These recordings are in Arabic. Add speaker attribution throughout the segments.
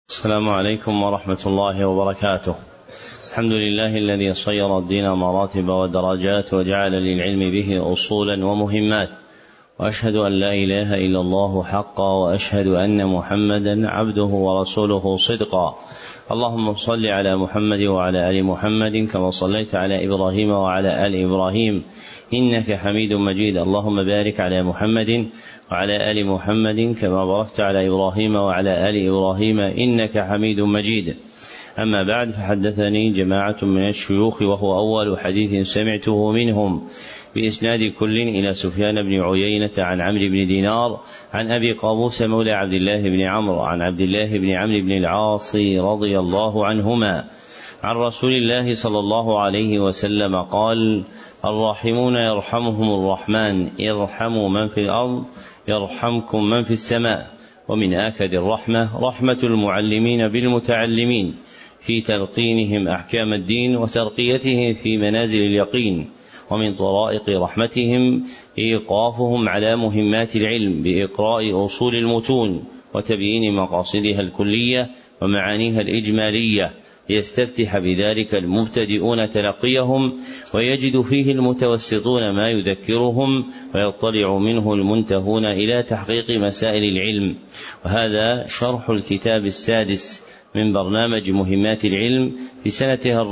Speaker 1: السلام عليكم ورحمة الله وبركاته. الحمد لله الذي صير الدين مراتب ودرجات وجعل للعلم به أصولا ومهمات، وأشهد أن لا إله إلا الله حقا، وأشهد أن محمدا عبده ورسوله صدقا. اللهم صل على محمد وعلى آل محمد كما صليت على إبراهيم وعلى آل إبراهيم إنك حميد مجيد. اللهم بارك على محمد وعلى آل محمد كما باركت على إبراهيم وعلى آل إبراهيم إنك حميد مجيد. أما بعد، فحدثني جماعة من الشيوخ، وهو أول حديث سمعته منهم بإسناد كل إلى سفيان بن عيينة عن عمرو بن دينار عن أبي قابوس مولى عبد الله بن عمرو عن عبد الله بن عمرو بن العاص رضي الله عنهما عن رسول الله صلى الله عليه وسلم قال: الراحمون يرحمهم الرحمن، ارحموا من في الأرض يرحمكم من في السماء. ومن آكد الرحمة رحمة المعلمين بالمتعلمين في تلقينهم أحكام الدين وترقيتهم في منازل اليقين. ومن طرائق رحمتهم إيقافهم على مهمات العلم بإقراء أصول المتون وتبيين مقاصدها الكلية ومعانيها الإجمالية، ليستفتح بذلك المبتدئون تلقيهم، ويجد فيه المتوسطون ما يذكرهم، ويطلع منه المنتهون إلى تحقيق مسائل العلم. وهذا شرح الكتاب السادس من برنامج مهمات العلم في سنتها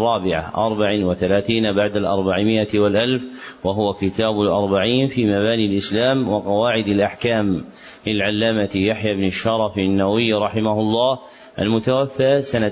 Speaker 1: 34 بعد 400 والألف، وهو كتاب 40 في مباني الإسلام وقواعد الأحكام للعلامة يحيى بن الشرف النووي رحمه الله، المتوفى سنة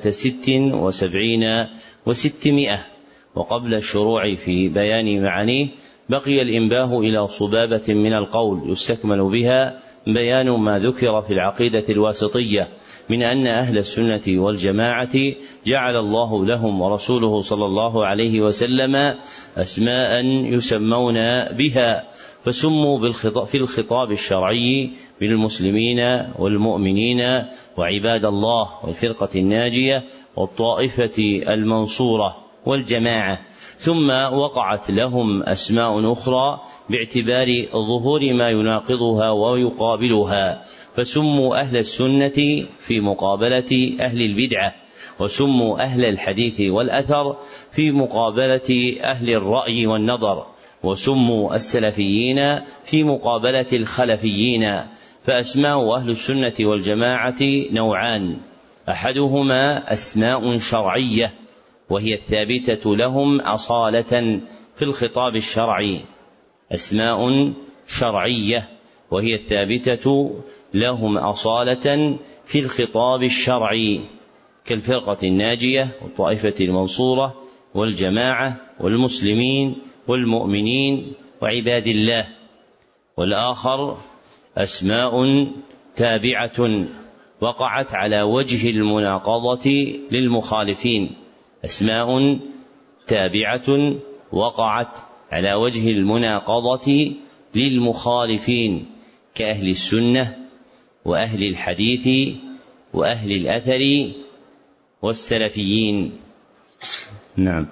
Speaker 1: 76 و600. وقبل الشروع في بيان معانيه بقي الإنباه إلى صبابة من القول يستكمل بها بيان ما ذكر في العقيدة الواسطية من أن أهل السنة والجماعة جعل الله لهم ورسوله صلى الله عليه وسلم أسماء يسمون بها، فسموا في الخطاب الشرعي بالمسلمين والمؤمنين وعباد الله والفرقة الناجية والطائفة المنصورة والجماعة، ثم وقعت لهم أسماء أخرى باعتبار ظهور ما يناقضها ويقابلها، فسموا أهل السنة في مقابلة أهل البدعة، وسموا أهل الحديث والأثر في مقابلة أهل الرأي والنظر، وسموا السلفيين في مقابلة الخلفيين. فأسماء أهل السنة والجماعة نوعان: أحدهما أسماء شرعية وهي الثابتة لهم أصالة في الخطاب الشرعي، أسماء شرعية وهي الثابتة لهم أصالة في الخطاب الشرعي، كالفرقة الناجية والطائفة المنصورة والجماعة والمسلمين والمؤمنين وعباد الله. والآخر أسماء تابعة وقعت على وجه المناقضة للمخالفين، أسماء تابعة وقعت على وجه المناقضة للمخالفين، كأهل السنة وأهل الحديث وأهل الأثر والسلفيين. نعم،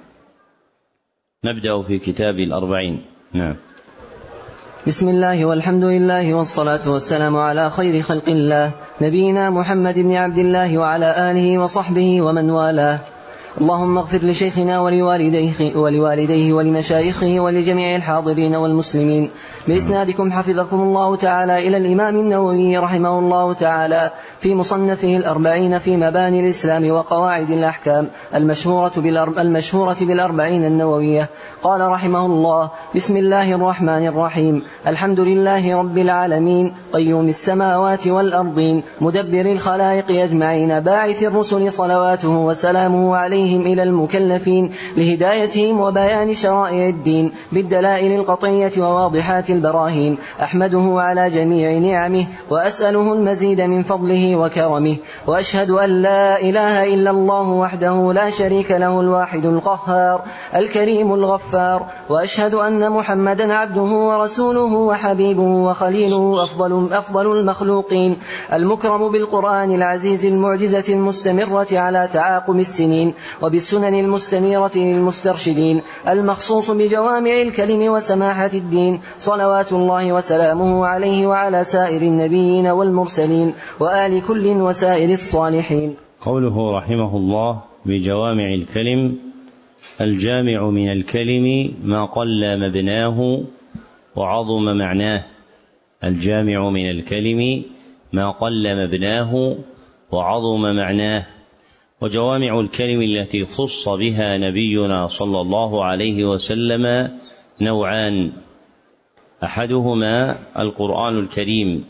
Speaker 1: نبدأ في كتاب 40. نعم.
Speaker 2: بسم الله والحمد لله والصلاة والسلام على خير خلق الله نبينا محمد بن عبد الله وعلى آله وصحبه ومن والاه. اللهم اغفر لشيخنا ولوالديه ولمشايخه ولجميع الحاضرين والمسلمين. بإسنادكم حفظكم الله تعالى إلى الإمام النووي رحمه الله تعالى في مصنفه 40 في مباني الإسلام وقواعد الأحكام المشهورة بالأربعين النووية. قال رحمه الله: بسم الله الرحمن الرحيم. الحمد لله رب العالمين، قيوم السماوات والأرضين، مدبر الخلائق أجمعين، باعث الرسل صلواته وسلامه عليهم إلى المكلفين لهدايتهم وبيان شرائع الدين بالدلائل القطعية وواضحات البراهين. أحمده على جميع نعمه وأسأله المزيد من فضله وكرمه، وأشهد أن لا إله إلا الله وحده لا شريك له الواحد القهار الكريم الغفار، وأشهد أن محمدا عبده ورسوله وحبيبه وخليله أفضل المخلوقين، المكرم بالقرآن العزيز المعجزة المستمرة على تعاقب السنين وبالسنن المستنيرة للمسترشدين، المخصوص بجوامع الكلم وسماحة الدين، صلوات الله وسلامه عليه وعلى سائر النبيين والمرسلين وآل كل وسائر الصالحين.
Speaker 1: قوله رحمه الله بجوامع الكلم: الجامع من الكلم ما قل مبناه وعظم معناه. الجامع من الكلم ما قل مبناه وعظم معناه. وجوامع الكلم التي خص بها نبينا صلى الله عليه وسلم نوعان: أحدهما القرآن الكريم،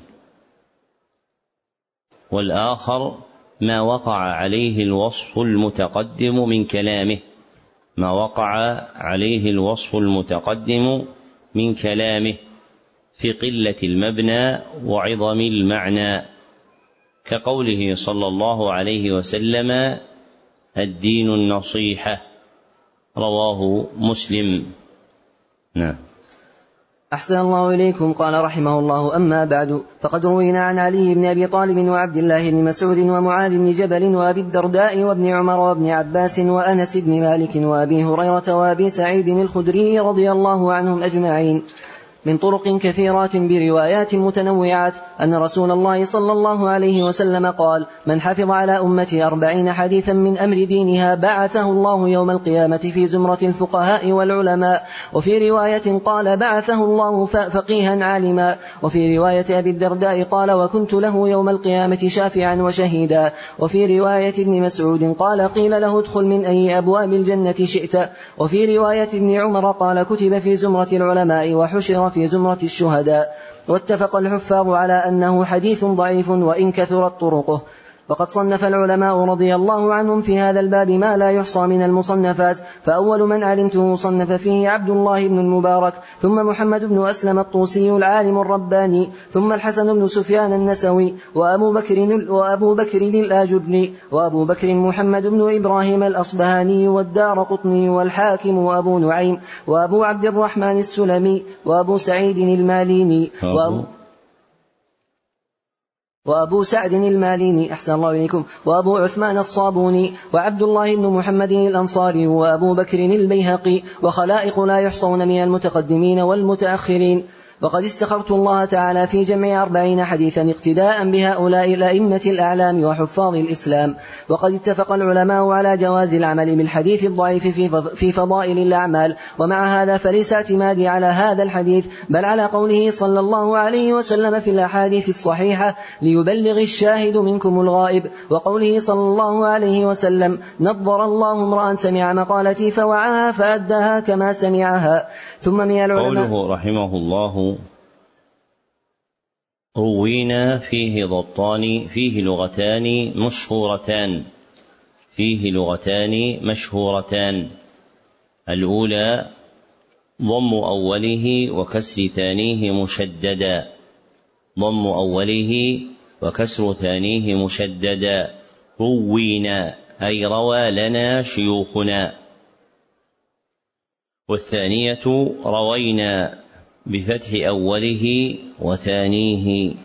Speaker 1: والآخر ما وقع عليه الوصف المتقدم من كلامه، ما وقع عليه الوصف المتقدم من كلامه في قلة المبنى وعظم المعنى، كقوله صلى الله عليه وسلم: الدين النصيحة، رواه مسلم. نعم.
Speaker 2: أحسن الله إليكم. قال رحمه الله: أما بعد، فقد روينا عن علي بن أبي طالب وعبد الله بن مسعود ومعاذ بن جبل وأبي الدرداء وابن عمر وابن عباس وأنس بن مالك وأبي هريرة وأبي سعيد الخدري رضي الله عنهم أجمعين من طرق كثيرات بروايات متنوعات أن رسول الله صلى الله عليه وسلم قال: من حفظ على أمتي 40 حديثا من أمر دينها بعثه الله يوم القيامة في زمرة الفقهاء والعلماء. وفي رواية قال: بعثه الله فقيها عالما. وفي رواية أبي الدرداء قال: وكنت له يوم القيامة شافعا وشهيدا. وفي رواية ابن مسعود قال: قيل له: ادخل من أي أبواب الجنة شئت. وفي رواية ابن عمر قال: كتب في زمرة العلماء وحشر في زمرة الشهداء. واتفق الحفاظ على أنه حديث ضعيف وإن كثرت طرقه. وقد صنف العلماء رضي الله عنهم في هذا الباب ما لا يحصى من المصنفات، فأول من علمته صنف فيه عبد الله بن المبارك، ثم محمد بن أسلم الطوسي العالم الرباني، ثم الحسن بن سفيان النسوي، وأبو بكر الآجري، وأبو بكر محمد بن إبراهيم الأصبهاني، والدارقطني، والحاكم، وأبو نعيم، وأبو عبد الرحمن السلمي، وأبو سعيد الماليني، وأبو سعد الماليني أحسن الله إليكم، وأبو عثمان الصابوني، وعبد الله بن محمد الأنصاري، وأبو بكر البيهقي، وخلائق لا يحصون من المتقدمين والمتأخرين. وقد استخرت الله تعالى في جمع 40 حديثا اقتداء بهؤلاء الأئمة الأعلام وحفاظ الإسلام. وقد اتفق العلماء على جواز العمل بالحديث الضعيف في فضائل الأعمال، ومع هذا فليس اعتمادي على هذا الحديث، بل على قوله صلى الله عليه وسلم في الأحاديث الصحيحة: ليبلغ الشاهد منكم الغائب. وقوله صلى الله عليه وسلم: نضر الله امرأ سمع مقالتي فوعاها فأداها كما سمعها. ثم من العلماء
Speaker 1: قوله رحمه الله: روينا فيه ضبطان، فيه لغتان مشهورتان. الأولى ضم أوله وكسر ثانيه مشددا، روينا أي روى لنا شيوخنا. والثانية روينا بفتح أوله وثانيه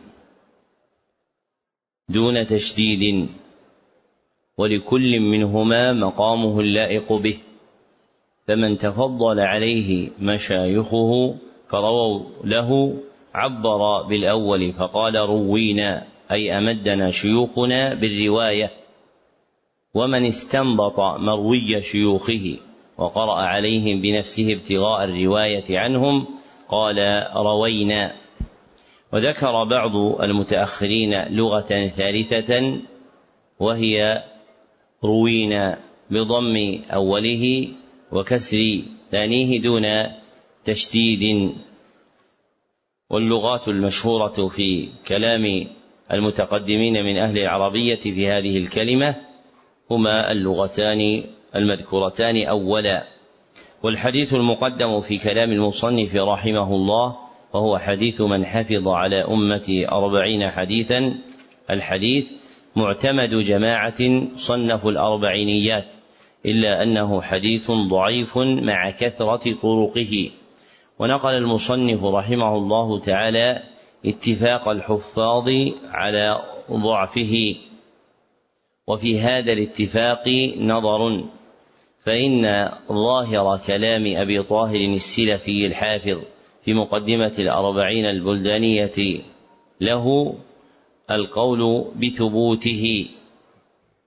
Speaker 1: دون تشديد، ولكل منهما مقامه اللائق به، فمن تفضل عليه مشايخه فرووا له عبر بالأول فقال: روينا أي أمدنا شيوخنا بالرواية. ومن استنبط مروي شيوخه وقرأ عليهم بنفسه ابتغاء الرواية عنهم قال: روينا. وذكر بعض المتأخرين لغة ثالثة وهي روينا بضم أوله وكسر ثانيه دون تشديد. واللغات المشهورة في كلام المتقدمين من أهل العربية في هذه الكلمة هما اللغتان المذكورتان أولا. والحديث المقدم في كلام المصنف رحمه الله وهو حديث من حفظ على أمتي 40 حديثا. الحديث معتمد جماعة صنفوا الأربعينيات، إلا أنه حديث ضعيف مع كثرة طرقه. ونقل المصنف رحمه الله تعالى اتفاق الحفاظ على ضعفه، وفي هذا الاتفاق نظر، فإن ظاهر كلام أبي طاهر السلفي الحافظ في مقدمة 40 البلدانية له القول بثبوته،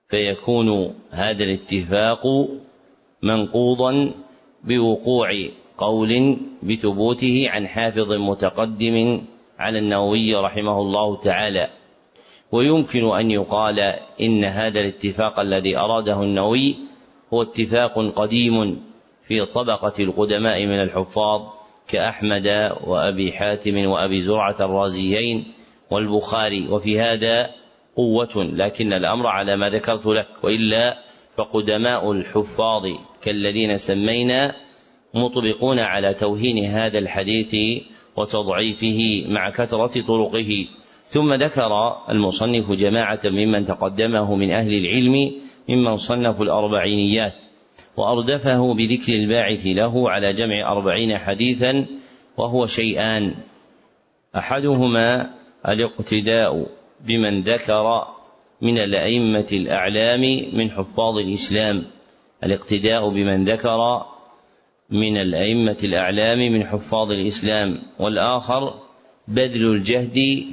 Speaker 1: فيكون هذا الاتفاق منقوضا بوقوع قول بثبوته عن حافظ متقدم على النووي رحمه الله تعالى. ويمكن أن يقال إن هذا الاتفاق الذي أراده النووي هو اتفاق قديم في طبقة القدماء من الحفاظ كأحمد وأبي حاتم وأبي زرعة الرازيين والبخاري، وفي هذا قوة، لكن الأمر على ما ذكرت لك، وإلا فقدماء الحفاظ كالذين سمينا مطبقون على توهين هذا الحديث وتضعيفه مع كثرة طرقه. ثم ذكر المصنف جماعة ممن تقدمه من أهل العلم ممن صنفوا الأربعينيات، وأردفه بذكر الباعث له على جمع 40 حديثا، وهو شيئان: أحدهما الاقتداء بمن ذكر من الأئمة الأعلام من حفاظ الإسلام، الاقتداء بمن ذكر من الأئمة الأعلام من حفاظ الإسلام. والآخر بذل الجهد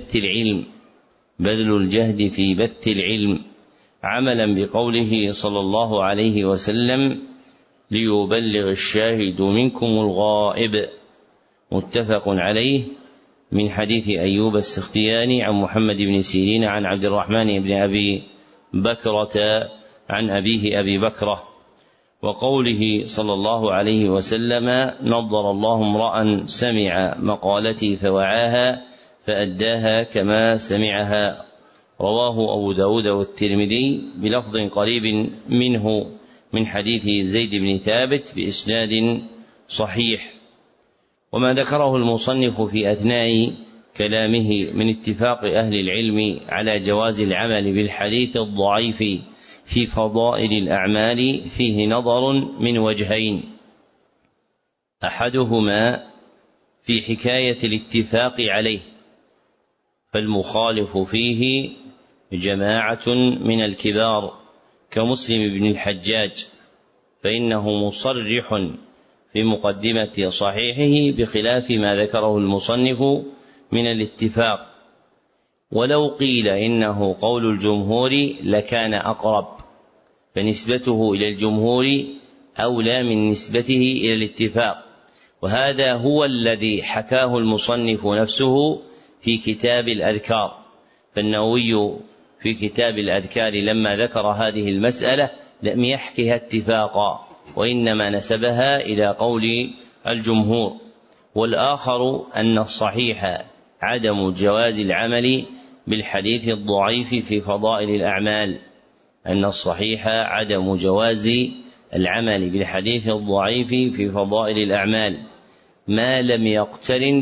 Speaker 1: في بث العلم عملا بقوله صلى الله عليه وسلم: ليبلغ الشاهد منكم الغائب، متفق عليه، من حديث أيوب السختياني عن محمد بن سيرين عن عبد الرحمن بن أبي بكرة عن أبيه أبي بكرة. وقوله صلى الله عليه وسلم: نضر الله امرأ سمع مقالتي فوعاها فأداها كما سمعها، رواه أبو داود والترمذي بلفظ قريب منه من حديث زيد بن ثابت بإسناد صحيح. وما ذكره المصنف في أثناء كلامه من اتفاق أهل العلم على جواز العمل بالحديث الضعيف في فضائل الأعمال فيه نظر من وجهين: أحدهما في حكاية الاتفاق عليه، فالمخالف فيه جماعة من الكبار كمسلم بن الحجاج، فإنه مصرح في مقدمة صحيحه بخلاف ما ذكره المصنف من الاتفاق. ولو قيل إنه قول الجمهور لكان أقرب، فنسبته إلى الجمهور أولى من نسبته إلى الاتفاق، وهذا هو الذي حكاه المصنف نفسه في كتاب الأذكار. فالنووي في كتاب الأذكار لما ذكر هذه المسألة لم يحكها اتفاقا، وإنما نسبها إلى قول الجمهور. والآخر أن الصحيح عدم جواز العمل بالحديث الضعيف في فضائل الأعمال، أن الصحيح عدم جواز العمل بالحديث الضعيف في فضائل الأعمال ما لم يقترن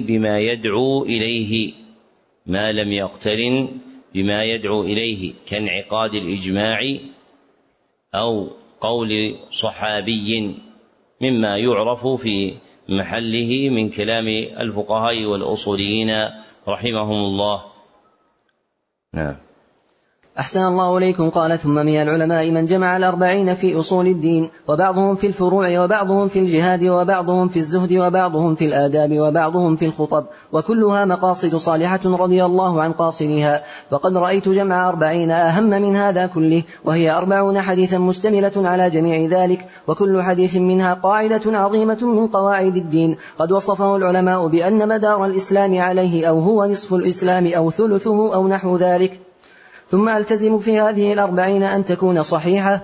Speaker 1: بما يدعو إليه كانعقاد الإجماع أو قول صحابي، مما يعرف في محله من كلام الفقهاء والأصوليين رحمهم الله. نعم.
Speaker 2: أحسن الله إليكم. قال: ثم من العلماء من جمع 40 في أصول الدين، وبعضهم في الفروع، وبعضهم في الجهاد، وبعضهم في الزهد، وبعضهم في الآداب، وبعضهم في الخطب، وكلها مقاصد صالحة رضي الله عن قاصدها. وقد رأيت جمع 40 أهم من هذا كله، وهي 40 حديثا مشتملة على جميع ذلك، وكل حديث منها قاعدة عظيمة من قواعد الدين قد وصفه العلماء بأن مدار الإسلام عليه أو هو نصف الإسلام أو ثلثه أو نحو ذلك. ثم ألتزم في هذه 40 أن تكون صحيحة،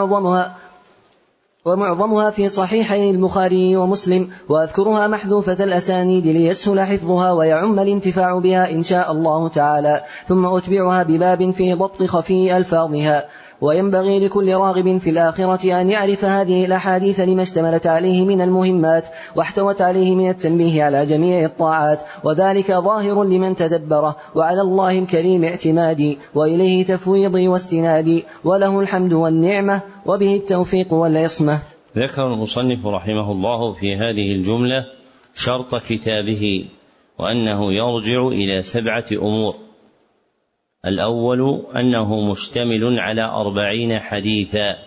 Speaker 2: ومعظمها في صحيحي البخاري ومسلم، وأذكرها محذوفة الأسانيد ليسهل حفظها ويعم الانتفاع بها إن شاء الله تعالى. ثم أتبعها بباب في ضبط خفي ألفاظها. وينبغي لكل راغب في الآخرة أن يعرف هذه الأحاديث لما اشتملت عليه من المهمات، واحتوت عليه من التنبيه على جميع الطاعات، وذلك ظاهر لمن تدبره، وعلى الله الكريم اعتمادي، وإليه تفويضي واستنادي، وله الحمد والنعمة، وبه التوفيق والعصمة.
Speaker 1: ذكر المصنف رحمه الله في هذه الجملة شرط كتابه، وأنه يرجع إلى 7 أمور: الأول أنه مشتمل على 40 حديثا،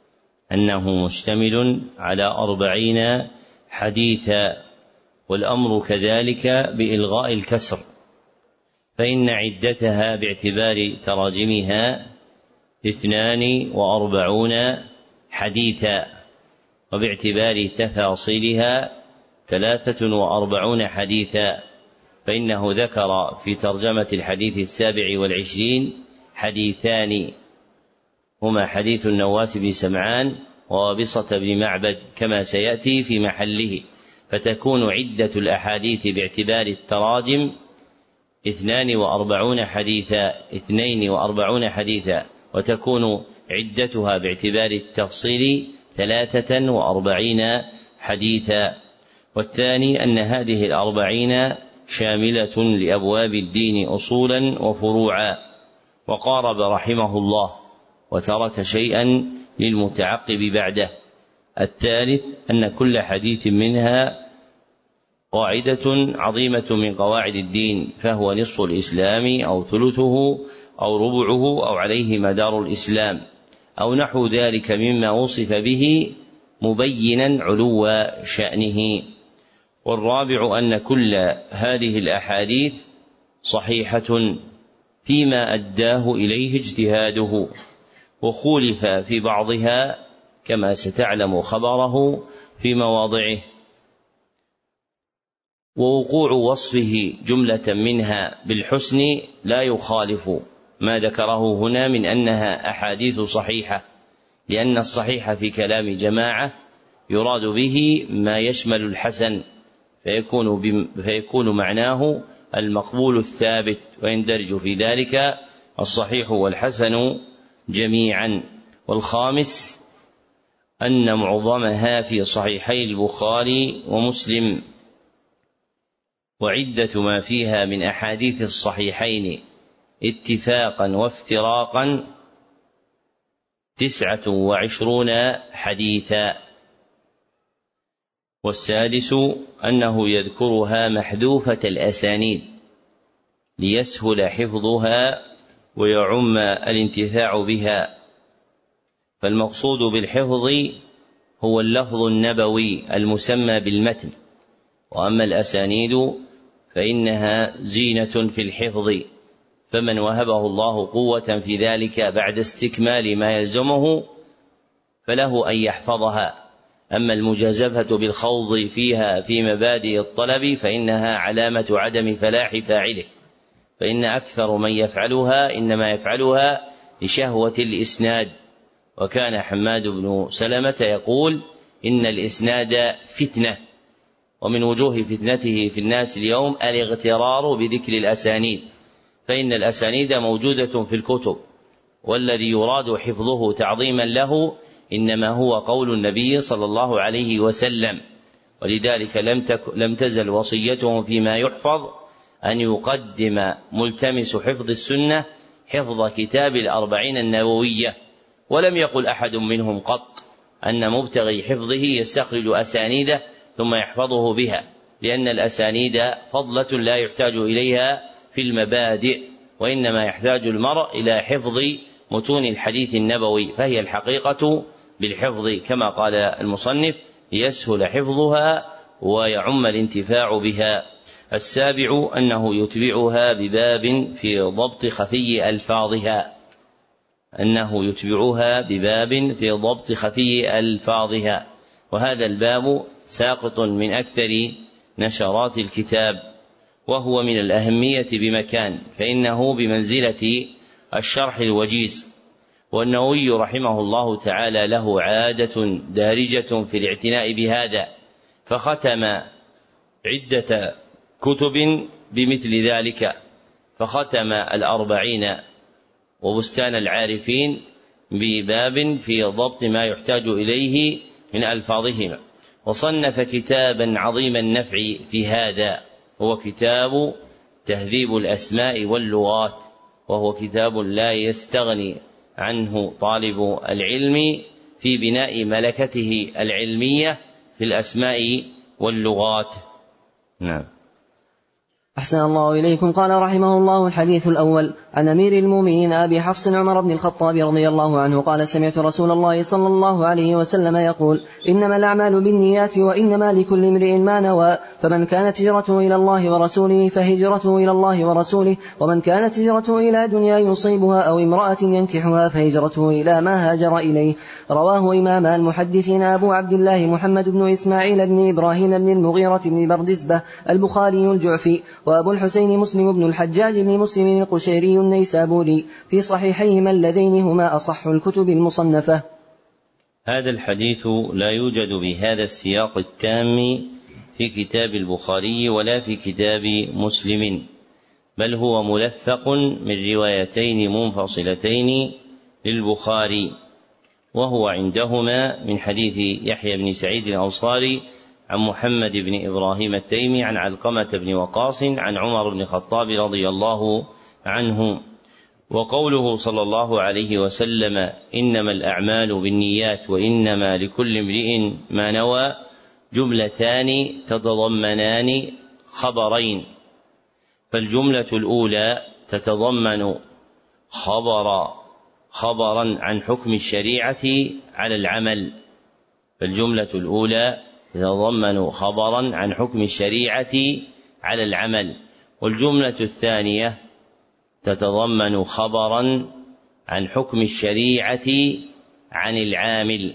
Speaker 1: والأمر كذلك بإلغاء الكسر، فإن عدتها باعتبار تراجمها 42 حديثا، وباعتبار تفاصيلها 43 حديثا، فإنه ذكر في ترجمة الحديث 27 حديثان، هما حديث النواس بن سمعان ووابصة بن معبد كما سيأتي في محله، فتكون عدة الأحاديث باعتبار التراجم 42 حديثا، وتكون عدتها باعتبار التفصيل 43 حديثا. والثاني أن هذه 40 شاملة لأبواب الدين أصولا وفروعا، وقارب رحمه الله وترك شيئا للمتعقب بعده. الثالث أن كل حديث منها قاعدة عظيمة من قواعد الدين، فهو نصف الإسلام أو ثلثه أو ربعه أو عليه مدار الإسلام أو نحو ذلك مما وصف به مبينا علو شأنه. والرابع أن كل هذه الأحاديث صحيحة فيما أداه إليه اجتهاده، وخولف في بعضها كما ستعلم خبره في مواضعه. ووقوع وصفه جملة منها بالحسن لا يخالف ما ذكره هنا من أنها أحاديث صحيحة، لأن الصحيح في كلام جماعة يراد به ما يشمل الحسن، فيكون معناه المقبول الثابت، ويندرج في ذلك الصحيح والحسن جميعا. والخامس أن معظمها في صحيحي البخاري ومسلم، وعدة ما فيها من أحاديث الصحيحين اتفاقا وافتراقا 29 حديثا. والسادس أنه يذكرها محذوفة الأسانيد ليسهل حفظها ويعم الانتفاع بها، فالمقصود بالحفظ هو اللفظ النبوي المسمى بالمتن، وأما الأسانيد فإنها زينة في الحفظ، فمن وهبه الله قوة في ذلك بعد استكمال ما يلزمه فله أن يحفظها. أما المجازفة بالخوض فيها في مبادئ الطلب فإنها علامة عدم فلاح فاعله، فإن أكثر من يفعلها إنما يفعلها لشهوة الإسناد. وكان حماد بن سلمة يقول: إن الإسناد فتنة، ومن وجوه فتنته في الناس اليوم الاغترار بذكر الأسانيد، فإن الأسانيد موجودة في الكتب، والذي يراد حفظه تعظيما له إنما هو قول النبي صلى الله عليه وسلم. ولذلك لم تزل وصيته فيما يحفظ أن يقدم ملتمس حفظ السنة حفظ كتاب 40 النووية، ولم يقل أحد منهم قط أن مبتغي حفظه يستخرج أسانيده ثم يحفظه بها، لأن الأسانيد فضلة لا يحتاج إليها في المبادئ، وإنما يحتاج المرء إلى حفظ متون الحديث النبوي، فهي الحقيقة بالحفظ كما قال المصنف: يسهل حفظها ويعم الانتفاع بها. السابع أنه يتبعها بباب في ضبط خفي ألفاظها، وهذا الباب ساقط من أكثر نشرات الكتاب، وهو من الأهمية بمكان، فإنه بمنزلة الشرح الوجيز. والنووي رحمه الله تعالى له عادة دارجة في الاعتناء بهذا، فختم عدة كتب بمثل ذلك، فختم 40 وبستان العارفين بباب في ضبط ما يحتاج إليه من ألفاظهما، وصنف كتابا عظيم النفع في هذا، هو كتاب تهذيب الأسماء واللغات، وهو كتاب لا يستغني عنه طالب العلم في بناء ملكته العلمية في الأسماء واللغات. نعم.
Speaker 2: أحسن الله إليكم. قال رحمه الله: الحديث الأول عن أمير المؤمنين أبي حفص عمر بن الخطاب رضي الله عنه قال: سمعت رسول الله صلى الله عليه وسلم يقول: إنما الأعمال بالنيات وإنما لكل امرئ ما نوى، فمن كانت هجرته إلى الله ورسوله فهجرته إلى الله ورسوله، ومن كانت هجرته إلى دنيا يصيبها أو امرأة ينكحها فهجرته إلى ما هاجر إليه. رواه إمام المحدثين أبو عبد الله محمد بن إسماعيل بن إبراهيم بن المغيرة بن بردزبة البخاري الجعفي، وأبو الحسين مسلم بن الحجاج بن مسلم القشيري النيسابوري في صحيحيهما اللذين هما أصح الكتب المصنفة.
Speaker 1: هذا الحديث لا يوجد بهذا السياق التام في كتاب البخاري ولا في كتاب مسلم، بل هو ملفق من روايتين منفصلتين للبخاري، وهو عندهما من حديث يحيى بن سعيد الأنصاري عن محمد بن إبراهيم التيمي عن علقمة بن وقاص عن عمر بن الخطاب رضي الله عنه. وقوله صلى الله عليه وسلم: إنما الأعمال بالنيات وإنما لكل امرئ ما نوى، جملتان تتضمنان خبرين. فالجملة الأولى تتضمن خبرا عن حكم الشريعة على العمل، فالجملة الأولى تتضمن خبرا عن حكم الشريعة على العمل، والجملة الثانية تتضمن خبرا عن حكم الشريعة عن العامل.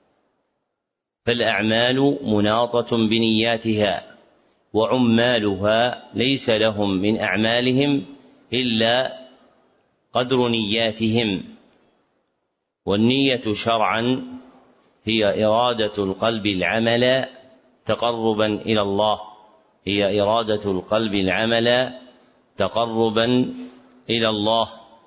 Speaker 1: فالأعمال مناطة بنياتها، وعمالها ليس لهم من أعمالهم إلا قدر نياتهم. والنية شرعا هي إرادة القلب العمل تقربا إلى الله، هي إرادة القلب العمل تقربا إلى الله.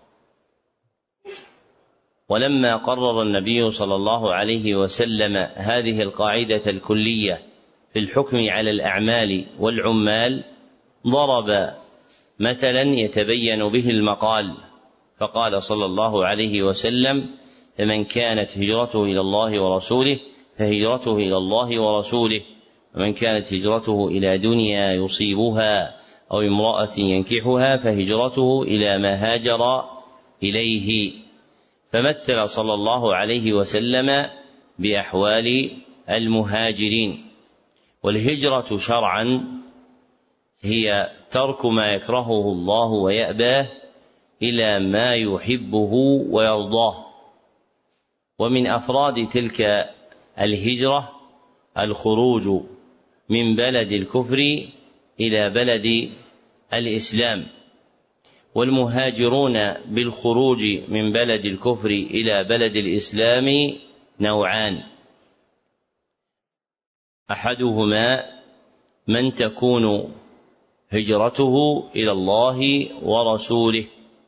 Speaker 1: ولما قرر النبي صلى الله عليه وسلم هذه القاعدة الكلية في الحكم على الأعمال والعمال، ضرب مثلا يتبين به المقال، فقال صلى الله عليه وسلم: فمن كانت هجرته إلى الله ورسوله فهجرته إلى الله ورسوله، ومن كانت هجرته إلى دنيا يصيبها أو امرأة ينكحها فهجرته إلى ما هاجر إليه. فمثل صلى الله عليه وسلم بأحوال المهاجرين. والهجرة شرعا هي ترك ما يكرهه الله ويأباه إلى ما يحبه ويرضاه. ومن أفراد تلك الهجرة الخروج من بلد الكفر إلى بلد الإسلام. والمهاجرون بالخروج من بلد الكفر إلى بلد الإسلام نوعان: أحدهما من تكون هجرته إلى الله ورسوله،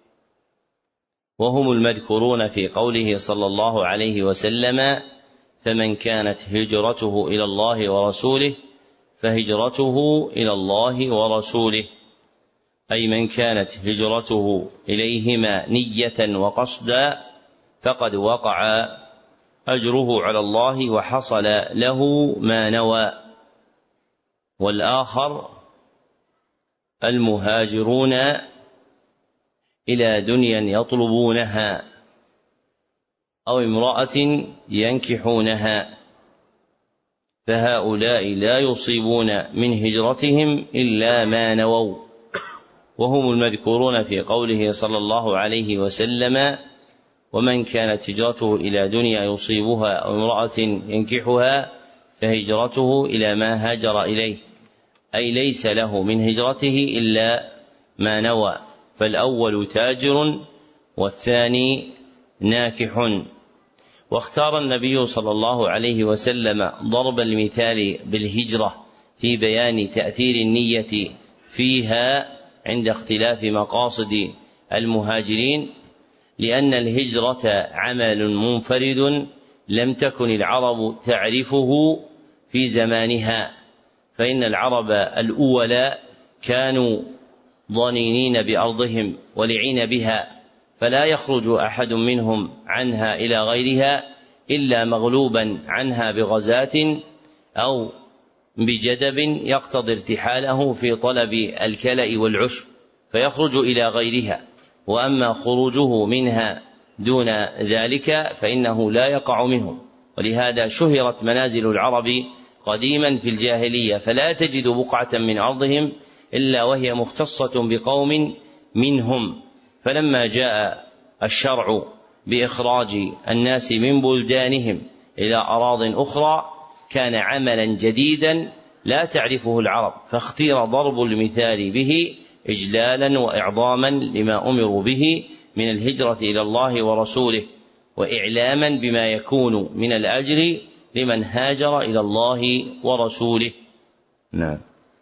Speaker 1: وهم المذكورون في قوله صلى الله عليه وسلم: فمن كانت هجرته إلى الله ورسوله فهجرته إلى الله ورسوله، أي من كانت هجرته إليهما نية وقصدا فقد وقع أجره على الله وحصل له ما نوى. والآخر المهاجرون إلى دنيا يطلبونها أو امرأة ينكحونها، فهؤلاء لا يصيبون من هجرتهم إلا ما نووا، وهم المذكورون في قوله صلى الله عليه وسلم: ومن كانت هجرته إلى دنيا يصيبها أو امرأة ينكحها فهجرته إلى ما هاجر إليه، أي ليس له من هجرته إلا ما نوى. فالأول تاجر والثاني ناكح. واختار النبي صلى الله عليه وسلم ضرب المثال بالهجرة في بيان تأثير النية فيها عند اختلاف مقاصد المهاجرين، لأن الهجرة عمل منفرد لم تكن العرب تعرفه في زمانها، فإن العرب الأولى كانوا ضنينين بأرضهم ولعين بها، فلا يخرج أحد منهم عنها إلى غيرها إلا مغلوبا عنها بغزاة أو بجدب يقتضي ارتحاله في طلب الكلأ والعشب فيخرج إلى غيرها، وأما خروجه منها دون ذلك فإنه لا يقع منه. ولهذا شهرت منازل العرب قديما في الجاهلية، فلا تجد بقعة من أرضهم إلا وهي مختصة بقوم منهم. فلما جاء الشرع بإخراج الناس من بلدانهم إلى أراضٍ أخرى كان عملا جديدا لا تعرفه العرب، فاختير ضرب المثال به إجلالا وإعظاما لما أمروا به من الهجرة إلى الله ورسوله، وإعلاما بما يكون من الأجر لمن هاجر إلى الله ورسوله. نعم.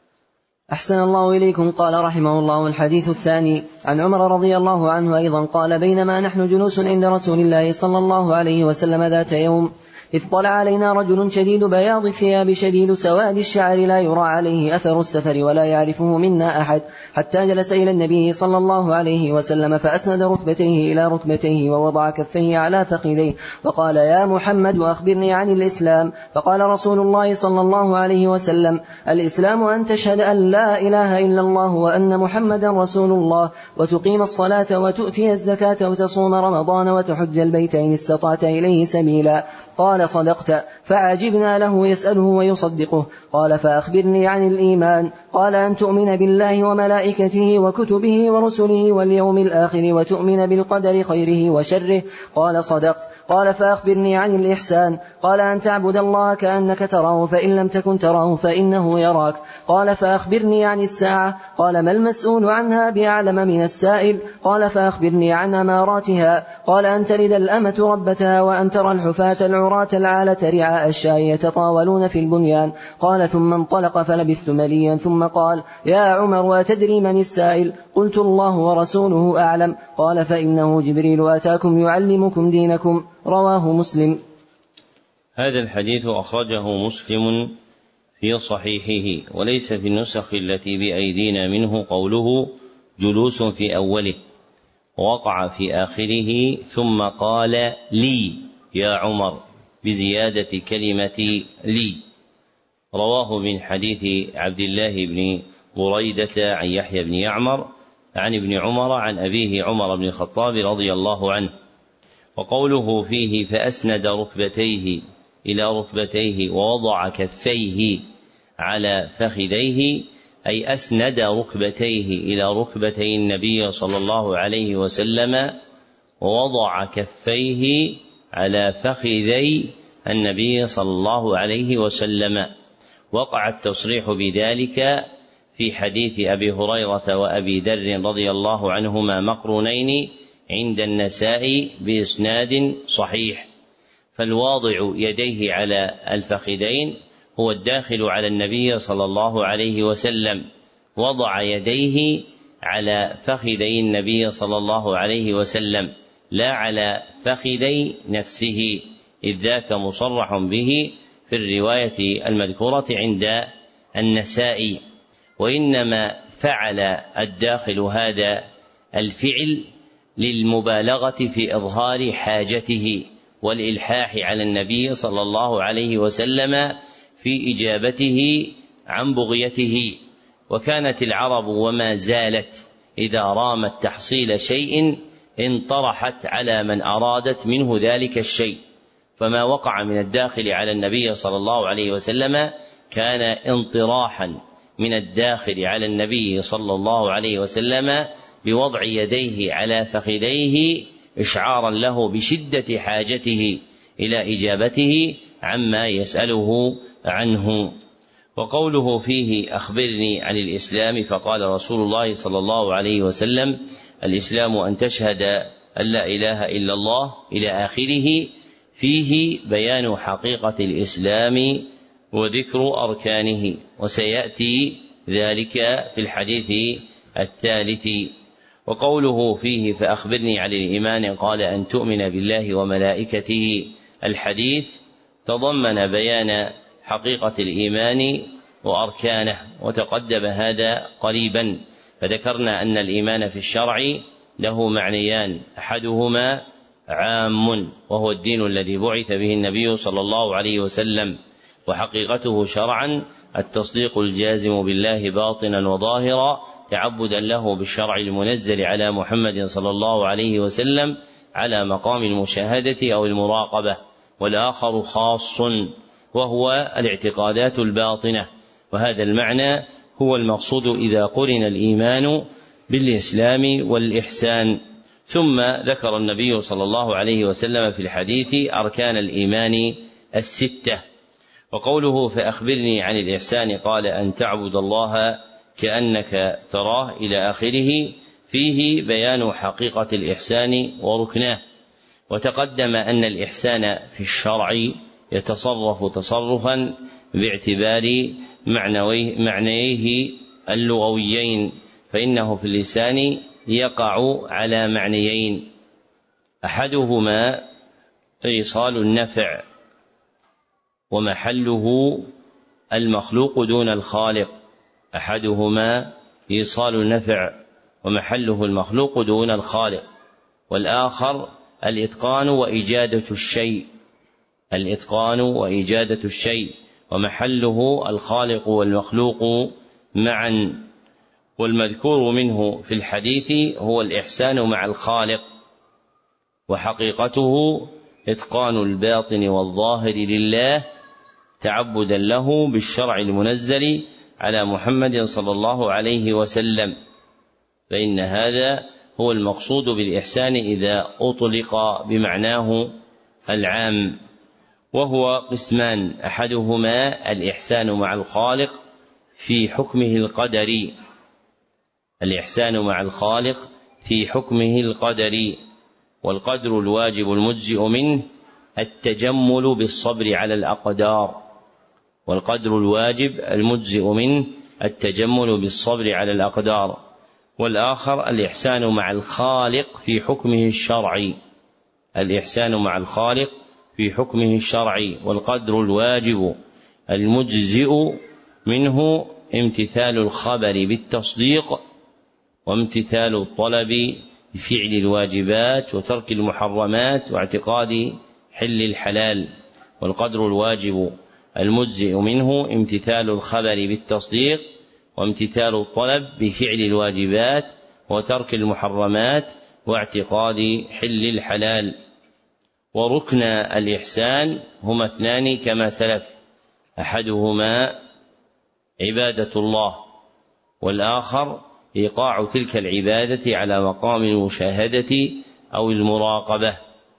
Speaker 2: أحسن الله إليكم. قال رحمه الله: الحديث الثاني عن عمر رضي الله عنه أيضا قال: بينما نحن جلوس عند رسول الله صلى الله عليه وسلم ذات يوم إذ طلع علينا رجل شديد بياض الثياب شديد سواد الشعر لا يرى عليه أثر السفر ولا يعرفه منا أحد، حتى جلس إلى النبي صلى الله عليه وسلم فأسند ركبتيه إلى ركبتيه ووضع كفيه على فخذيه وقال: يا محمد أخبرني عن الإسلام. فقال رسول الله صلى الله عليه وسلم: الإسلام أن تشهد أن لا إله إلا الله وأن محمدا رسول الله، وتقيم الصلاة وتؤتي الزكاة وتصوم رمضان وتحج البيت إن استطعت إليه سبيلا. قال: صدقت. فعجبنا له يسأله ويصدقه. قال: فأخبرني عن الإيمان. قال: أن تؤمن بالله وملائكته وكتبه ورسله واليوم الآخر وتؤمن بالقدر خيره وشره. قال: صدقت. قال: فأخبرني عن الإحسان. قال: أن تعبد الله كأنك تراه فإن لم تكن تراه فإنه يراك. قال: فأخبرني عن الساعة. قال: ما المسؤول عنها بأعلم من السائل. قال: فأخبرني عن أماراتها. قال: أن تلد الأمة ربتها وأن ترى الحفاة العراة العالة رعاء الشاء يتطاولون في البنيان. قال: ثم انطلق فلبثت مليا ثم قال: يا عمر أتدري من السائل؟ قلت: الله ورسوله أعلم. قال: فإنه جبريل أتاكم يعلمكم دينكم. رواه مسلم.
Speaker 1: هذا الحديث أخرجه مسلم في صحيحه، وليس في النسخ التي بأيدينا منه قوله جلوس في أوله، وقع في آخره ثم قال: لي يا عمر، بزيادة كلمة لي. رواه من حديث عبد الله بن بريدة عن يحيى بن يعمر عن ابن عمر عن أبيه عمر بن الخطاب رضي الله عنه. وقوله فيه فأسند ركبتيه إلى ركبتيه ووضع كفيه على فخذيه، أي أسند ركبتيه إلى ركبتي النبي صلى الله عليه وسلم ووضع كفيه على فخذي النبي صلى الله عليه وسلم. وقع التصريح بذلك في حديث أبي هريرة وأبي ذر رضي الله عنهما مقرونين عند النسائي بإسناد صحيح. فالواضع يديه على الفخذين هو الداخل على النبي صلى الله عليه وسلم، وضع يديه على فخذي النبي صلى الله عليه وسلم لا على فخذي نفسه، إذ ذاك مصرح به في الرواية المذكورة عند النسائي. وإنما فعل الداخل هذا الفعل للمبالغة في إظهار حاجته والإلحاح على النبي صلى الله عليه وسلم في إجابته عن بغيته. وكانت العرب وما زالت إذا رامت تحصيل شيء انطرحت على من أرادت منه ذلك الشيء، فما وقع من الداخل على النبي صلى الله عليه وسلم كان انطراحا من الداخل على النبي صلى الله عليه وسلم بوضع يديه على فخذيه إشعارا له بشدة حاجته إلى إجابته عما يسأله عنه. وقوله فيه أخبرني عن الإسلام، فقال رسول الله صلى الله عليه وسلم: الإسلام أن تشهد أن لا إله إلا الله إلى آخره، فيه بيان حقيقة الإسلام وذكر أركانه، وسيأتي ذلك في الحديث الثالث. وقوله فيه فأخبرني عن الإيمان، قال: أن تؤمن بالله وملائكته. الحديث تضمن بيان حقيقة الإيمان وأركانه، وتقدم هذا قريبا، فذكرنا أن الإيمان في الشرع له معنيان: أحدهما عام وهو الدين الذي بعث به النبي صلى الله عليه وسلم، وحقيقته شرعا التصديق الجازم بالله باطنا وظاهرا تعبدا له بالشرع المنزل على محمد صلى الله عليه وسلم على مقام المشاهدة أو المراقبة. والآخر خاص وهو الاعتقادات الباطنة، وهذا المعنى هو المقصود إذا قرن الإيمان بالإسلام والإحسان. ثم ذكر النبي صلى الله عليه وسلم في الحديث أركان الإيمان 6. وقوله فأخبرني عن الإحسان قال أن تعبد الله كأنك تراه إلى آخره فيه بيان حقيقة الإحسان وركناه. وتقدم أن الإحسان في الشرع يتصرف تصرفا باعتبار معنيه اللغويين، فإنه في اللسان يقع على معنيين: أحدهما إيصال النفع ومحله المخلوق دون الخالق، أحدهما إيصال النفع ومحله المخلوق دون الخالق، والآخر الإتقان وإيجادة الشيء ومحله الخالق والمخلوق معا. والمذكور منه في الحديث هو الإحسان مع الخالق، وحقيقته إتقان الباطن والظاهر لله تعبدا له بالشرع المنزل على محمد صلى الله عليه وسلم، فإن هذا هو المقصود بالإحسان إذا أطلق بمعناه العام. وهو قسمان: أحدهما الإحسان مع الخالق في حكمه القدري، والقدر الواجب المجزئ منه التجمل بالصبر على الأقدار. والآخر الإحسان مع الخالق في حكمه الشرعي، والقدر الواجب المجزئ منه امتثال الخبر بالتصديق وامتثال الطلب بفعل الواجبات وترك المحرمات واعتقاد حل الحلال. والقدر الواجب المجزئ منه امتثال الخبر بالتصديق وامتثال الطلب بفعل الواجبات وترك المحرمات واعتقاد حل الحلال. وركن الإحسان هما 2 كما سلف: أحدهما عبادة الله، والآخر إيقاع تلك العبادة على مقام المشاهدة أو المراقبة.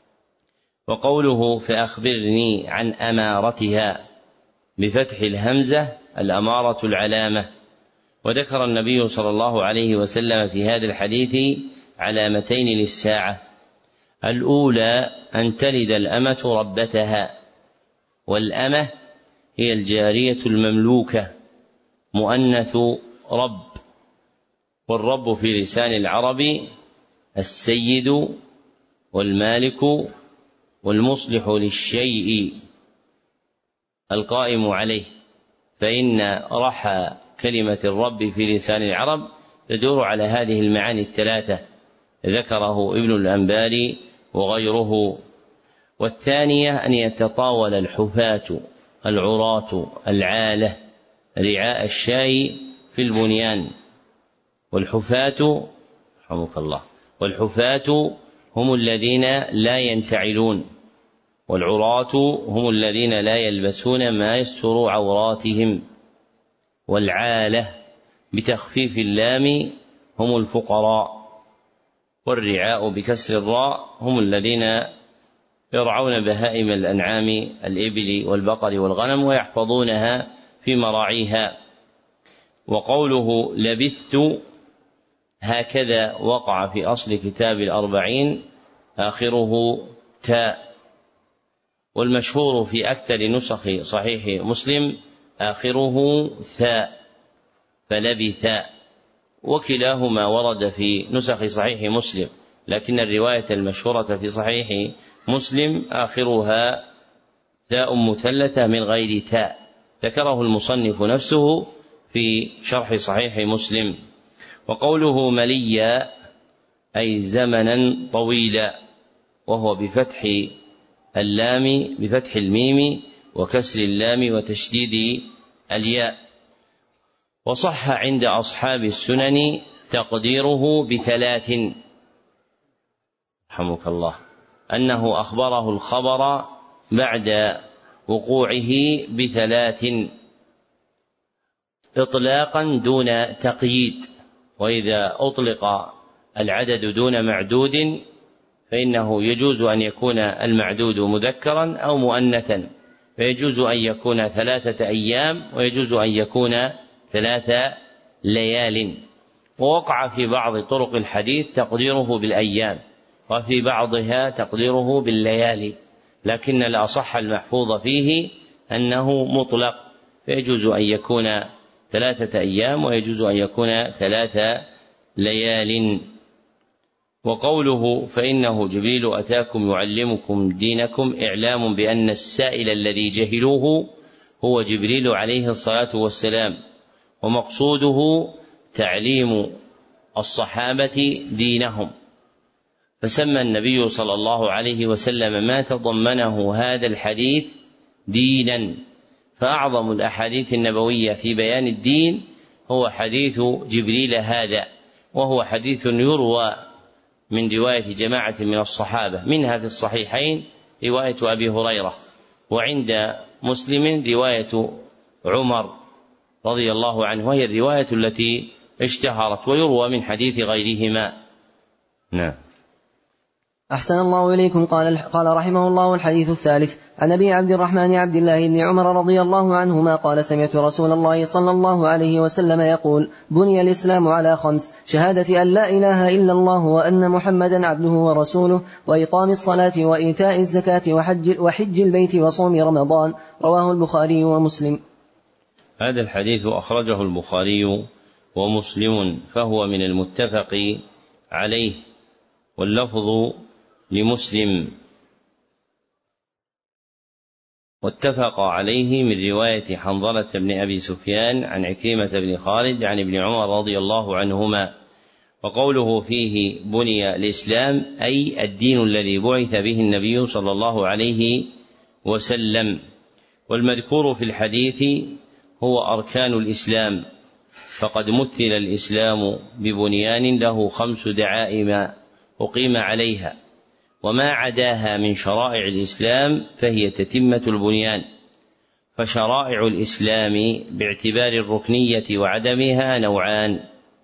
Speaker 1: وقوله فأخبرني عن أمارتها بفتح الهمزة الأمارة العلامة. وذكر النبي صلى الله عليه وسلم في هذا الحديث علامتين للساعة: الأولى أن تلد الأمة ربتها، والأمة هي الجارية المملوكة مؤنث رب، والرب في لسان العرب السيد والمالك والمصلح للشيء القائم عليه، فإن رحى كلمة الرب في لسان العرب تدور على هذه المعاني 3 ذكره ابن الأنباري وغيره. والثانية أن يتطاول الحفاة العراة العالة رعاء الشاء في البنيان. والحفاة رحمك الله، والحفاة هم الذين لا ينتعلون، والعراة هم الذين لا يلبسون ما يستر عوراتهم. والعالة بتخفيف اللام هم الفقراء، والرعاء بكسر الراء هم الذين يرعون بهائم الأنعام الإبل والبقر والغنم ويحفظونها في مراعيها. وقوله لبثت هكذا وقع في أصل كتاب 40 آخره تاء، والمشهور في أكثر نسخ صحيح مسلم آخره ثاء فلبث، وكلاهما ورد في نسخ صحيح مسلم، لكن الرواية المشهورة في صحيح مسلم آخرها تاء مثلثة من غير تاء، ذكره المصنف نفسه في شرح صحيح مسلم. وقوله مليا أي زمنا طويلا، وهو بفتح اللام بفتح الميم وكسر اللام وتشديد الياء. وصح عند أصحاب السنن تقديره ب3 رحمك الله، أنه أخبره الخبر بعد وقوعه ب3 إطلاقا دون تقييد. وإذا أطلق العدد دون معدود فإنه يجوز أن يكون المعدود مذكرا أو مؤنثا، فيجوز أن يكون 3 أيام ويجوز أن يكون 3 ليال. ووقع في بعض طرق الحديث تقديره بالأيام، وفي بعضها تقديره بالليالي، لكن الأصح المحفوظ فيه أنه مطلق، فيجوز أن يكون 3 أيام ويجوز أن يكون 3 ليال. وقوله فإنه جبريل أتاكم يعلمكم دينكم إعلام بأن السائل الذي جهلوه هو جبريل عليه الصلاة والسلام، ومقصوده تعليم الصحابة دينهم. فسمى النبي صلى الله عليه وسلم ما تضمنه هذا الحديث دينا. فأعظم الأحاديث النبوية في بيان الدين هو حديث جبريل هذا، وهو حديث يروى من رواية جماعة من الصحابة، منها في الصحيحين رواية أبي هريرة، وعند مسلم رواية عمر رضي الله عنه، وهي الرواية التي اشتهرت، ويروى من حديث غيرهما. نعم.
Speaker 2: أحسن الله إليكم. قال رحمه الله: الحديث الثالث عن أبي عبد الرحمن عبد الله بن عمر رضي الله عنهما قال: سمعت رسول الله صلى الله عليه وسلم يقول: بني الإسلام على 5: شهادة أن لا إله إلا الله وأن محمدا عبده ورسوله، وإقام الصلاة وإيتاء الزكاة وحج البيت وصوم رمضان. رواه البخاري ومسلم.
Speaker 1: هذا الحديث أخرجه البخاري ومسلم، فهو من المتفق عليه، واللفظ لمسلم، واتفق عليه من رواية حنظلة بن أبي سفيان عن عكرمة بن خالد عن ابن عمر رضي الله عنهما. وقوله فيه بني الإسلام أي الدين الذي بعث به النبي صلى الله عليه وسلم. والمذكور في الحديث هو أركان الإسلام، فقد مثل الإسلام ببنيان له 5 دعائم أقيم عليها، وما عداها من شرائع الإسلام فهي تتمة البنيان. فشرائع الإسلام باعتبار الركنية وعدمها نوعان،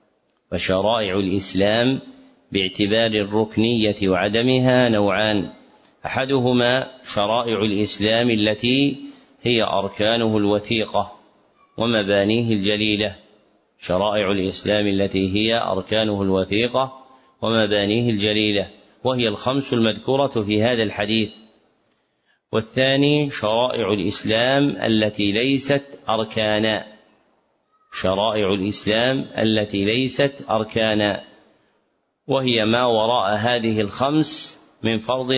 Speaker 1: أحدهما شرائع الإسلام التي هي أركانه الوثيقة ومبانيه الجليلة، وهي 5 المذكورة في هذا الحديث. والثاني شرائع الإسلام التي ليست أركانا، وهي ما وراء هذه 5 من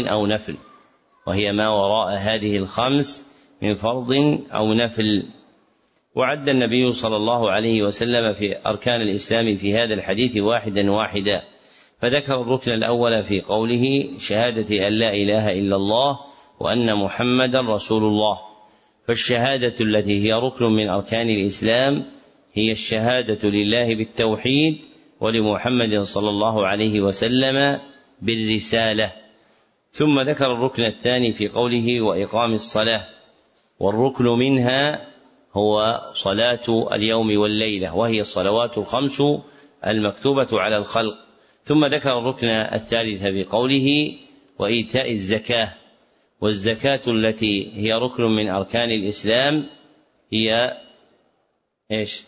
Speaker 1: فرض أو نفل. وعد النبي صلى الله عليه وسلم في أركان الإسلام في هذا الحديث واحدا، فذكر الركن الأول في قوله شهادة أن لا إله إلا الله وأن محمدا رسول الله. فالشهادة التي هي ركن من أركان الإسلام هي الشهادة لله بالتوحيد ولمحمد صلى الله عليه وسلم بالرسالة. ثم ذكر الركن الثاني في قوله وإقام الصلاة، والركن منها هو صلاة اليوم والليلة، وهي الصلوات 5 المكتوبة على الخلق. ثم ذكر الركن الثالث بقوله وإيتاء الزكاة، والزكاة التي هي ركن من أركان الإسلام هي إيش؟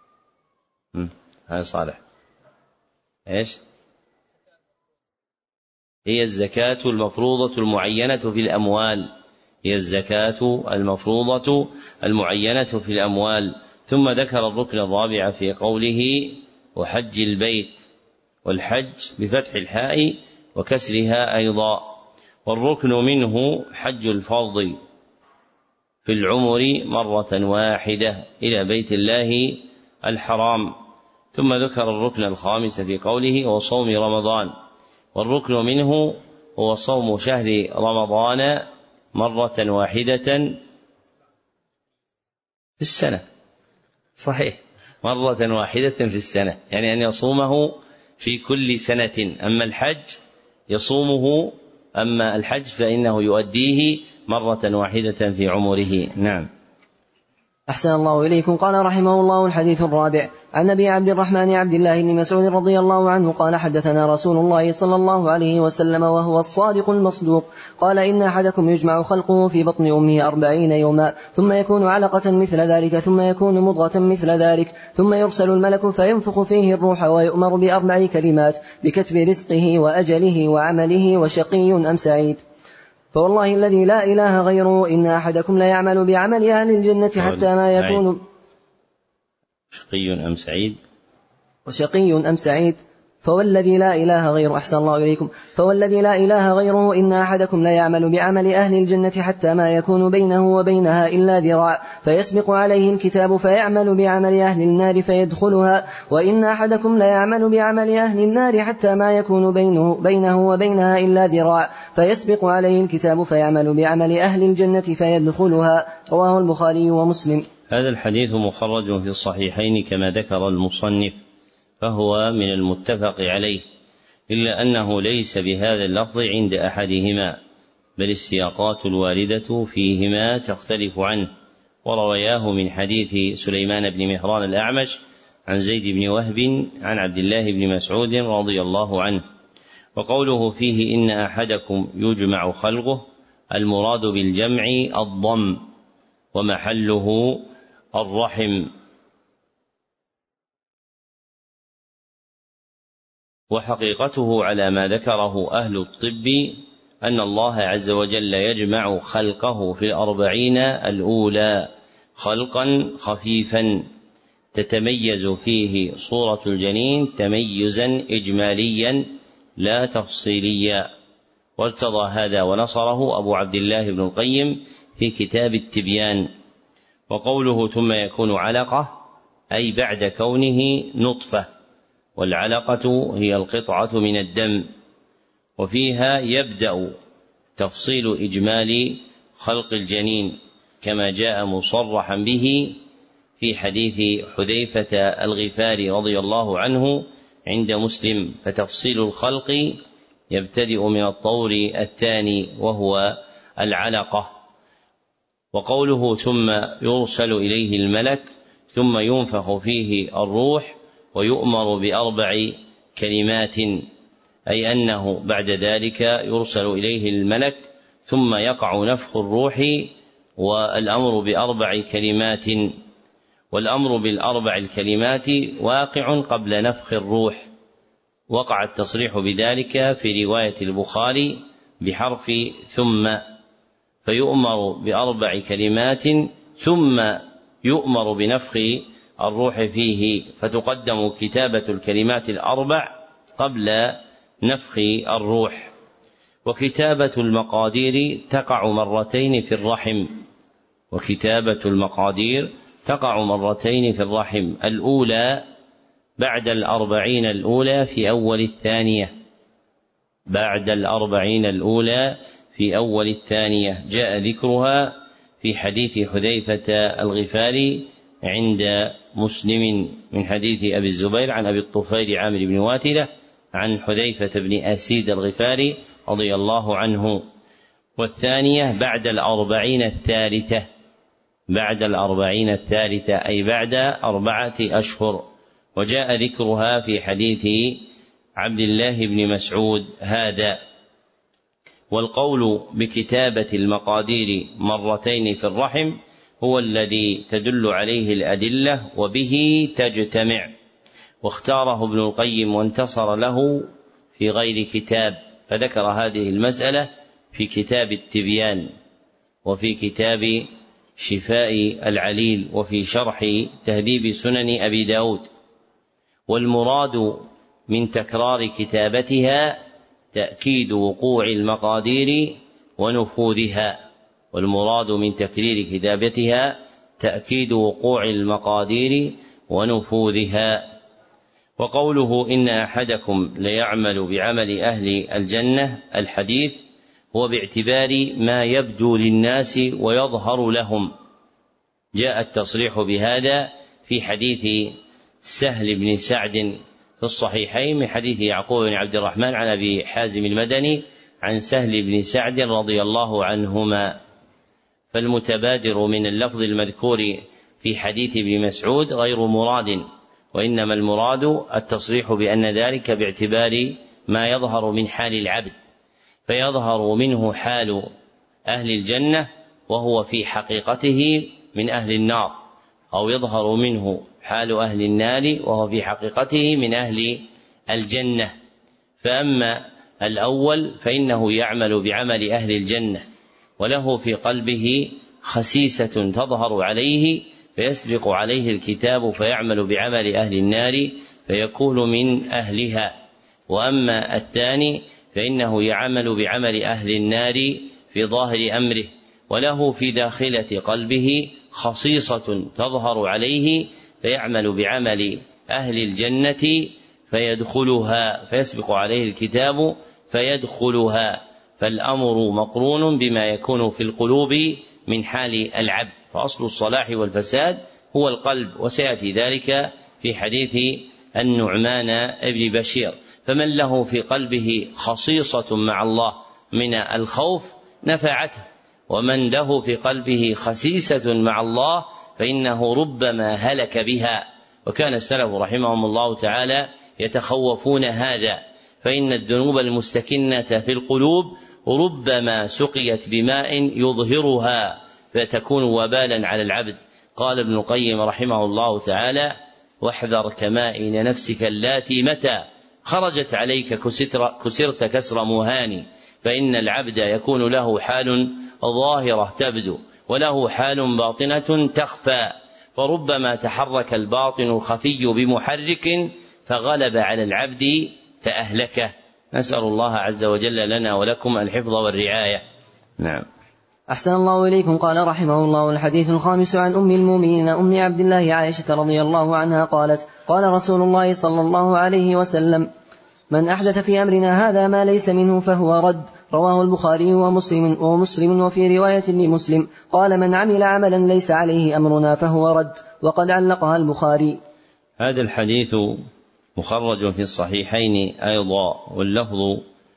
Speaker 1: هذا صالح إيش؟ هي الزكاة المفروضة المعينة في الأموال. ثم ذكر الركن الرابع في قوله وحج البيت، والحج بفتح الحاء وكسرها أيضا. والركن منه حج الفرض في العمر مرة واحدة إلى بيت الله الحرام. ثم ذكر الركن الخامس في قوله وصوم رمضان، والركن منه هو صوم شهر رمضان مرة واحدة في السنة، صحيح، مرة واحدة في السنة، يعني أن يصومه في كل سنة. أما الحج فإنه يؤديه مرة واحدة في عمره. نعم.
Speaker 2: أحسن الله إليكم. قال رحمه الله: الحديث الرابع عن أبي عبد الرحمن عبد الله بن مسعود رضي الله عنه قال: حدثنا رسول الله صلى الله عليه وسلم وهو الصادق المصدوق قال: إن أحدكم يجمع خلقه في بطن أمه 40 يوما ثم يكون علقة مثل ذلك ثم يكون مضغة مثل ذلك ثم يرسل الملك فينفخ فيه الروح ويؤمر ب4 كلمات بكتب رزقه وأجله وعمله وشقي أم سعيد. فوالله الذي لا إله غيره إن أحدكم لا يعمل بعمل أهل الجنة حتى ما يكون وشقي أم سعيد. فوالذي لا إله غيره أحسن الله إليكم. فوالذي لا إله غيره إن أحدكم لا يعمل بعمل أهل الجنة حتى ما يكون بينه وبينها إلا ذراع فيسبق عليه الكتاب فيعمل بعمل أهل النار فيدخلها، وإن أحدكم لا يعمل بعمل أهل النار حتى ما يكون بينه وبينها إلا ذراع فيسبق عليه الكتاب فيعمل بعمل أهل الجنة فيدخلها. رواه البخاري ومسلم.
Speaker 1: هذا الحديث مخرج في الصحيحين كما ذكر المصنف، فهو من المتفق عليه، إلا أنه ليس بهذا اللفظ عند أحدهما، بل السياقات الواردة فيهما تختلف عنه. وروياه من حديث سليمان بن مهران الأعمش عن زيد بن وهب عن عبد الله بن مسعود رضي الله عنه. وقوله فيه إن أحدكم يجمع خلقه، المراد بالجمع الضم ومحله الرحم. وحقيقته على ما ذكره أهل الطب أن الله عز وجل يجمع خلقه في 40 الأولى خلقا خفيفا تتميز فيه صورة الجنين تميزا إجماليا لا تفصيليا. وارتضى هذا ونصره أبو عبد الله بن القيم في كتاب التبيان. وقوله ثم يكون علقة أي بعد كونه نطفة، والعلقة هي القطعة من الدم، وفيها يبدأ تفصيل إجمال خلق الجنين كما جاء مصرحا به في حديث حذيفة الغفاري رضي الله عنه عند مسلم. فتفصيل الخلق يبتدئ من الطور الثاني وهو العلقة. وقوله ثم يرسل إليه الملك ثم ينفخ فيه الروح ويؤمر ب4 كلمات، أي أنه بعد ذلك يرسل إليه الملك ثم يقع نفخ الروح والأمر ب4 كلمات. والأمر بال4 الكلمات واقع قبل نفخ الروح، وقع التصريح بذلك في رواية البخاري بحرف ثم، فيؤمر ب4 كلمات ثم يؤمر بنفخ الروح فيه، فتقدم كتابة الكلمات 4 قبل نفخ الروح. وكتابة المقادير تقع مرتين في الرحم، الأولى بعد 40 الأولى في أول الثانية، جاء ذكرها في حديث حذيفة الغفاري عند مسلم من حديث أبي الزبير عن أبي الطفيل عامر بن واتلة عن حذيفة بن أسيد الغفاري رضي الله عنه. والثانية بعد 40 الثالثة أي بعد 4 أشهر، وجاء ذكرها في حديث عبد الله بن مسعود هذا. والقول بكتابة المقادير مرتين في الرحم هو الذي تدل عليه الأدلة وبه تجتمع، واختاره ابن القيم وانتصر له في غير كتاب، فذكر هذه المسألة في كتاب التبيان وفي كتاب شفاء العليل وفي شرح تهذيب سنن أبي داود. والمراد من تكرار كتابتها تأكيد وقوع المقادير ونفوذها. وقوله إن أحدكم ليعمل بعمل أهل الجنة، الحديث هو باعتبار ما يبدو للناس ويظهر لهم، جاء التصريح بهذا في حديث سهل بن سعد في الصحيحين من حديث يعقوب بن عبد الرحمن عن أبي حازم المدني عن سهل بن سعد رضي الله عنهما. فالمتبادر من اللفظ المذكور في حديث ابن مسعود غير مراد، وإنما المراد التصريح بأن ذلك باعتبار ما يظهر من حال العبد، فيظهر منه حال أهل الجنة وهو في حقيقته من أهل النار، أو يظهر منه حال أهل النار وهو في حقيقته من أهل الجنة. فأما الأول فإنه يعمل بعمل أهل الجنة وله في قلبه خسيسة تظهر عليه فيسبق عليه الكتاب فيعمل بعمل أهل النار فيكون من أهلها. وأما الثاني فإنه يعمل بعمل أهل النار في ظاهر أمره وله في داخلة قلبه خصيصة تظهر عليه فيعمل بعمل أهل الجنة فيدخلها، فيسبق عليه الكتاب فيدخلها. فالأمر مقرون بما يكون في القلوب من حال العبد، فأصل الصلاح والفساد هو القلب، وسيأتي ذلك في حديث النعمان بن بشير. فمن له في قلبه خصيصة مع الله من الخوف نفعته، ومن له في قلبه خسيسة مع الله فإنه ربما هلك بها. وكان السلف رحمهم الله تعالى يتخوفون هذا، فإن الذنوب المستكنة في القلوب ربما سقيت بماء يظهرها فتكون وبالا على العبد. قال ابن القيم رحمه الله تعالى: واحذر كمائن نفسك اللاتي متى خرجت عليك كسرت كسر مهان، فإن العبد يكون له حال ظاهرة تبدو وله حال باطنة تخفى، فربما تحرك الباطن الخفي بمحرك فغلب على العبد فأهلكه. نسأل الله عز وجل لنا ولكم الحفظ والرعاية. نعم.
Speaker 2: أحسن الله إليكم. قال رحمه الله: الحديث الخامس عن أم المؤمنين أم عبد الله عائشة رضي الله عنها قالت: قال رسول الله صلى الله عليه وسلم: من أحدث في أمرنا هذا ما ليس منه فهو رد. رواه البخاري ومسلم وفي رواية لمسلم قال: من عمل عملا ليس عليه أمرنا فهو رد. وقد علقها البخاري.
Speaker 1: هذا الحديث مخرج في الصحيحين أيضا، واللفظ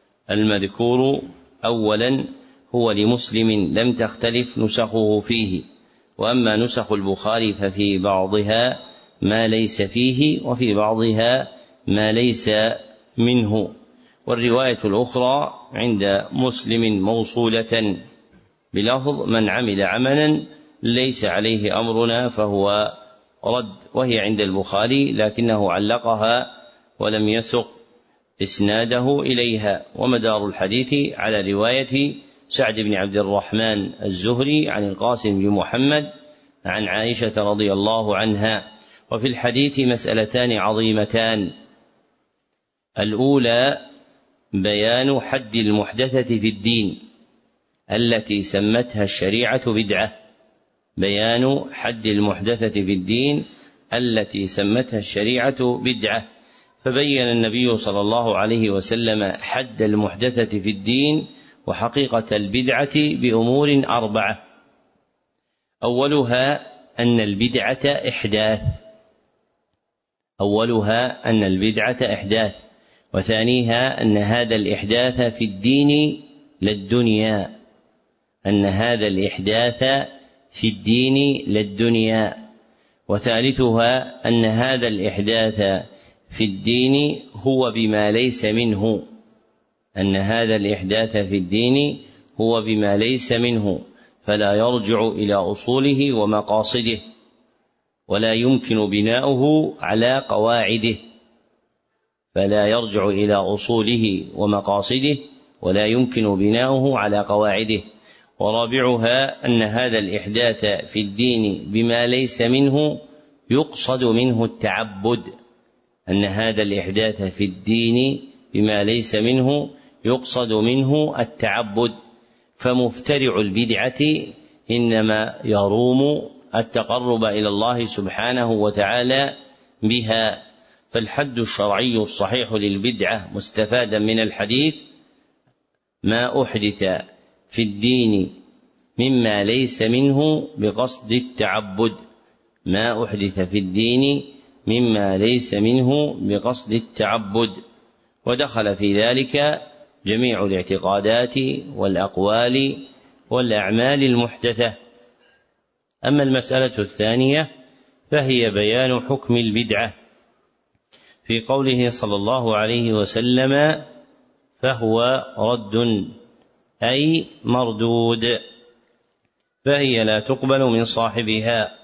Speaker 1: المذكور أولا هو لمسلم لم تختلف نسخه فيه، وأما نسخ البخاري ففي بعضها ما ليس فيه وفي بعضها ما ليس منه. والرواية الأخرى عند مسلم موصولة بلفظ: من عمل عملا ليس عليه أمرنا فهو رد، وهي عند البخاري لكنه علقها ولم يسق إسناده إليها. ومدار الحديث على رواية سعد بن عبد الرحمن الزهري عن القاسم بن محمد عن عائشة رضي الله عنها. وفي الحديث مسألتان عظيمتان: الأولى بيان حد المحدثة في الدين التي سمتها الشريعة بدعة، بيان حد المحدثة في الدين التي سمتها الشريعة بدعة. فبين النبي صلى الله عليه وسلم حد المحدثة في الدين وحقيقة البدعة بأمور 4: أولها أن البدعة إحداث، وثانيها أن هذا الإحداث في الدين للدنيا، وثالثها أن هذا الإحداث في الدين هو بما ليس منه فلا يرجع إلى أصوله ومقاصده ولا يمكن بناؤه على قواعده. ورابعها أن هذا الإحداث في الدين بما ليس منه يقصد منه التعبد، فمفترع البدعة إنما يروم التقرب إلى الله سبحانه وتعالى بها. فالحد الشرعي الصحيح للبدعة مستفادا من الحديث: ما أحدث في الدين مما ليس منه بقصد التعبد، ما أحدث في الدين مما ليس منه بقصد التعبد، ودخل في ذلك جميع الاعتقادات والأقوال والأعمال المحدثة. أما المسألة الثانية فهي بيان حكم البدعة في قوله صلى الله عليه وسلم: فهو رد، أي مردود، فهي لا تقبل من صاحبها.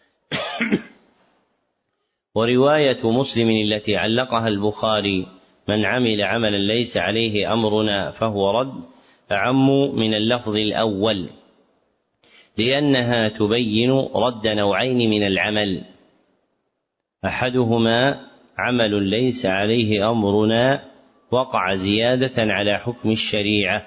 Speaker 1: ورواية مسلم التي علقها البخاري: من عمل عملا ليس عليه أمرنا فهو رد، أعم من اللفظ الأول، لأنها تبين رد نوعين من العمل: أحدهما عمل ليس عليه أمرنا وقع زيادة على حكم الشريعة،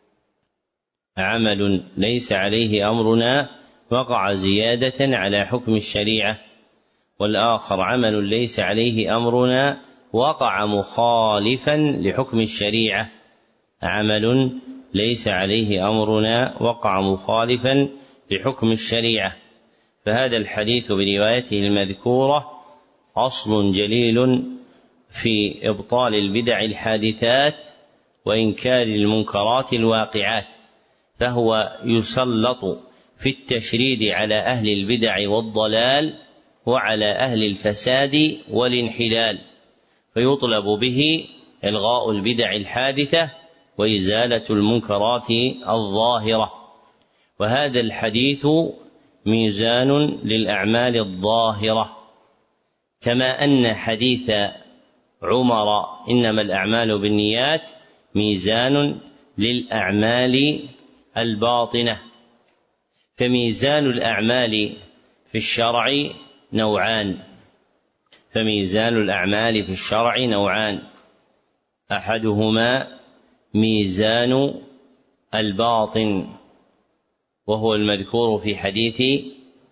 Speaker 1: عمل ليس عليه أمرنا وقع زيادة على حكم الشريعة، والآخر عمل ليس عليه أمرنا وقع مخالفا لحكم الشريعة، عمل ليس عليه أمرنا وقع مخالفا لحكم الشريعة. فهذا الحديث بروايته المذكورة أصل جليل في إبطال البدع الحادثات وإنكار المنكرات الواقعات، فهو يسلط في التشريد على أهل البدع والضلال وعلى أهل الفساد والانحلال، فيطلب به إلغاء البدع الحادثة وإزالة المنكرات الظاهرة. وهذا الحديث ميزان للأعمال الظاهرة، كما أن حديث عمر إنما الأعمال بالنيات ميزان للأعمال الباطنة. فميزان الأعمال في الشرع نوعان، أحدهما ميزان الباطن وهو المذكور في حديث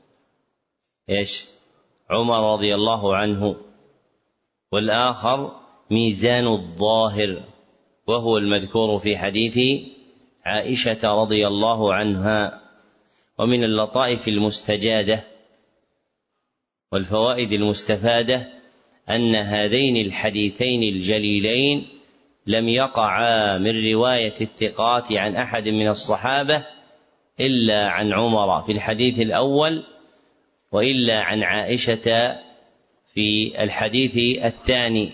Speaker 1: عمر رضي الله عنه، والآخر ميزان الظاهر وهو المذكور في حديث عائشة رضي الله عنها. ومن اللطائف المستجادة والفوائد المستفادة أن هذين الحديثين الجليلين لم يقعا من رواية الثقات عن أحد من الصحابة إلا عن عمر في الحديث الأول، وإلا عن عائشة في الحديث الثاني،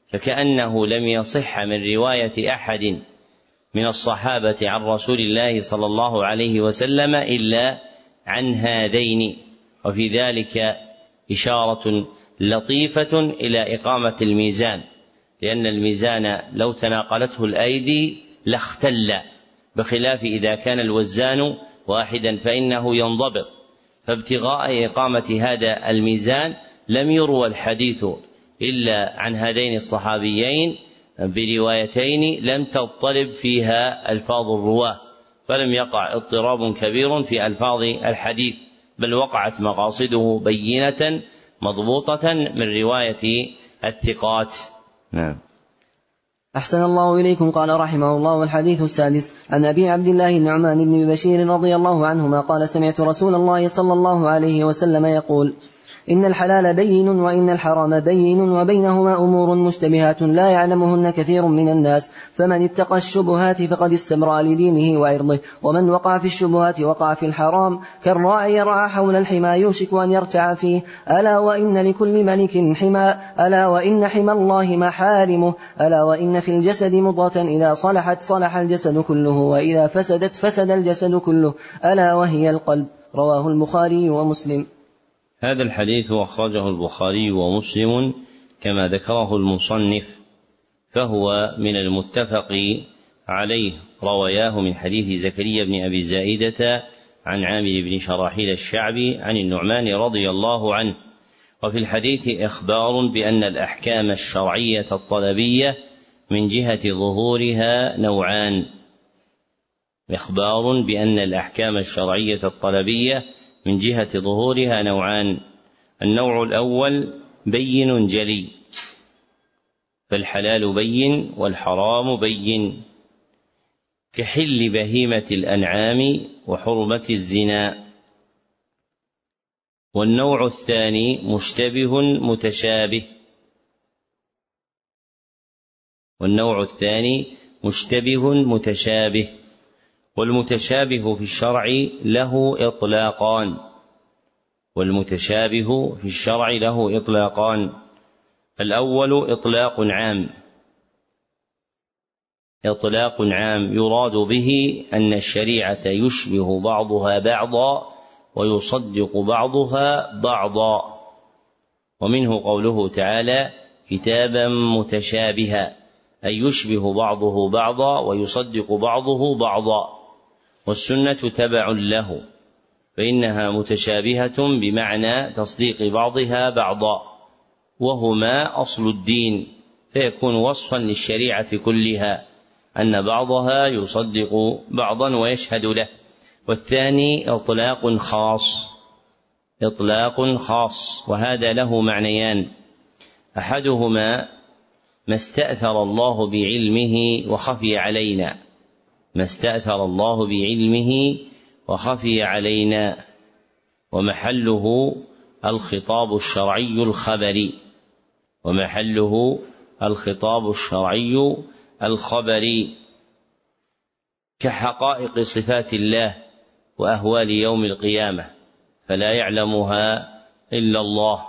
Speaker 1: فكأنه لم يصح من رواية أحد من الصحابة عن رسول الله صلى الله عليه وسلم إلا عن هذين. وفي ذلك إشارة لطيفة إلى إقامة الميزان، لأن الميزان لو تناقلته الأيدي لاختل، بخلاف إذا كان الوزان واحدا فإنه ينضبط. فابتغاء إقامة هذا الميزان لم يروى الحديث إلا عن هذين الصحابيين بروايتين لم تضطرب فيها ألفاظ الرواة، فلم يقع اضطراب كبير في ألفاظ الحديث، بل وقعت مقاصده بينة مضبوطة من رواية الثقات. نعم.
Speaker 2: أحسن الله إليكم. قال رحمه الله: الحديث السادس عن أبي عبد الله النعمان بن بشير رضي الله عنهما قال: سمعت رسول الله صلى الله عليه وسلم يقول: إن الحلال بين وإن الحرام بين وبينهما أمور مشتبهات لا يعلمهن كثير من الناس، فمن اتقى الشبهات فقد استبرأ لدينه وعرضه، ومن وقع في الشبهات وقع في الحرام، كالراعي يرعى حول الحمى يوشك أن يرتع فيه. ألا وإن لكل ملك حمى، ألا وإن حمى الله محارمه، ألا وإن في الجسد مضغة إذا صلحت صلح الجسد كله وإذا فسدت فسد الجسد كله، ألا وهي القلب. رواه البخاري ومسلم.
Speaker 1: هذا الحديث أخرجه البخاري ومسلم كما ذكره المصنف، فهو من المتفق عليه، رواياه من حديث زكريا بن أبي زائدة عن عامر بن شراحيل الشعبي عن النعمان رضي الله عنه. وفي الحديث إخبار بأن الأحكام الشرعية الطلبية من جهة ظهورها نوعان، إخبار بأن الأحكام الشرعية الطلبية من جهة ظهورها نوعان: النوع الأول بين جلي، فالحلال بين والحرام بين، كحل بهيمة الأنعام وحرمة الزنا. والنوع الثاني مشتبه متشابه. والنوع الثاني مشتبه متشابه. والمتشابه في الشرع له إطلاقان. والمتشابه في الشرع له إطلاقان. الأول إطلاق عام. إطلاق عام يراد به أن الشريعة يشبه بعضها بعضا ويصدق بعضها بعضا. ومنه قوله تعالى كتابا متشابها، أي يشبه بعضه بعضا ويصدق بعضه بعضا. والسنة تبع له، فإنها متشابهة بمعنى تصديق بعضها بعضا، وهما أصل الدين، فيكون وصفا للشريعة كلها أن بعضها يصدق بعضا ويشهد له. والثاني إطلاق خاص. إطلاق خاص، وهذا له معنيان: أحدهما ما استأثر الله بعلمه وخفي علينا، ما استأثر الله بعلمه وخفي علينا، ومحله الخطاب الشرعي الخبري، ومحله الخطاب الشرعي الخبري، كحقائق صفات الله وأهوال يوم القيامة، فلا يعلمها إلا الله.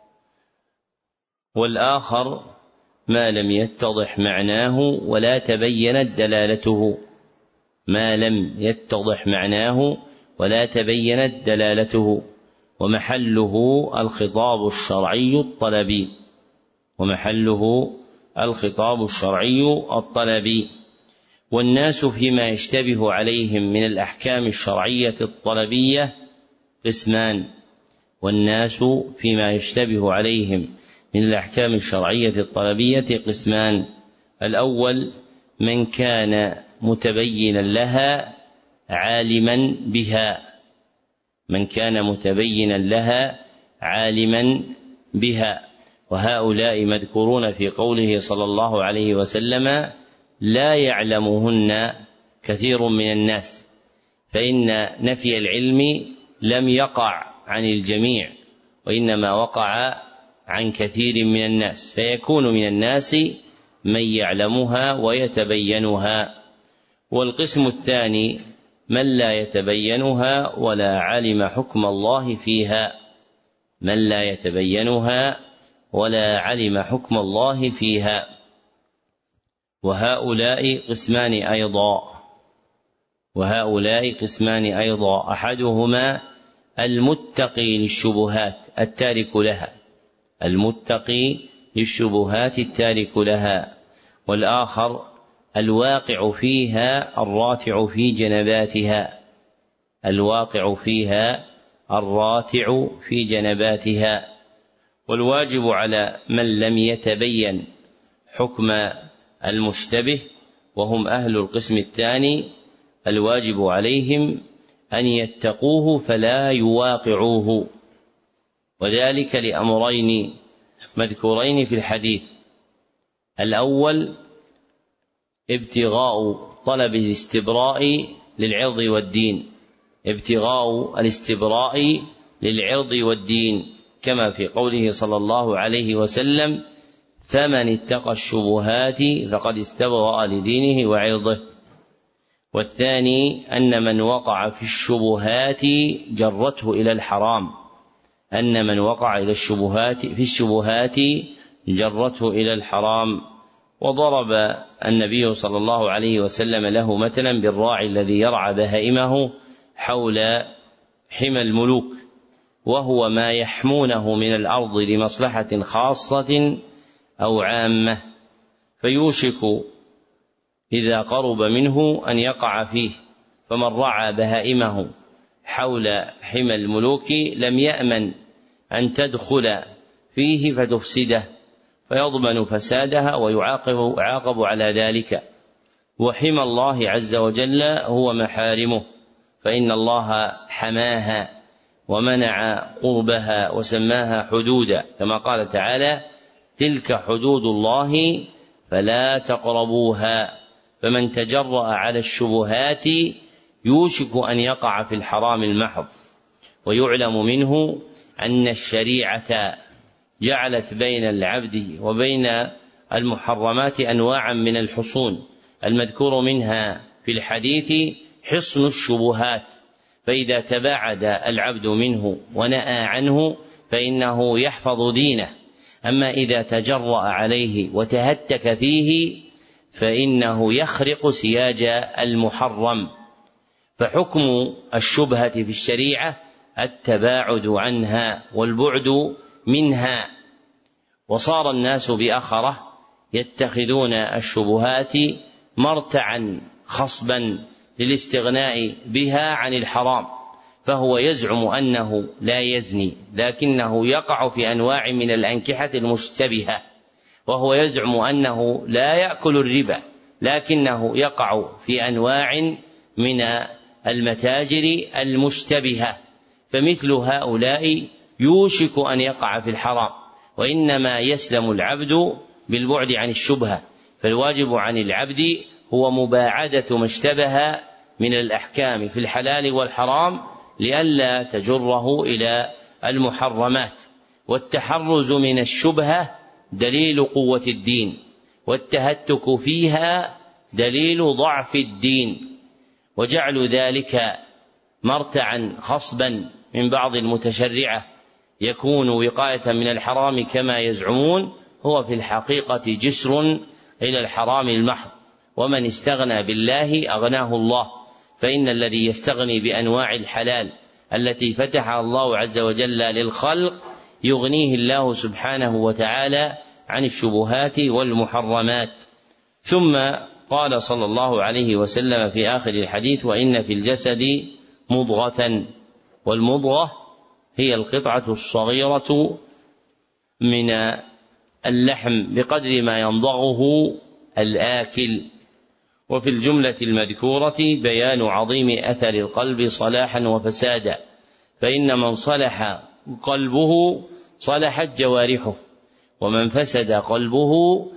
Speaker 1: والآخر ما لم يتضح معناه ولا تبينت دلالته، ما لم يتضح معناه ولا تبينت دلالته، ومحله الخطاب الشرعي الطلبي، ومحله الخطاب الشرعي الطلبي. والناس فيما يشتبه عليهم من الأحكام الشرعية الطلبية قسمان. والناس فيما يشتبه عليهم من الأحكام الشرعية الطلبية قسمان: الأول من كان متبينا لها عالما بها، من كان متبينا لها عالما بها، وهؤلاء مذكورون في قوله صلى الله عليه وسلم لا يعلمهن كثير من الناس، فإن نفي العلم لم يقع عن الجميع، وإنما وقع عن كثير من الناس، فيكون من الناس من يعلمها ويتبينها. والقسم الثاني من لا يتبينها ولا علم حكم الله فيها، من لا يتبينها ولا علم حكم الله فيها، وهؤلاء قسمان أيضا. أحدهما المتقي للشبهات التارك لها، المتقي للشبهات التارك لها، والآخر الواقع فيها الراتع في جنباتها، الواقع فيها الراتع في جنباتها. والواجب على من لم يتبين حكم المشتبه وهم أهل القسم الثاني، الواجب عليهم أن يتقوه فلا يواقعوه، وذلك لأمرين مذكورين في الحديث: الأول ابتغاء طلب الاستبراء للعرض والدين، ابتغاء الاستبراء للعرض والدين، كما في قوله صلى الله عليه وسلم: فمن اتقى الشبهات فقد استبرأ لدينه وعرضه. والثاني أن من وقع في الشبهات جرته إلى الحرام، أن من وقع في الشبهات جرته إلى الحرام. وضرب النبي صلى الله عليه وسلم له مثلا بالراعي الذي يرعى بهائمه حول حمى الملوك، وهو ما يحمونه من الأرض لمصلحة خاصة أو عامة، فيوشك إذا قرب منه أن يقع فيه، فمن رعى بهائمه حول حمى الملوك لم يأمن أن تدخل فيه فتفسده، فيضمن فسادها ويعاقب على ذلك. وحمى الله عز وجل هو محارمه، فإن الله حماها ومنع قربها وسماها حدودا، كما قال تعالى: تلك حدود الله فلا تقربوها. فمن تجرأ على الشبهات يوشك أن يقع في الحرام المحض. ويعلم منه أن الشريعة جعلت بين العبد وبين المحرمات أنواعا من الحصون، المذكور منها في الحديث حصن الشبهات، فإذا تباعد العبد منه ونأى عنه فإنه يحفظ دينه، أما إذا تجرأ عليه وتهتك فيه فإنه يخرق سياج المحرم. فحكم الشبهة في الشريعة التباعد عنها والبعد منها، وصار الناس بأخره يتخذون الشبهات مرتعا خصبا للاستغناء بها عن الحرام، فهو يزعم أنه لا يزني لكنه يقع في أنواع من الأنكحة المشتبهة، وهو يزعم أنه لا يأكل الربا لكنه يقع في أنواع من المتاجر المشتبهة، فمثل هؤلاء يوشك أن يقع في الحرام، وإنما يسلم العبد بالبعد عن الشبهة. فالواجب عن العبد هو مباعدة ما اشتبه من الأحكام في الحلال والحرام لئلا تجره إلى المحرمات. والتحرز من الشبهة دليل قوة الدين، والتهتك فيها دليل ضعف الدين، وجعل ذلك مرتعا خصبا من بعض المتشرعة يكون وقاية من الحرام كما يزعمون هو في الحقيقة جسر إلى الحرام المحض. ومن استغنى بالله أغناه الله، فإن الذي يستغني بأنواع الحلال التي فتحها الله عز وجل للخلق يغنيه الله سبحانه وتعالى عن الشبهات والمحرمات. ثم قال صلى الله عليه وسلم في آخر الحديث: وإن في الجسد مضغة، والمضغة هي القطعة الصغيرة من اللحم بقدر ما يمضغه الآكل. وفي الجملة المذكورة بيان عظيم أثر القلب صلاحا وفسادا، فإن من صلح قلبه صلحت جوارحه، ومن فسد قلبه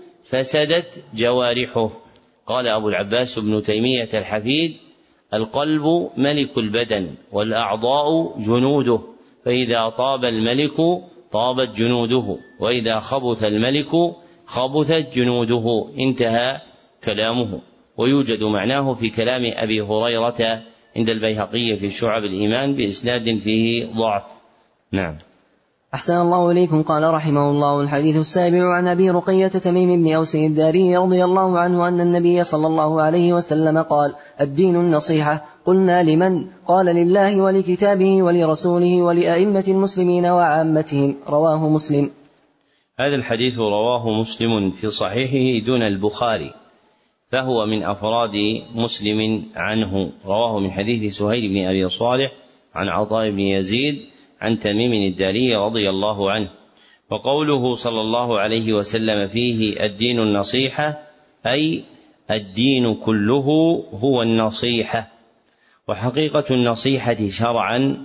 Speaker 1: فسدت جوارحه. قال أبو العباس ابن تيمية الحفيد: القلب ملك البدن والأعضاء جنوده، فإذا طاب الملك طابت جنوده، وإذا خبث الملك خبثت جنوده. انتهى كلامه. ويوجد معناه في كلام أبي هريرة عند البيهقي في شعب الإيمان بإسناد فيه ضعف. نعم.
Speaker 2: أحسن الله إليكم. قال رحمه الله: الحديث السابع عن أبي رقية تميم بن أوس الداري رضي الله عنه أن النبي صلى الله عليه وسلم قال: الدين النصيحة. قلنا: لمن؟ قال: لله ولكتابه ولرسوله ولأئمة المسلمين وعامتهم. رواه مسلم.
Speaker 1: هذا الحديث رواه مسلم في صحيحه دون البخاري، فهو من أفراد مسلم عنه. رواه من حديث سهيل بن أبي صالح عن عطاء بن يزيد عن تميم الداري رضي الله عنه. وقوله صلى الله عليه وسلم فيه الدين النصيحة، أي الدين كله هو النصيحة. وحقيقة النصيحة شرعا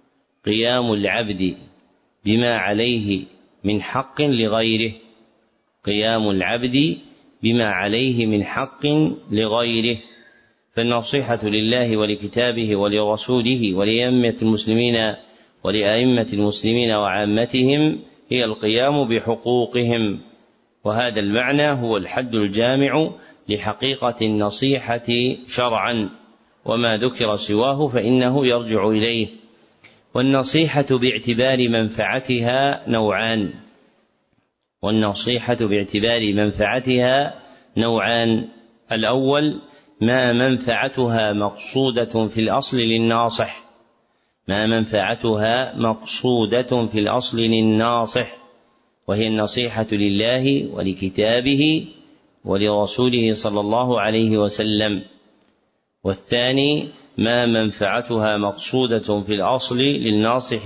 Speaker 1: قيام العبد بما عليه من حق لغيره، قيام العبد بما عليه من حق لغيره. فالنصيحة لله ولكتابه ولرسوله ولأئمة المسلمين وعامتهم هي القيام بحقوقهم، وهذا المعنى هو الحد الجامع لحقيقة النصيحة شرعا، وما ذكر سواه فإنه يرجع إليه. والنصيحة باعتبار منفعتها نوعان. الأول ما منفعتها مقصودة في الأصل للناصح، وهي النصيحة لله ولكتابه ولرسوله صلى الله عليه وسلم. والثاني ما منفعتها مقصودة في الأصل للناصح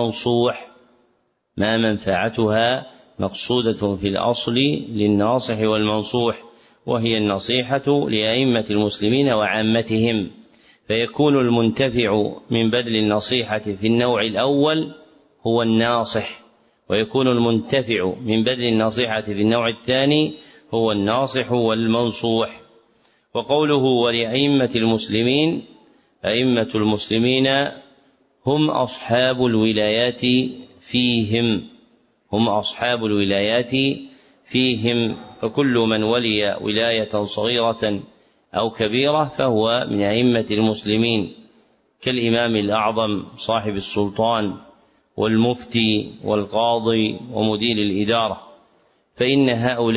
Speaker 1: والمنصوح، وهي النصيحة لأئمة المسلمين وعامتهم. فيكون المنتفع من بذل النصيحة في النوع الأول هو الناصح، ويكون المنتفع من بذل النصيحة في النوع الثاني هو الناصح والمنصوح. وقوله ولأئمة المسلمين أئمة المسلمين هم أصحاب الولايات فيهم، فكل من ولي ولاية صغيرة أو كبيرة فهو من أئمة المسلمين، كالإمام الأعظم صاحب السلطان والمفتي والقاضي ومدير الإدارة، فإن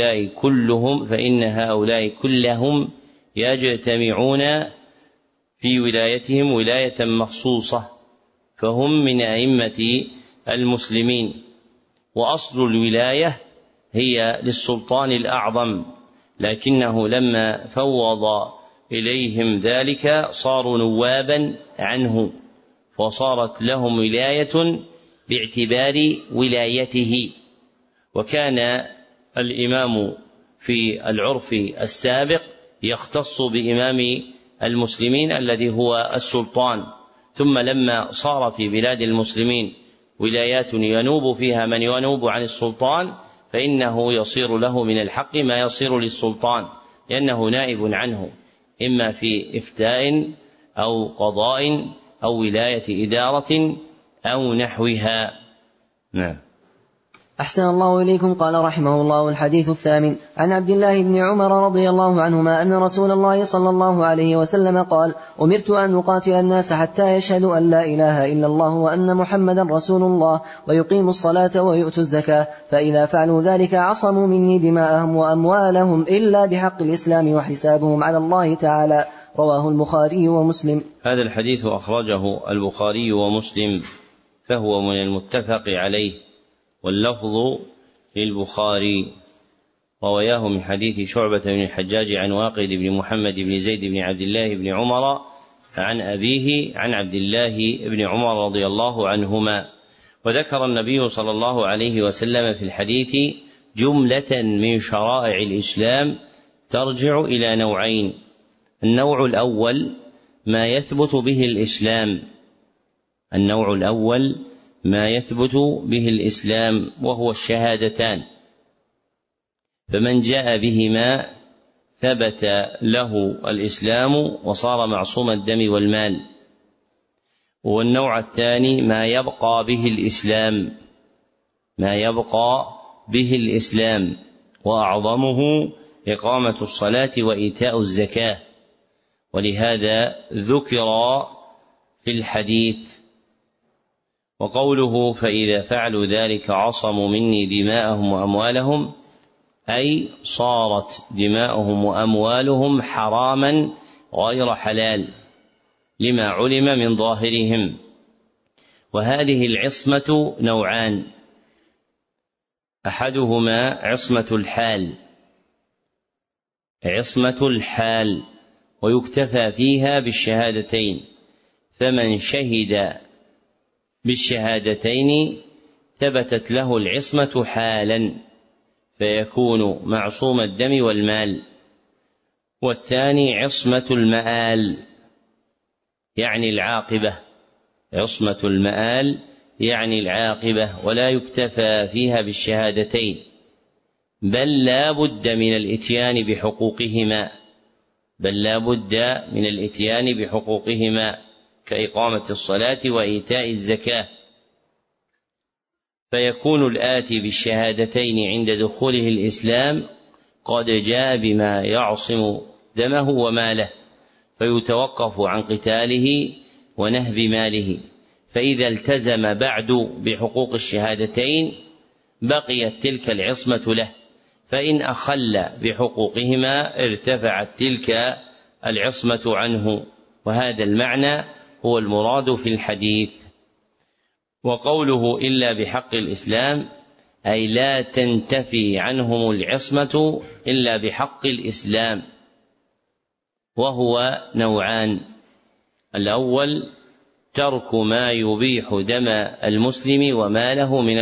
Speaker 1: هؤلاء كلهم يجتمعون في ولايتهم ولاية مخصوصة، فهم من أئمة المسلمين. وأصل الولاية هي للسلطان الأعظم، لكنه لما فوض إليهم ذلك صاروا نوابا عنه، وصارت لهم ولاية باعتبار ولايته. وكان الإمام في العرف السابق يختص بإمام المسلمين الذي هو السلطان، ثم لما صار في بلاد المسلمين ولايات ينوب فيها من ينوب عن السلطان، فإنه يصير له من الحق ما يصير للسلطان، لأنه نائب عنه، إما في إفتاء أو قضاء أو ولاية إدارة أو نحوها. نعم.
Speaker 2: أحسن الله إليكم. قال رحمه الله: الحديث الثامن عن عبد الله بن عمر رضي الله عنهما أن رسول الله صلى الله عليه وسلم قال: أمرت أن أقاتل الناس حتى يشهدوا أن لا إله إلا الله وأن محمدا رسول الله ويقيموا الصلاة ويؤتوا الزكاة، فإذا فعلوا ذلك عصموا مني دماءهم وأموالهم إلا بحق الإسلام وحسابهم على الله تعالى. رواه البخاري ومسلم.
Speaker 1: هذا الحديث أخرجه البخاري ومسلم، فهو من المتفق عليه، واللفظ للبخاري، رواه من حديث شعبة بن الحجاج عن واقد بن محمد بن زيد بن عبد الله بن عمر عن أبيه عن عبد الله بن عمر رضي الله عنهما. وذكر النبي صلى الله عليه وسلم في الحديث جملة من شرائع الإسلام ترجع إلى نوعين: النوع الأول ما يثبت به الإسلام وهو الشهادتان، فمن جاء بهما ثبت له الإسلام وصار معصوم الدم والمال. والنوع الثاني ما يبقى به الإسلام وأعظمه إقامة الصلاة وإيتاء الزكاة، ولهذا ذكر في الحديث. وقوله فإذا فعلوا ذلك عصموا مني دماءهم وأموالهم، أي صارت دماؤهم وأموالهم حراما غير حلال لما علم من ظاهرهم. وهذه العصمة نوعان: أحدهما عصمة الحال ويكتفى فيها بالشهادتين، فمن شهد بالشهادتين ثبتت له العصمة حالا فيكون معصوم الدم والمال. والثاني عصمة المآل يعني العاقبة، ولا يكتفى فيها بالشهادتين، بل لا بد من الإتيان بحقوقهما كإقامة الصلاة وإيتاء الزكاة، فيكون الآتي بالشهادتين عند دخوله الإسلام قد جاء بما يعصم دمه وماله، فيتوقف عن قتاله ونهب ماله. فإذا التزم بعد بحقوق الشهادتين بقيت تلك العصمة له، فإن أخل بحقوقهما ارتفعت تلك العصمة عنه. وهذا المعنى هو المراد في الحديث. وقوله إلا بحق الإسلام أي لا تنتفي عنهم العصمة إلا بحق الإسلام، وهو نوعان: الأول ترك ما يبيح دم المسلم وماله من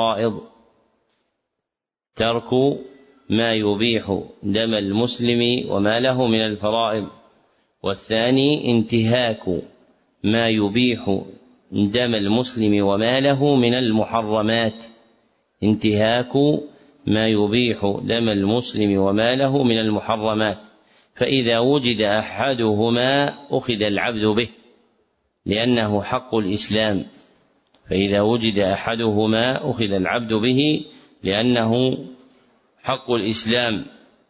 Speaker 1: الفرائض، والثاني انتهاك ما يبيح دم المسلم وماله من المحرمات، فإذا وجد أحدهما أخذ العبد به لأنه حق الإسلام، فإذا وجد أحدهما أخذ العبد به لأنه حق الإسلام.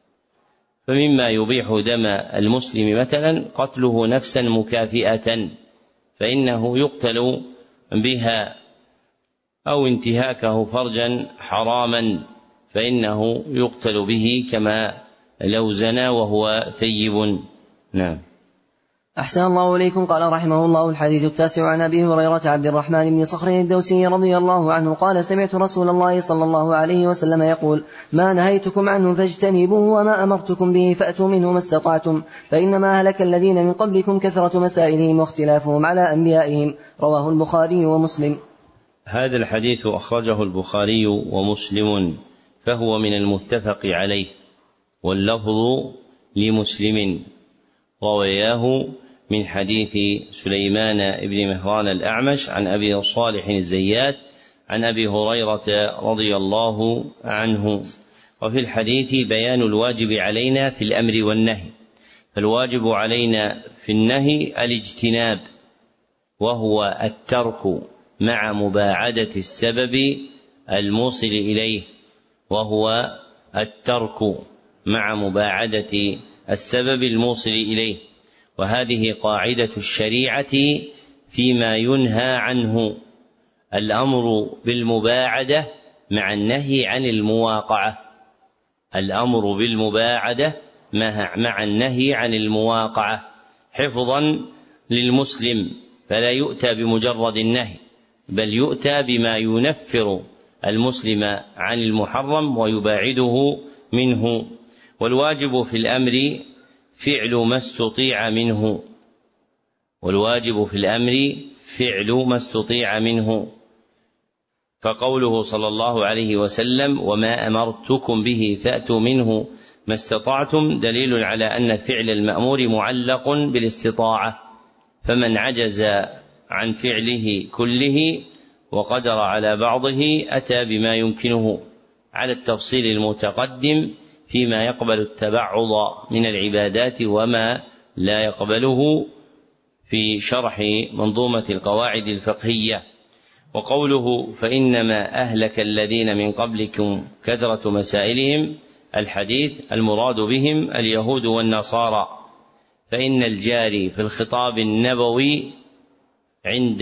Speaker 1: فمما يبيح دم المسلم مثلا قتله نفسا مكافئة فإنه يقتل بها، أو انتهاكه فرجا حراما فإنه يقتل به كما لو زنى وهو ثيب. نعم.
Speaker 2: أحسن الله إليكم. قال رحمه الله: الحديث التاسع عن أبي هريرة عبد الرحمن بن صخر الدوسي رضي الله عنه قال: سمعت رسول الله صلى الله عليه وسلم يقول: ما نهيتكم عنه فاجتنبوه وما أمرتكم به فأتوا منه ما استطعتم، فإنما أهلك الذين من قبلكم كثرة مسائلهم واختلافهم على أنبيائهم. رواه البخاري ومسلم.
Speaker 1: هذا الحديث أخرجه البخاري ومسلم، فهو من المتفق عليه، واللفظ لمسلم، روياه من حديث سليمان بن مهران الأعمش عن أبي صالح الزيات عن أبي هريرة رضي الله عنه. وفي الحديث بيان الواجب علينا في الأمر والنهي. فالواجب علينا في النهي الاجتناب، وهو الترك مع مباعدة السبب الموصل إليه، وهو الترك مع مباعدة السبب الموصل إليه. وهذه قاعدة الشريعة فيما ينهى عنه: الأمر بالمباعدة مع النهي عن المواقعة. الأمر بالمباعدة مع النهي عن المواقعة حفظا للمسلم، فلا يؤتى بمجرد النهي، بل يؤتى بما ينفر المسلم عن المحرم ويباعده منه. والواجب في الأمر فعل ما استطيع منه، والواجب في الأمر فعل ما استطيع منه. فقوله صلى الله عليه وسلم: وما أمرتكم به فأتوا منه ما استطعتم، دليل على أن فعل المأمور معلق بالاستطاعة، فمن عجز عن فعله كله وقدر على بعضه أتى بما يمكنه، على التفصيل المتقدم فيما يقبل التبعض من العبادات وما لا يقبله في شرح منظومة القواعد الفقهية. وقوله: فإنما أهلك الذين من قبلكم كثرة مسائلهم، الحديث المراد بهم اليهود والنصارى، فإن الجاري في الخطاب النبوي عند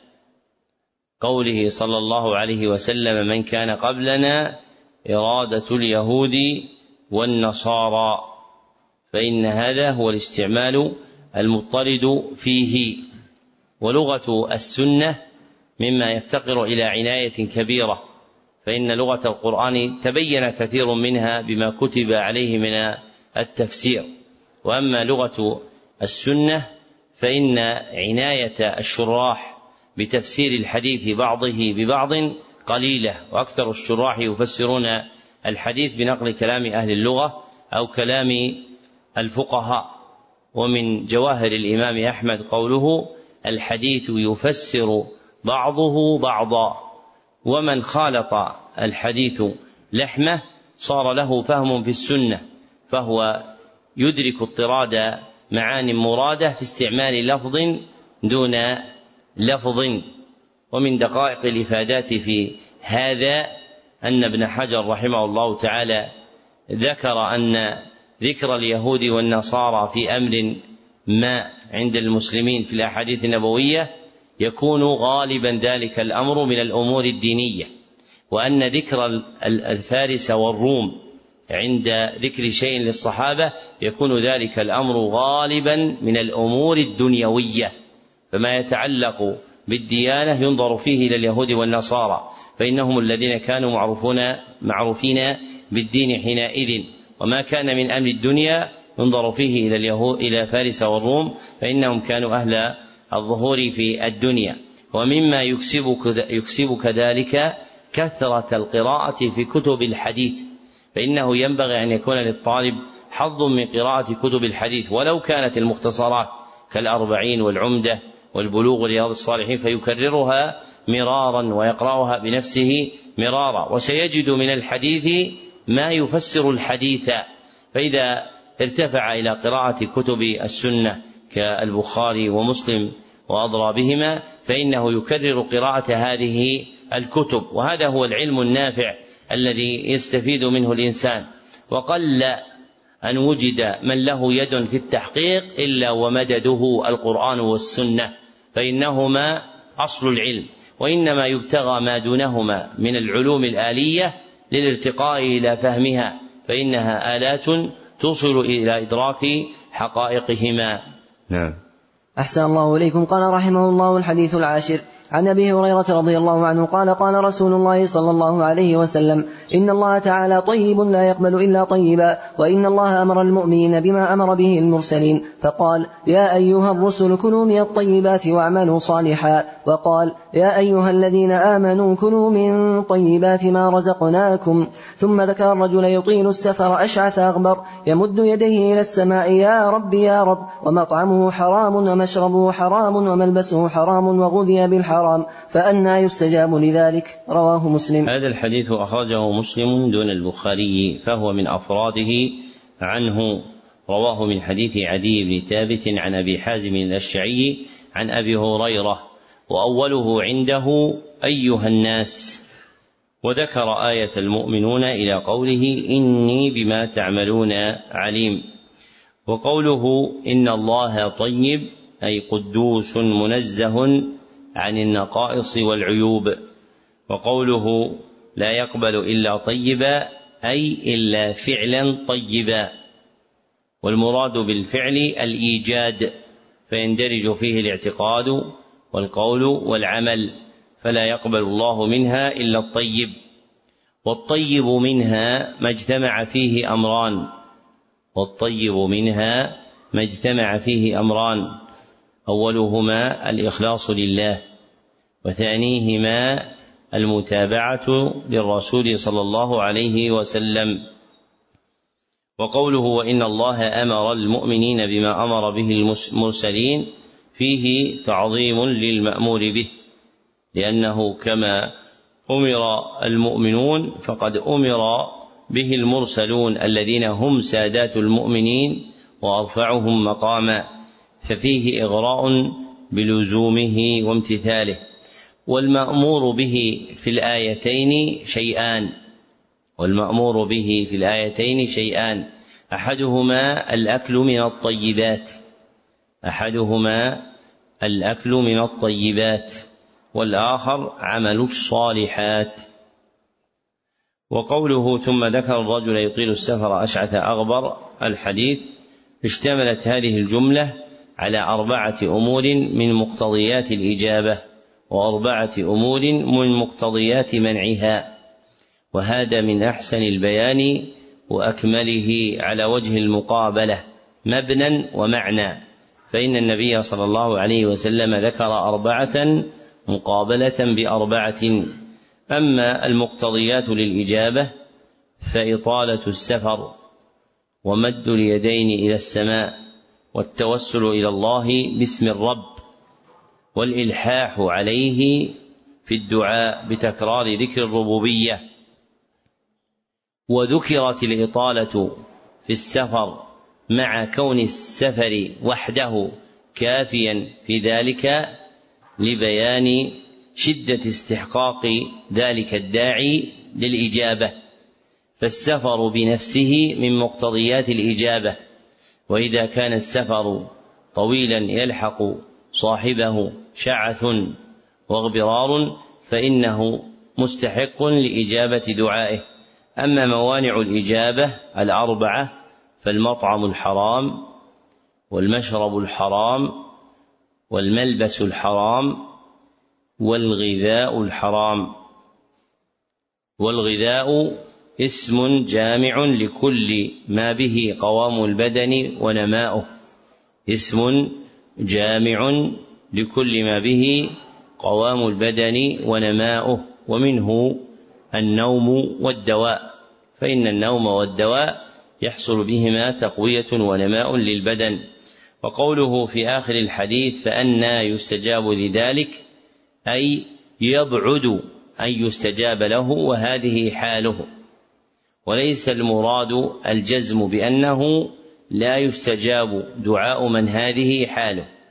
Speaker 1: قوله صلى الله عليه وسلم: من كان قبلنا إرادة اليهود والنصارى، فإن هذا هو الاستعمال المضطرد فيه. ولغة السنة مما يفتقر إلى عناية كبيرة، فإن لغة القرآن تبين كثير منها بما كتب عليه من التفسير، وأما لغة السنة فإن عناية الشراح بتفسير الحديث بعضه ببعض قليلة، وأكثر الشراح يفسرون الحديث بنقل كلام أهل اللغة أو كلام الفقهاء. ومن جواهر الإمام أحمد قوله: الحديث يفسر بعضه بعضا، ومن خالط الحديث لحمه صار له فهم في السنة، فهو يدرك اضطراد معان مرادة في استعمال لفظ دون لفظ. ومن دقائق الإفادات في هذا أن ابن حجر رحمه الله تعالى ذكر أن ذكر اليهود والنصارى في أمر ما عند المسلمين في الأحاديث النبوية يكون غالبا ذلك الأمر من الأمور الدينية، وأن ذكر الفارس والروم عند ذكر شيء للصحابة يكون ذلك الأمر غالبا من الأمور الدنيوية، فما يتعلق بالديانة ينظر فيه إلى اليهود والنصارى، فإنهم الذين كانوا معروفين بالدين حينئذ، وما كان من أمر الدنيا ينظر فيه إلى فارس والروم، فإنهم كانوا أهل الظهور في الدنيا. ومما يكسبك ذلك كثرة القراءة في كتب الحديث، فإنه ينبغي أن يكون للطالب حظ من قراءة كتب الحديث، ولو كانت المختصرات كالأربعين والعمدة والبلوغ ورياض الصالحين، فيكررها مرارا ويقرأها بنفسه مرارا، وسيجد من الحديث ما يفسر الحديث. فإذا ارتفع إلى قراءة كتب السنة كالبخاري ومسلم وأضرى بهما، فإنه يكرر قراءة هذه الكتب، وهذا هو العلم النافع الذي يستفيد منه الإنسان. وقل أن وجد من له يد في التحقيق إلا ومدده القرآن والسنة، فإنهما أصل العلم، وإنما يبتغى ما دونهما من العلوم الآلية للارتقاء إلى فهمها، فإنها آلات توصل إلى إدراك حقائقهما. نعم.
Speaker 2: أحسن الله إليكم. قال رحمه الله: الحديث العاشر عن أبي هريرة رضي الله عنه قال: قال رسول الله صلى الله عليه وسلم: إن الله تعالى طيب لا يقبل إلا طيبا، وإن الله أمر المؤمنين بما أمر به المرسلين، فقال: يا أيها الرسل كلوا من الطيبات واعملوا صالحا، وقال: يا أيها الذين آمنوا كلوا من طيبات ما رزقناكم. ثم ذكر الرجل يطيل السفر أشعث أغبر يمد يديه إلى السماء: يا رب يا رب، ومطعمه حرام ومشربه حرام وملبسه حرام وغذي بالحرام، فأنى يستجاب لذلك؟ رواه مسلم.
Speaker 1: هذا الحديث أخرجه مسلم دون البخاري، فهو من أفراده عنه. رواه من حديث عدي بن ثابت عن أبي حازم الأشعري عن أبي هريرة، وأوله عنده أيها الناس، وذكر آية المؤمنون إلى قوله: إني بما تعملون عليم. وقوله: إن الله طيب أي قدوس منزه عن النقائص والعيوب. وقوله: لا يقبل إلا طيبا أي إلا فعلا طيبا، والمراد بالفعل الإيجاد، فيندرج فيه الاعتقاد والقول والعمل، فلا يقبل الله منها إلا الطيب. والطيب منها ما اجتمع فيه أمران، والطيب منها ما اجتمع فيه أمران، أولهما الإخلاص لله، وثانيهما المتابعة للرسول صلى الله عليه وسلم. وقوله: وإن الله أمر المؤمنين بما أمر به المرسلين، فيه تعظيم للمأمور به، لأنه كما أمر المؤمنون فقد أمر به المرسلون الذين هم سادات المؤمنين وأرفعهم مقاما، ففيه إغراء بلزومه وامتثاله. والمأمور به في الآيتين شيئان، أحدهما الأكل من الطيبات، والآخر عمل الصالحات. وقوله: ثم ذكر الرجل يطيل السفر أشعث أغبر، الحديث اشتملت هذه الجملة على 4 أمور من مقتضيات الإجابة، و4 أمور من مقتضيات منعها، وهذا من أحسن البيان وأكمله على وجه المقابلة مبنى ومعنى، فإن النبي صلى الله عليه وسلم ذكر 4 مقابلة ب4. أما المقتضيات للإجابة فإطالة السفر، ومد اليدين إلى السماء، والتوسل إلى الله باسم الرب، والإلحاح عليه في الدعاء بتكرار ذكر الربوبية. وذكرت الإطالة في السفر مع كون السفر وحده كافيا في ذلك لبيان شدة استحقاق ذلك الداعي للإجابة، فالسفر بنفسه من مقتضيات الإجابة. وإذا كان السفر طويلا يلحق صاحبه شعث واغبرار فإنه مستحق لإجابة دعائه. أما موانع الإجابة 4 فالمطعم الحرام، والمشرب الحرام، والملبس الحرام، والغذاء الحرام. والغذاء اسم جامع لكل ما به قوام البدن ونماؤه، اسم جامع لكل ما به قوام البدن ونماؤه، ومنه النوم والدواء، فإن النوم والدواء يحصل بهما تقوية ونماء للبدن. وقوله في آخر الحديث: فأنى يستجاب لذلك، أي يبعد أن يستجاب له، وهذه حاله، وليس المراد الجزم بأنه لا يستجاب دعاء من هذه حاله،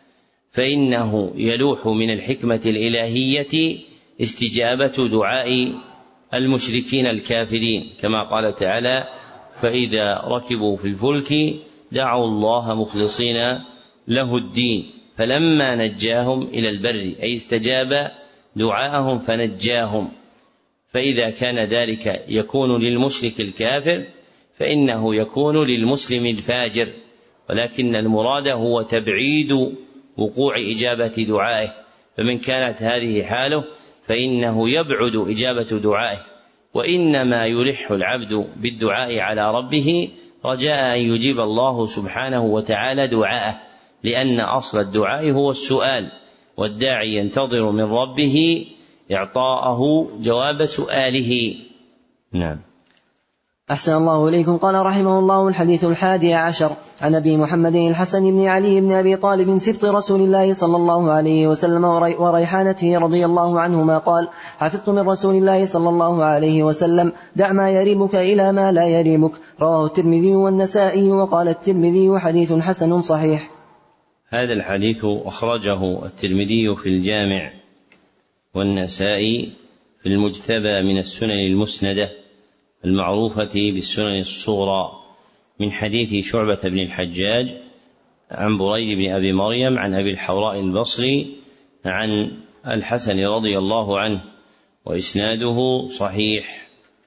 Speaker 1: فإنه يلوح من الحكمة الإلهية استجابة دعاء المشركين الكافرين، كما قال تعالى: فإذا ركبوا في الفلك دعوا الله مخلصين له الدين فلما نجاهم إلى البر، أي استجاب دعاءهم فنجاهم. فإذا كان ذلك يكون للمشرك الكافر فإنه يكون للمسلم الفاجر، ولكن المراد هو تبعيد وقوع إجابة دعائه، فمن كانت هذه حاله فإنه يبعد إجابة دعائه، وإنما يلح العبد بالدعاء على ربه رجاء أن يجيب الله سبحانه وتعالى دعاءه، لأن أصل الدعاء هو السؤال، والداعي ينتظر من ربه إعطاءه جواب سؤاله. نعم.
Speaker 2: أحسن الله إليكم. قال رحمه الله: الحديث 11 عن أبي محمد الحسن بن علي بن أبي طالب سبط رسول الله صلى الله عليه وسلم وريحانته رضي الله عنهما قال: حفظت من رسول الله صلى الله عليه وسلم: دع ما يريبك إلى ما لا يريبك. رواه الترمذي والنسائي، وقال الترمذي: حديث حسن صحيح.
Speaker 1: هذا الحديث أخرجه الترمذي في الجامع، والنسائي في المجتبى من السنن المسندة المعروفة بالسنن الصغرى، من حديث شعبة بن الحجاج عن بريد بن أبي مريم عن أبي الحوراء البصري عن الحسن رضي الله عنه، وإسناده صحيح.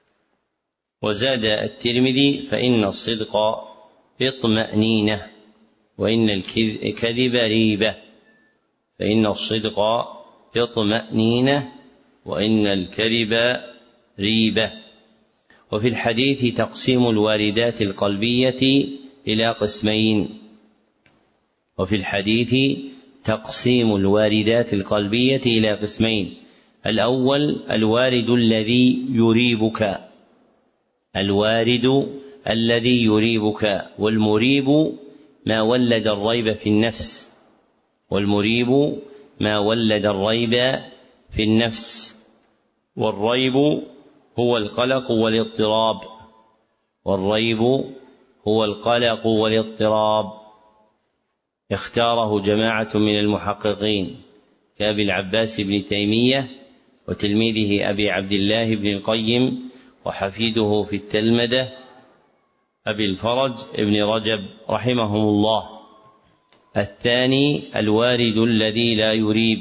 Speaker 1: وزاد الترمذي: فإن الصدق اطمأنينة وإن الكذب ريبة. فإن الصدق اطمأنينة وإن الكذب ريبة. وفي الحديث تقسيم الواردات القلبية إلى قسمين. وفي الحديث تقسيم الواردات القلبية إلى قسمين: الأول الوارد الذي يريبك، الوارد الذي يريبك، والمريب ما ولد الريب في النفس، والمريب ما ولد الريب في النفس. والريب هو القلق والاضطراب، والريب هو القلق والاضطراب. اختاره جماعة من المحققين كأبي العباس بن تيمية وتلميذه أبي عبد الله بن القيم وحفيده في التلمذة أبي الفرج ابن رجب رحمهم الله. الثاني الوارد الذي لا يريب،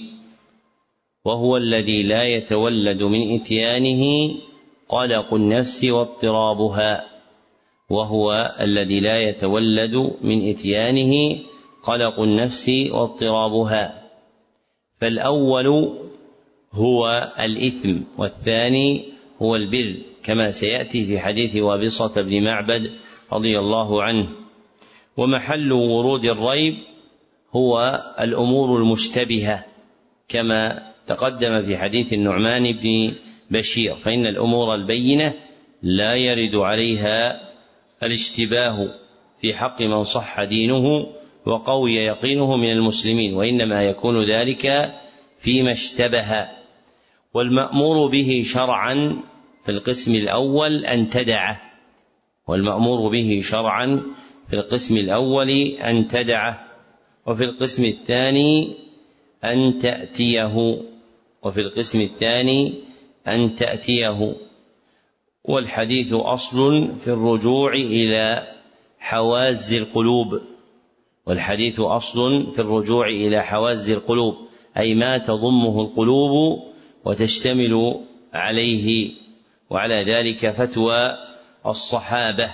Speaker 1: وهو الذي لا يتولد من إتيانه قلق النفس واضطرابها، وهو الذي لا يتولد من إتيانه قلق النفس واضطرابها. فالأول هو الإثم، والثاني هو البر، كما سيأتي في حديث وابصة بن معبد رضي الله عنه. ومحل ورود الريب هو الأمور المشتبهة، كما تقدم في حديث النعمان بن بشير: فإن الأمور البينة لا يرد عليها الاشتباه في حق من صح دينه وقوي يقينه من المسلمين، وإنما يكون ذلك فيما اشتبه. والمأمور به شرعا في القسم الأول أن تدعه، والمأمور به شرعا في القسم الأول أن تدعه، وفي القسم الثاني أن تأتيه، وفي القسم الثاني أن تأتيه. والحديث أصل في الرجوع إلى حواز القلوب، والحديث أصل في الرجوع إلى حواز القلوب، أي ما تضمه القلوب وتشتمل عليه، وعلى ذلك فتوى الصحابة.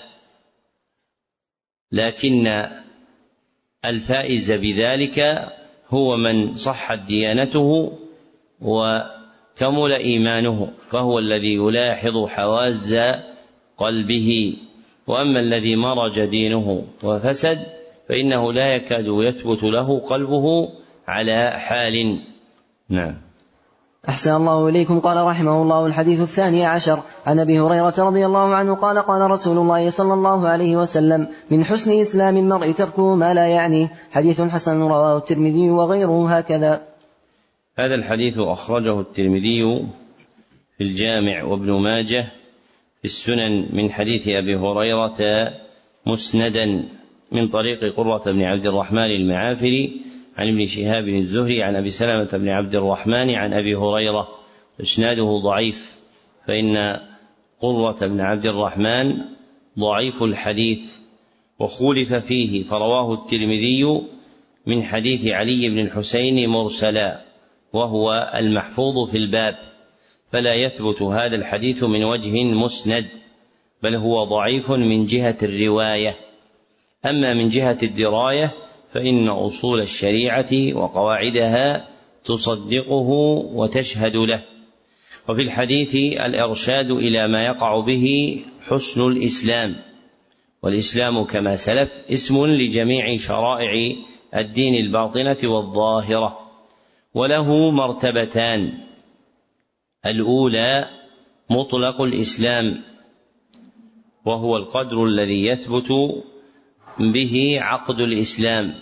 Speaker 1: لكن الفائز بذلك هو من صحت ديانته وكمل إيمانه، فهو الذي يلاحظ حواز قلبه. وأما الذي مرج دينه وفسد فإنه لا يكاد يثبت له قلبه على حال. نعم.
Speaker 2: أحسن الله إليكم. قال رحمه الله: الحديث 12 عن أبي هريرة رضي الله عنه قال: قال رسول الله صلى الله عليه وسلم: من حسن إسلام المرء تركه ما لا يعنيه. حديث حسن، رواه الترمذي وغيره هكذا.
Speaker 1: هذا الحديث أخرجه الترمذي في الجامع وابن ماجه في السنن من حديث أبي هريرة مسندا من طريق قرة بن عبد الرحمن المعافري عن ابن شهاب الزهري عن أبي سلمة بن عبد الرحمن عن أبي هريرة، إسناده ضعيف، فإن قرة بن عبد الرحمن ضعيف الحديث وخولف فيه، فرواه الترمذي من حديث علي بن الحسين مرسلا، وهو المحفوظ في الباب، فلا يثبت هذا الحديث من وجه مسند، بل هو ضعيف من جهة الرواية. أما من جهة الدراية فإن أصول الشريعة وقواعدها تصدقه وتشهد له. وفي الحديث الإرشاد إلى ما يقع به حسن الإسلام، والإسلام كما سلف اسم لجميع شرائع الدين الباطنة والظاهرة، وله مرتبتان: الأولى مطلق الإسلام، وهو القدر الذي يثبت به عقد الإسلام،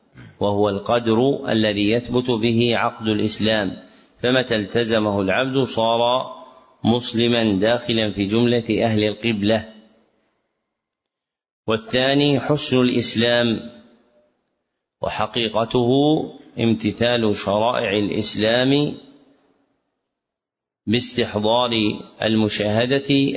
Speaker 1: فمتى التزمه العبد صار مسلما داخلا في جملة أهل القبلة. والثاني حسن الإسلام، وحقيقته امتثال شرائع الإسلام باستحضار المشاهدة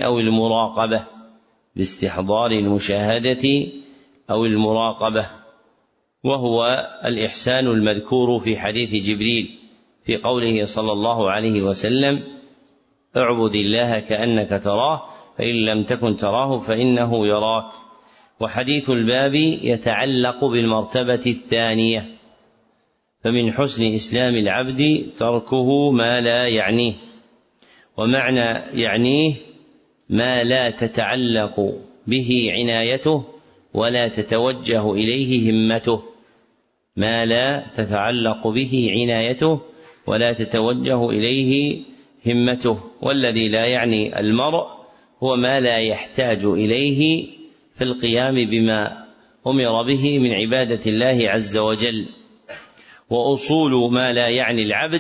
Speaker 1: أو المراقبة، وهو الإحسان المذكور في حديث جبريل في قوله صلى الله عليه وسلم: اعبد الله كأنك تراه فإن لم تكن تراه فإنه يراك. وحديث الباب يتعلق بالمرتبة الثانية، فمن حسن إسلام العبد تركه ما لا يعنيه، ومعنى يعنيه ما لا تتعلق به عنايته ولا تتوجه إليه همته، والذي لا يعني المرء هو ما لا يحتاج إليه في القيام بما أمر به من عبادة الله عز وجل. وأصول ما لا يعني العبد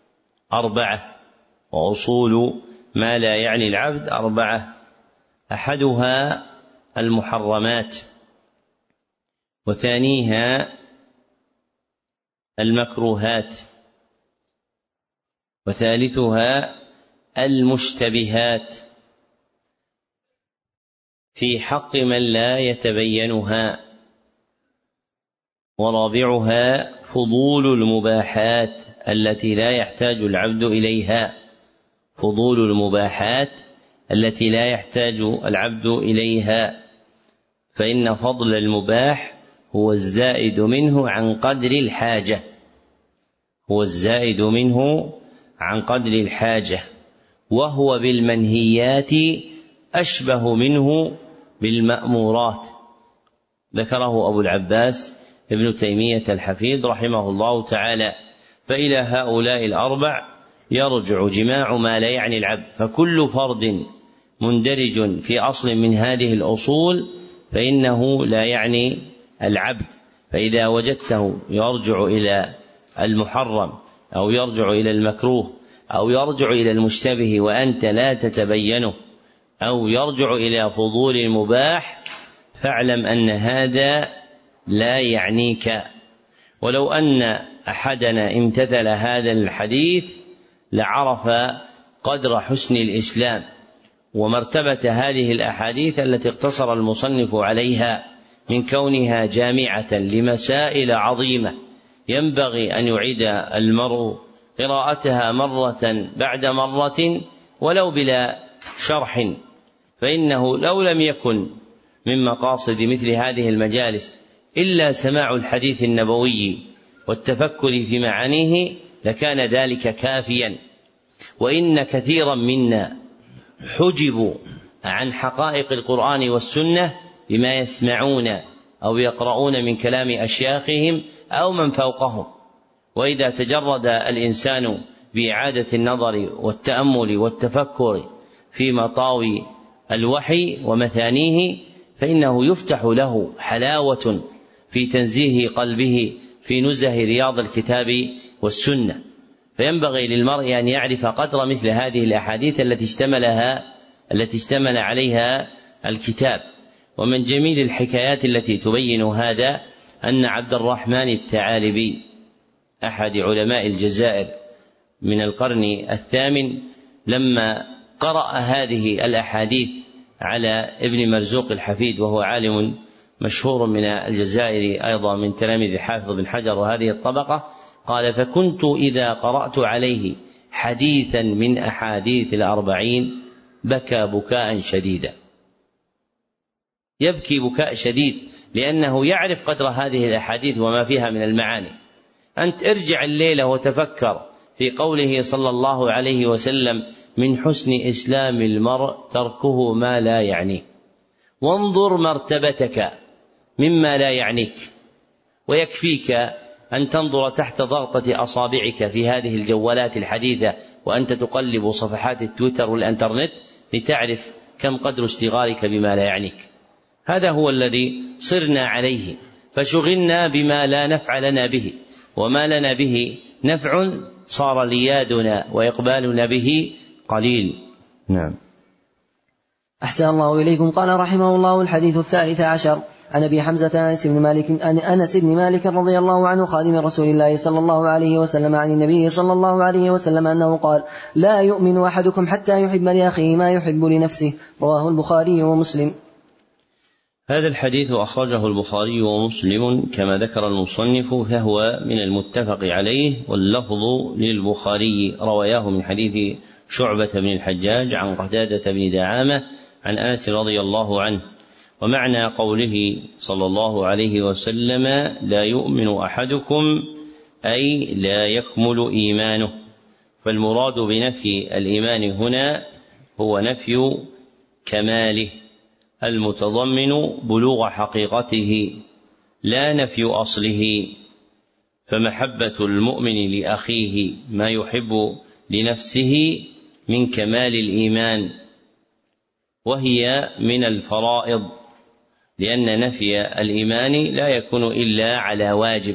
Speaker 1: أربعة: أحدها المحرمات، وثانيها المكروهات، وثالثها المشتبهات في حق من لا يتبينها، ورابعها فضول المباحات التي لا يحتاج العبد إليها، فإن فضل المباح هو الزائد منه عن قدر الحاجة، وهو بالمنهيات أشبه منه بالمأمورات. ذكره أبو العباس ابن تيمية الحفيد رحمه الله تعالى. فإلى هؤلاء الأربع يرجع جماع ما لا يعني العبد، فكل فرد مندرج في أصل من هذه الأصول فإنه لا يعني العبد، فإذا وجدته يرجع إلى المحرم أو يرجع إلى المكروه أو يرجع إلى المشتبه وأنت لا تتبينه أو يرجع إلى فضول المباح، فاعلم أن هذا لا يعنيك. ولو أن أحدنا امتثل هذا الحديث لعرف قدر حسن الإسلام ومرتبة هذه الأحاديث التي اقتصر المصنف عليها من كونها جامعة لمسائل عظيمة ينبغي أن يعيد المرء قراءتها مرة بعد مرة ولو بلا شرح، فإنه لو لم يكن من مقاصد مثل هذه المجالس إلا سماع الحديث النبوي والتفكر في معانيه لكان ذلك كافيا. وإن كثيرا منا حجبوا عن حقائق القرآن والسنة بما يسمعون أو يقرؤون من كلام أشياخهم أو من فوقهم، وإذا تجرد الإنسان بإعادة النظر والتأمل والتفكر في مطاوي الوحي ومثانيه فإنه يفتح له حلاوة في تنزيه قلبه في نزه رياض الكتاب والسنة. فينبغي للمرء أن يعرف قدر مثل هذه الأحاديث التي اشتمل عليها الكتاب. ومن جميل الحكايات التي تبين هذا أن عبد الرحمن الثعالبي أحد علماء الجزائر من القرن الثامن، لما قرأ هذه الأحاديث على ابن مرزوق الحفيد، وهو عالم مشهور من الجزائر أيضا من تلاميذ حافظ بن حجر وهذه الطبقة، قال: فكنت إذا قرأت عليه حديثا من أحاديث 40 بكى بكاء شديدا، يبكي بكاء شديد، لأنه يعرف قدر هذه الأحاديث وما فيها من المعاني. أنت ارجع الليلة وتفكر في قوله صلى الله عليه وسلم: من حسن إسلام المرء تركه ما لا يعنيه، وانظر مرتبتك مما لا يعنيك، ويكفيك أن تنظر تحت ضغطة أصابعك في هذه الجوالات الحديثة وأنت تقلب صفحات التويتر والإنترنت لتعرف كم قدر اشتغالك بما لا يعنيك. هذا هو الذي صرنا عليه، فشغلنا بما لا نفع لنا به، وما لنا به نفع صار ليادنا وإقبالنا به قليل. نعم.
Speaker 2: أحسن الله إليكم. قال رحمه الله: الحديث 13 عن أبي حمزة أنس بن مالك رضي الله عنه خادم رسول الله صلى الله عليه وسلم عن النبي صلى الله عليه وسلم أنه قال: لا يؤمن أحدكم حتى يحب لأخيه ما يحب لنفسه. رواه البخاري ومسلم.
Speaker 1: هذا الحديث أخرجه البخاري ومسلم كما ذكر المصنف، فهو من المتفق عليه، واللفظ للبخاري، رواياه من حديث شعبة بن الحجاج عن قتادة بن دعامة عن أنس رضي الله عنه. ومعنى قوله صلى الله عليه وسلم: لا يؤمن أحدكم، أي لا يكمل إيمانه، فالمراد بنفي الإيمان هنا هو نفي كماله المتضمن بلوغ حقيقته، لا نفي أصله. فمحبة المؤمن لأخيه ما يحب لنفسه من كمال الإيمان، وهي من الفرائض، لأن نفي الإيمان لا يكون إلا على واجب،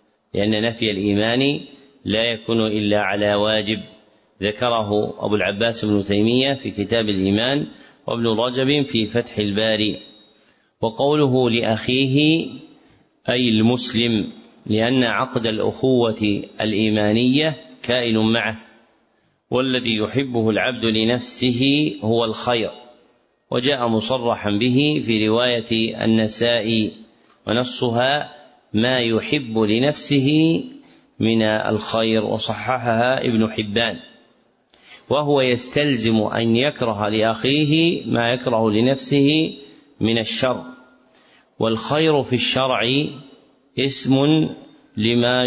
Speaker 1: ذكره أبو العباس بن تيمية في كتاب الإيمان، وابن رجب في فتح الباري. وقوله لأخيه أي المسلم، لأن عقد الأخوة الإيمانية كائن معه، والذي يحبه العبد لنفسه هو الخير، وجاء مصرحا به في رواية النسائي، ونصها ما يحب لنفسه من الخير، وصححها ابن حبان. وهو يستلزم أن يكره لأخيه ما يكره لنفسه من الشر. والخير في الشرع اسم لما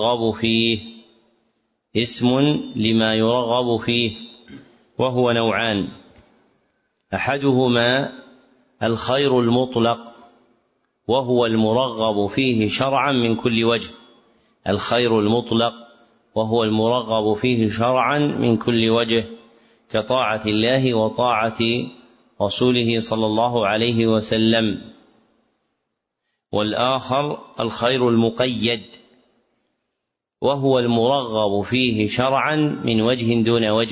Speaker 1: يرغب فيه، وهو نوعان: أحدهما الخير المطلق، وهو المرغب فيه شرعا من كل وجه، كطاعة الله وطاعة رسوله صلى الله عليه وسلم. والآخر الخير المقيد، وهو المرغب فيه شرعا من وجه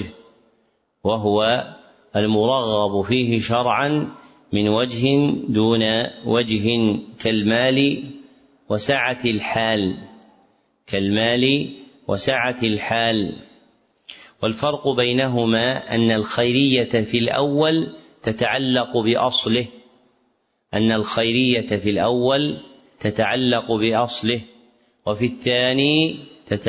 Speaker 1: دون وجه، كالمال وسعة الحال. والفرق بينهما أن الخيرية في الأول تتعلق بأصله، وفي الثاني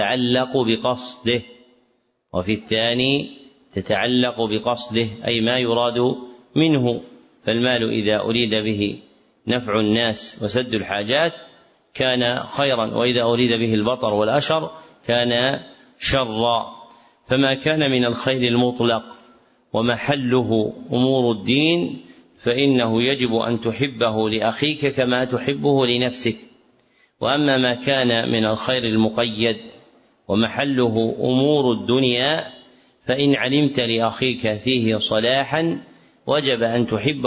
Speaker 1: تتعلق بقصده، أي ما يراد منه. فالمال إذا أريد به نفع الناس وسد الحاجات كان خيرا، وإذا أريد به البطر والأشر كان شرا. فما كان من الخير المطلق ومحله أمور الدين فإنه يجب أن تحبه لأخيك كما تحبه لنفسك. وأما ما كان من الخير المقيد ومحله أمور الدنيا فإن علمت لأخيك فيه صلاحا وجب أن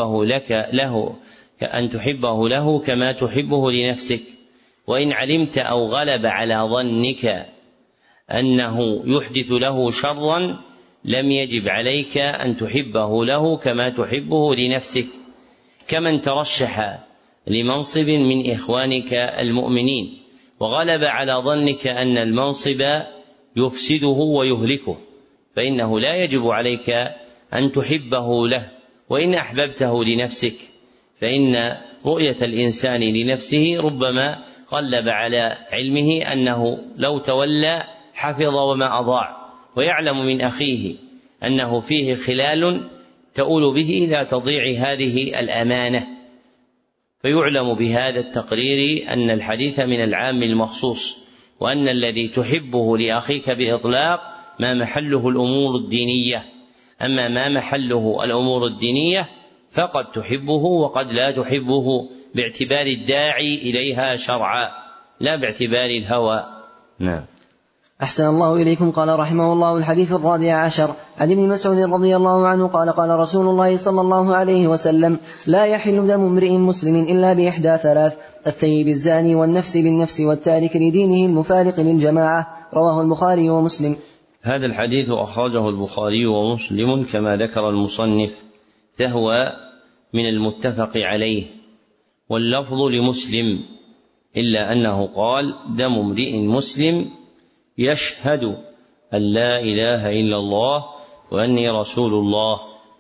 Speaker 1: تحبه له كما تحبه لنفسك. وإن علمت أو غلب على ظنك أنه يحدث له شرا لم يجب عليك أن تحبه له كما تحبه لنفسك، كمن ترشح لمنصب من إخوانك المؤمنين وغلب على ظنك أن المنصب يفسده ويهلكه، فإنه لا يجب عليك أن تحبه له، وإن أحببته لنفسك، فإن رؤية الإنسان لنفسه ربما غلب على علمه أنه لو تولى حفظ وما أضاع، ويعلم من أخيه أنه فيه خلال تؤول به إلى تضيع هذه الأمانة، فيعلم بهذا التقرير أن الحديث من العام المخصوص، وأن الذي تحبه لأخيك بإطلاق ما محله الأمور الدينية، أما ما محله الأمور الدينية فقد تحبه وقد لا تحبه باعتبار الداعي إليها شرعا لا باعتبار الهوى. نعم.
Speaker 2: أحسن الله إليكم. قال رحمه الله: الحديث 14 عن ابن مسعود رضي الله عنه قال: قال رسول الله صلى الله عليه وسلم: لا يحل دم امرئ مسلم إلا بإحدى ثلاث: الثيب الزاني، والنفس بالنفس، والتارك لدينه المفارق للجماعة. رواه البخاري ومسلم.
Speaker 1: هذا الحديث أخرجه البخاري ومسلم كما ذكر المصنف، فهو من المتفق عليه، واللفظ لمسلم، إلا أنه قال: دم امرئ مسلم يشهد أن لا إله إلا الله وأني رسول الله.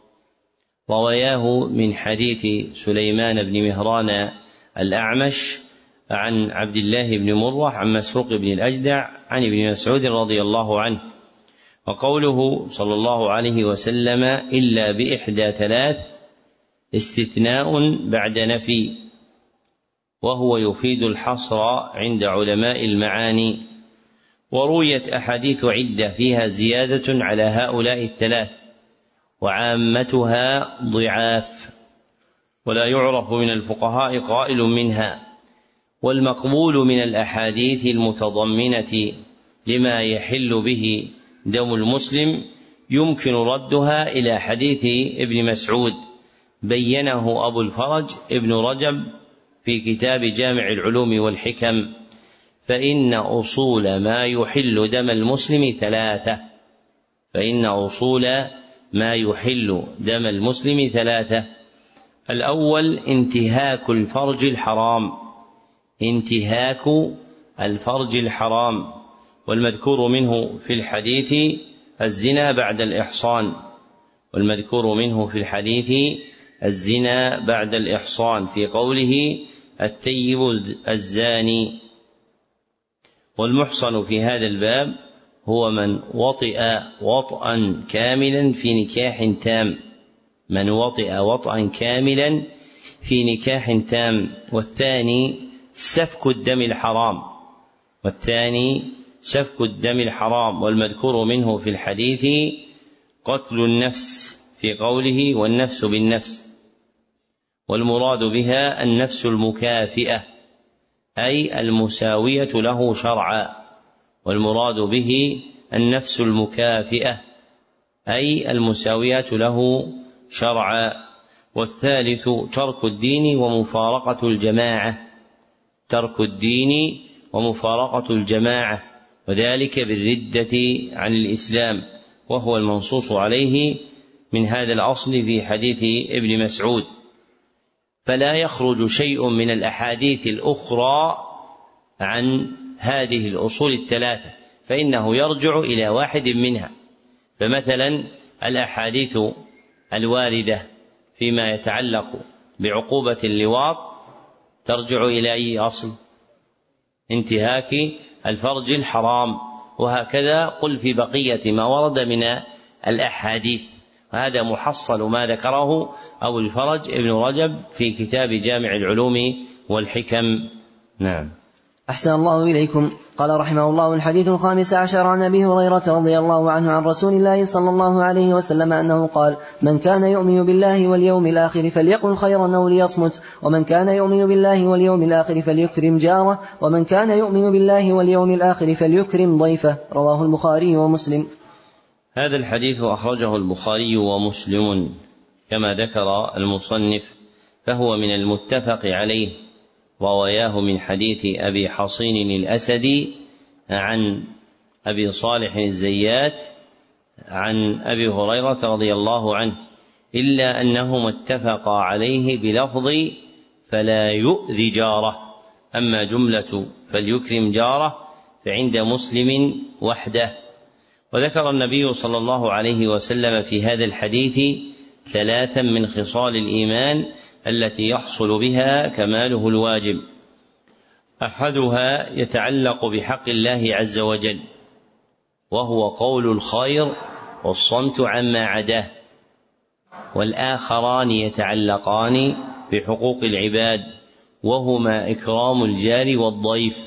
Speaker 1: رواه من حديث سليمان بن مهران الأعمش عن عبد الله بن مرة عن مسروق بن الأجدع عن ابن مسعود رضي الله عنه. وقوله صلى الله عليه وسلم: إلا بإحدى ثلاث، استثناء بعد نفي، وهو يفيد الحصر عند علماء المعاني. ورويت أحاديث عدة فيها زيادة على هؤلاء الثلاث، وعامتها ضعاف، ولا يعرف من الفقهاء قائل منها. والمقبول من الأحاديث المتضمنة لما يحل به دم المسلم يمكن ردها إلى حديث ابن مسعود بينه أبو الفرج ابن رجب في كتاب جامع العلوم والحكم: فإن أصول ما يحل دم المسلم ثلاثة. فإن أصول ما يحل دم المسلم ثلاثة: الأول انتهاك الفرج الحرام، انتهاك الفرج الحرام، والمذكور منه في الحديث الزنا بعد الإحصان، والمذكور منه في الحديث الزنا بعد الإحصان في قوله: الثيب الزاني. والمحصن في هذا الباب هو من وطئ وطئا كاملا في نكاح تام، من وطئ وطئا كاملا في نكاح تام. والثاني سفك الدم الحرام، والثاني سفك الدم الحرام، والمذكور منه في الحديث قتل النفس في قوله: والنفس بالنفس، والمراد بها النفس المكافئة أي المساوية له شرعا، والمراد به النفس المكافئة أي المساوية له شرعا. والثالث ترك الدين ومفارقة الجماعة، ترك الدين ومفارقة الجماعة، وذلك بالردة عن الإسلام، وهو المنصوص عليه من هذا الأصل في حديث ابن مسعود. فلا يخرج شيء من الأحاديث الأخرى عن هذه الأصول الثلاثة، فإنه يرجع إلى واحد منها. فمثلا الأحاديث الواردة فيما يتعلق بعقوبة اللواط ترجع إلى أي أصل؟ انتهاك الفرج الحرام. وهكذا قل في بقية ما ورد من الأحاديث، وهذا محصل ما ذكره أبو الفرج ابن رجب في كتاب جامع العلوم والحكم. نعم.
Speaker 2: أحسن الله إليكم. قال رحمه الله: الحديث 15 عن أبي هريرة رضي الله عنه عن رسول الله صلى الله عليه وسلم أنه قال: من كان يؤمن بالله واليوم الآخر فليقل خيرا أو ليصمت، ومن كان يؤمن بالله واليوم الآخر فليكرم جاره، ومن كان يؤمن بالله واليوم الآخر فليكرم ضيفه. رواه البخاري ومسلم.
Speaker 1: هذا الحديث أخرجه البخاري ومسلم كما ذكر المصنف، فهو من المتفق عليه. رواياه من حديث أبي حصين الأسدي عن أبي صالح الزيات عن أبي هريرة رضي الله عنه، إلا أنهما اتفقا عليه بلفظ: فلا يؤذي جاره، أما جملة فليكرم جاره فعند مسلم وحده. وذكر النبي صلى الله عليه وسلم في هذا الحديث 3 من خصال الإيمان التي يحصل بها كماله الواجب. أحدها يتعلق بحق الله عز وجل، وهو قول الخير والصمت عما عداه، والآخران يتعلقان بحقوق العباد، وهما إكرام الجار والضيف.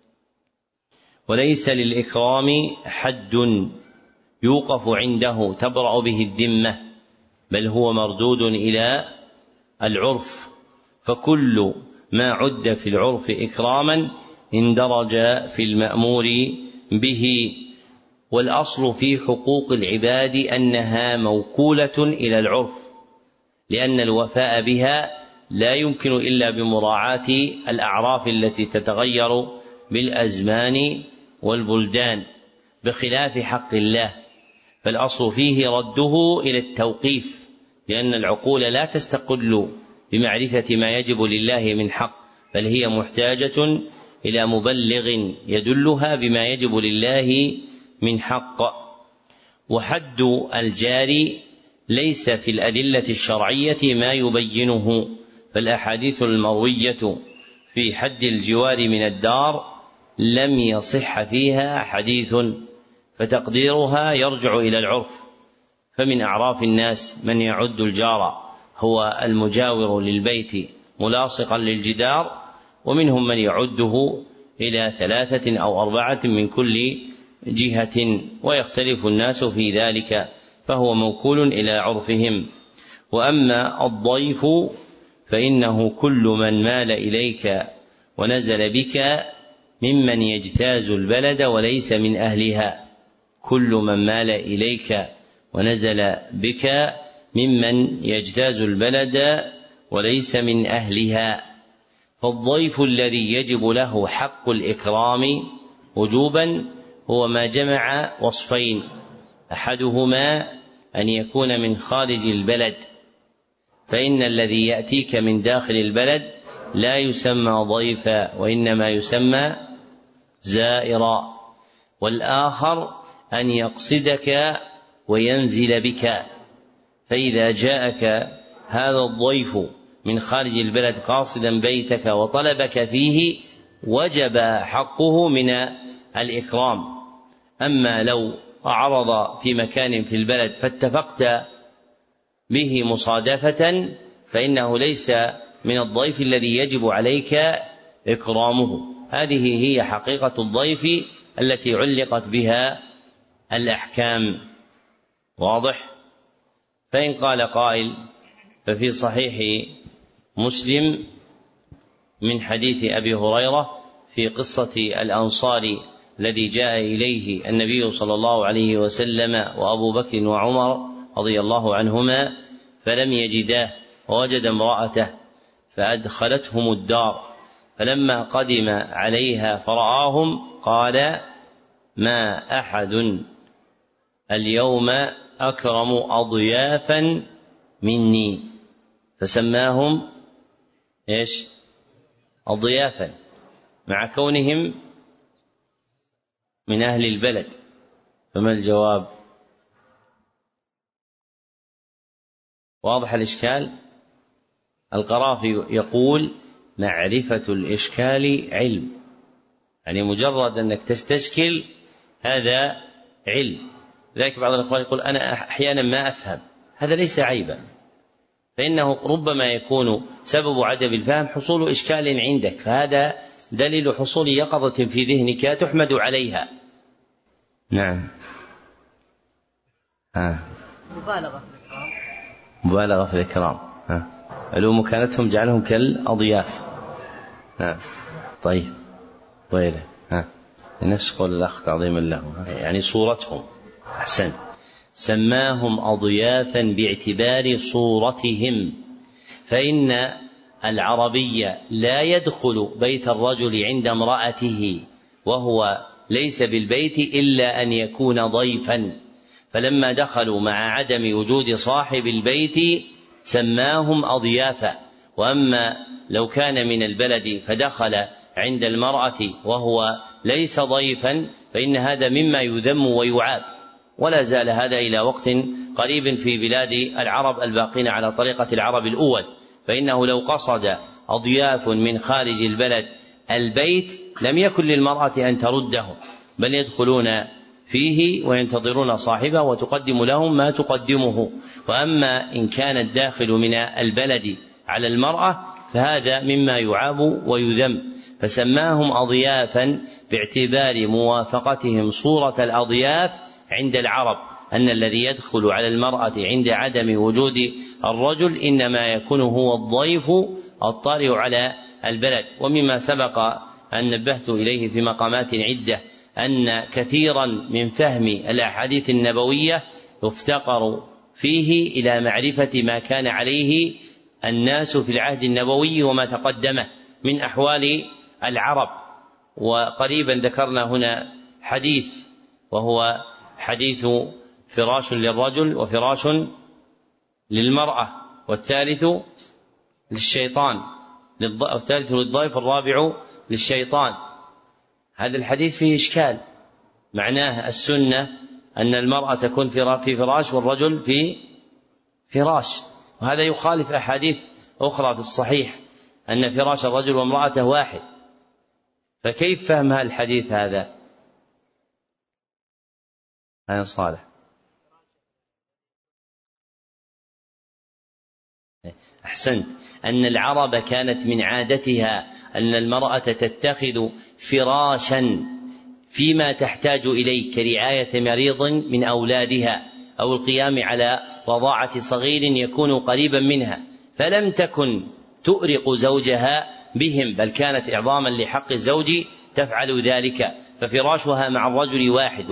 Speaker 1: وليس للإكرام حد يوقف عنده تبرأ به الذمة، بل هو مردود إلى العرف، فكل ما عد في العرف إكراما اندرج في المأمور به. والأصل في حقوق العباد أنها موكولة إلى العرف، لأن الوفاء بها لا يمكن إلا بمراعاة الأعراف التي تتغير بالأزمان والبلدان، بخلاف حق الله، فالأصل فيه رده إلى التوقيف، لأن العقول لا تستقل بمعرفة ما يجب لله من حق، بل هي محتاجة إلى مبلغ يدلها بما يجب لله من حق. وحد الجار ليس في الأدلة الشرعية ما يبينه، فالأحاديث المروية في حد الجوار من الدار لم يصح فيها حديث، فتقديرها يرجع إلى العرف. فمن أعراف الناس من يعد الجار هو المجاور للبيت ملاصقا للجدار، ومنهم من يعده إلى 3 أو 4 من كل جهة، ويختلف الناس في ذلك، فهو موكول إلى عرفهم. وأما الضيف فإنه كل من مال إليك ونزل بك ممن يجتاز البلد وليس من أهلها، كل من مال إليك ونزل بك ممن يجتاز البلد وليس من أهلها. فالضيف الذي يجب له حق الإكرام وجوبا هو ما جمع وصفين، أحدهما أن يكون من خارج البلد، فإن الذي يأتيك من داخل البلد لا يسمى ضيفا وإنما يسمى زائرا. والآخر أن يقصدك وينزل بك، فإذا جاءك هذا الضيف من خارج البلد قاصدا بيتك وطلبك فيه وجب حقه من الإكرام. أما لو أعرض في مكان في البلد فاتفقت به مصادفة فإنه ليس من الضيف الذي يجب عليك إكرامه. هذه هي حقيقة الضيف التي علقت بها الأحكام. واضح؟ فإن قال قائل ففي صحيح مسلم من حديث أبي هريرة في قصة الأنصار الذي جاء إليه النبي صلى الله عليه وسلم وأبو بكر وعمر رضي الله عنهما فلم يجداه، ووجد امرأته فأدخلتهم الدار، فلما قدم عليها فرآهم قال: ما أحد اليوم أكرم أضيافا مني، فسماهم إيش؟ أضيافا، مع كونهم من أهل البلد. فما الجواب؟ واضح الإشكال؟ القرافي يقول: معرفة الإشكال علم، يعني مجرد أنك تستشكل هذا علم. لذلك بعض الأخوان يقول: أنا أحيانا ما أفهم، هذا ليس عيبا، فإنه ربما يكون سبب عدم الفهم حصول إشكال عندك، فهذا دليل حصول يقظة في ذهنك تحمد عليها. نعم. مبالغة في الإكرام. علو مكانتهم جعلهم كالأضياف. نعم. طيب ويله نفس قول الأخ تعظيما له، يعني صورتهم. أحسن. سماهم أضيافا باعتبار صورتهم، فإن العربي لا يدخل بيت الرجل عند امرأته وهو ليس بالبيت إلا أن يكون ضيفا، فلما دخلوا مع عدم وجود صاحب البيت سماهم أضيافا. وأما لو كان من البلد فدخل عند المرأة وهو ليس ضيفا فإن هذا مما يذم ويعاب، ولا زال هذا إلى وقت قريب في بلاد العرب الباقين على طريقة العرب الأول، فإنه لو قصد أضياف من خارج البلد البيت لم يكن للمرأة أن ترده، بل يدخلون فيه وينتظرون صاحبه وتقدم لهم ما تقدمه. وأما إن كان الداخل من البلد على المرأة فهذا مما يعاب ويذم، فسماهم أضيافا باعتبار موافقتهم صورة الأضياف عند العرب، أن الذي يدخل على المرأة عند عدم وجود الرجل إنما يكون هو الضيف الطارئ على البلد. ومما سبق أن نبهت إليه في مقامات عدة أن كثيرا من فهم الأحاديث النبوية يفتقر فيه إلى معرفة ما كان عليه الناس في العهد النبوي وما تقدمه من أحوال العرب. وقريبا ذكرنا هنا حديث وهو حديث فراش للرجل وفراش للمرأة، والثالث للشيطان، الثالث للضيف الرابع للشيطان. هذا الحديث فيه إشكال، معناه السنة أن المرأة تكون في فراش والرجل في فراش، وهذا يخالف أحاديث أخرى في الصحيح أن فراش الرجل وامرأته واحد، فكيف فهم الحديث هذا؟ أنا صالح أحسنت، أن العرب كانت من عادتها أن المرأة تتخذ فراشا فيما تحتاج إليه كرعاية مريض من أولادها أو القيام على رضاعة صغير يكون قريبا منها، فلم تكن تؤرق زوجها بهم، بل كانت إعظاما لحق الزوج تفعل ذلك، ففراشها مع الرجل واحد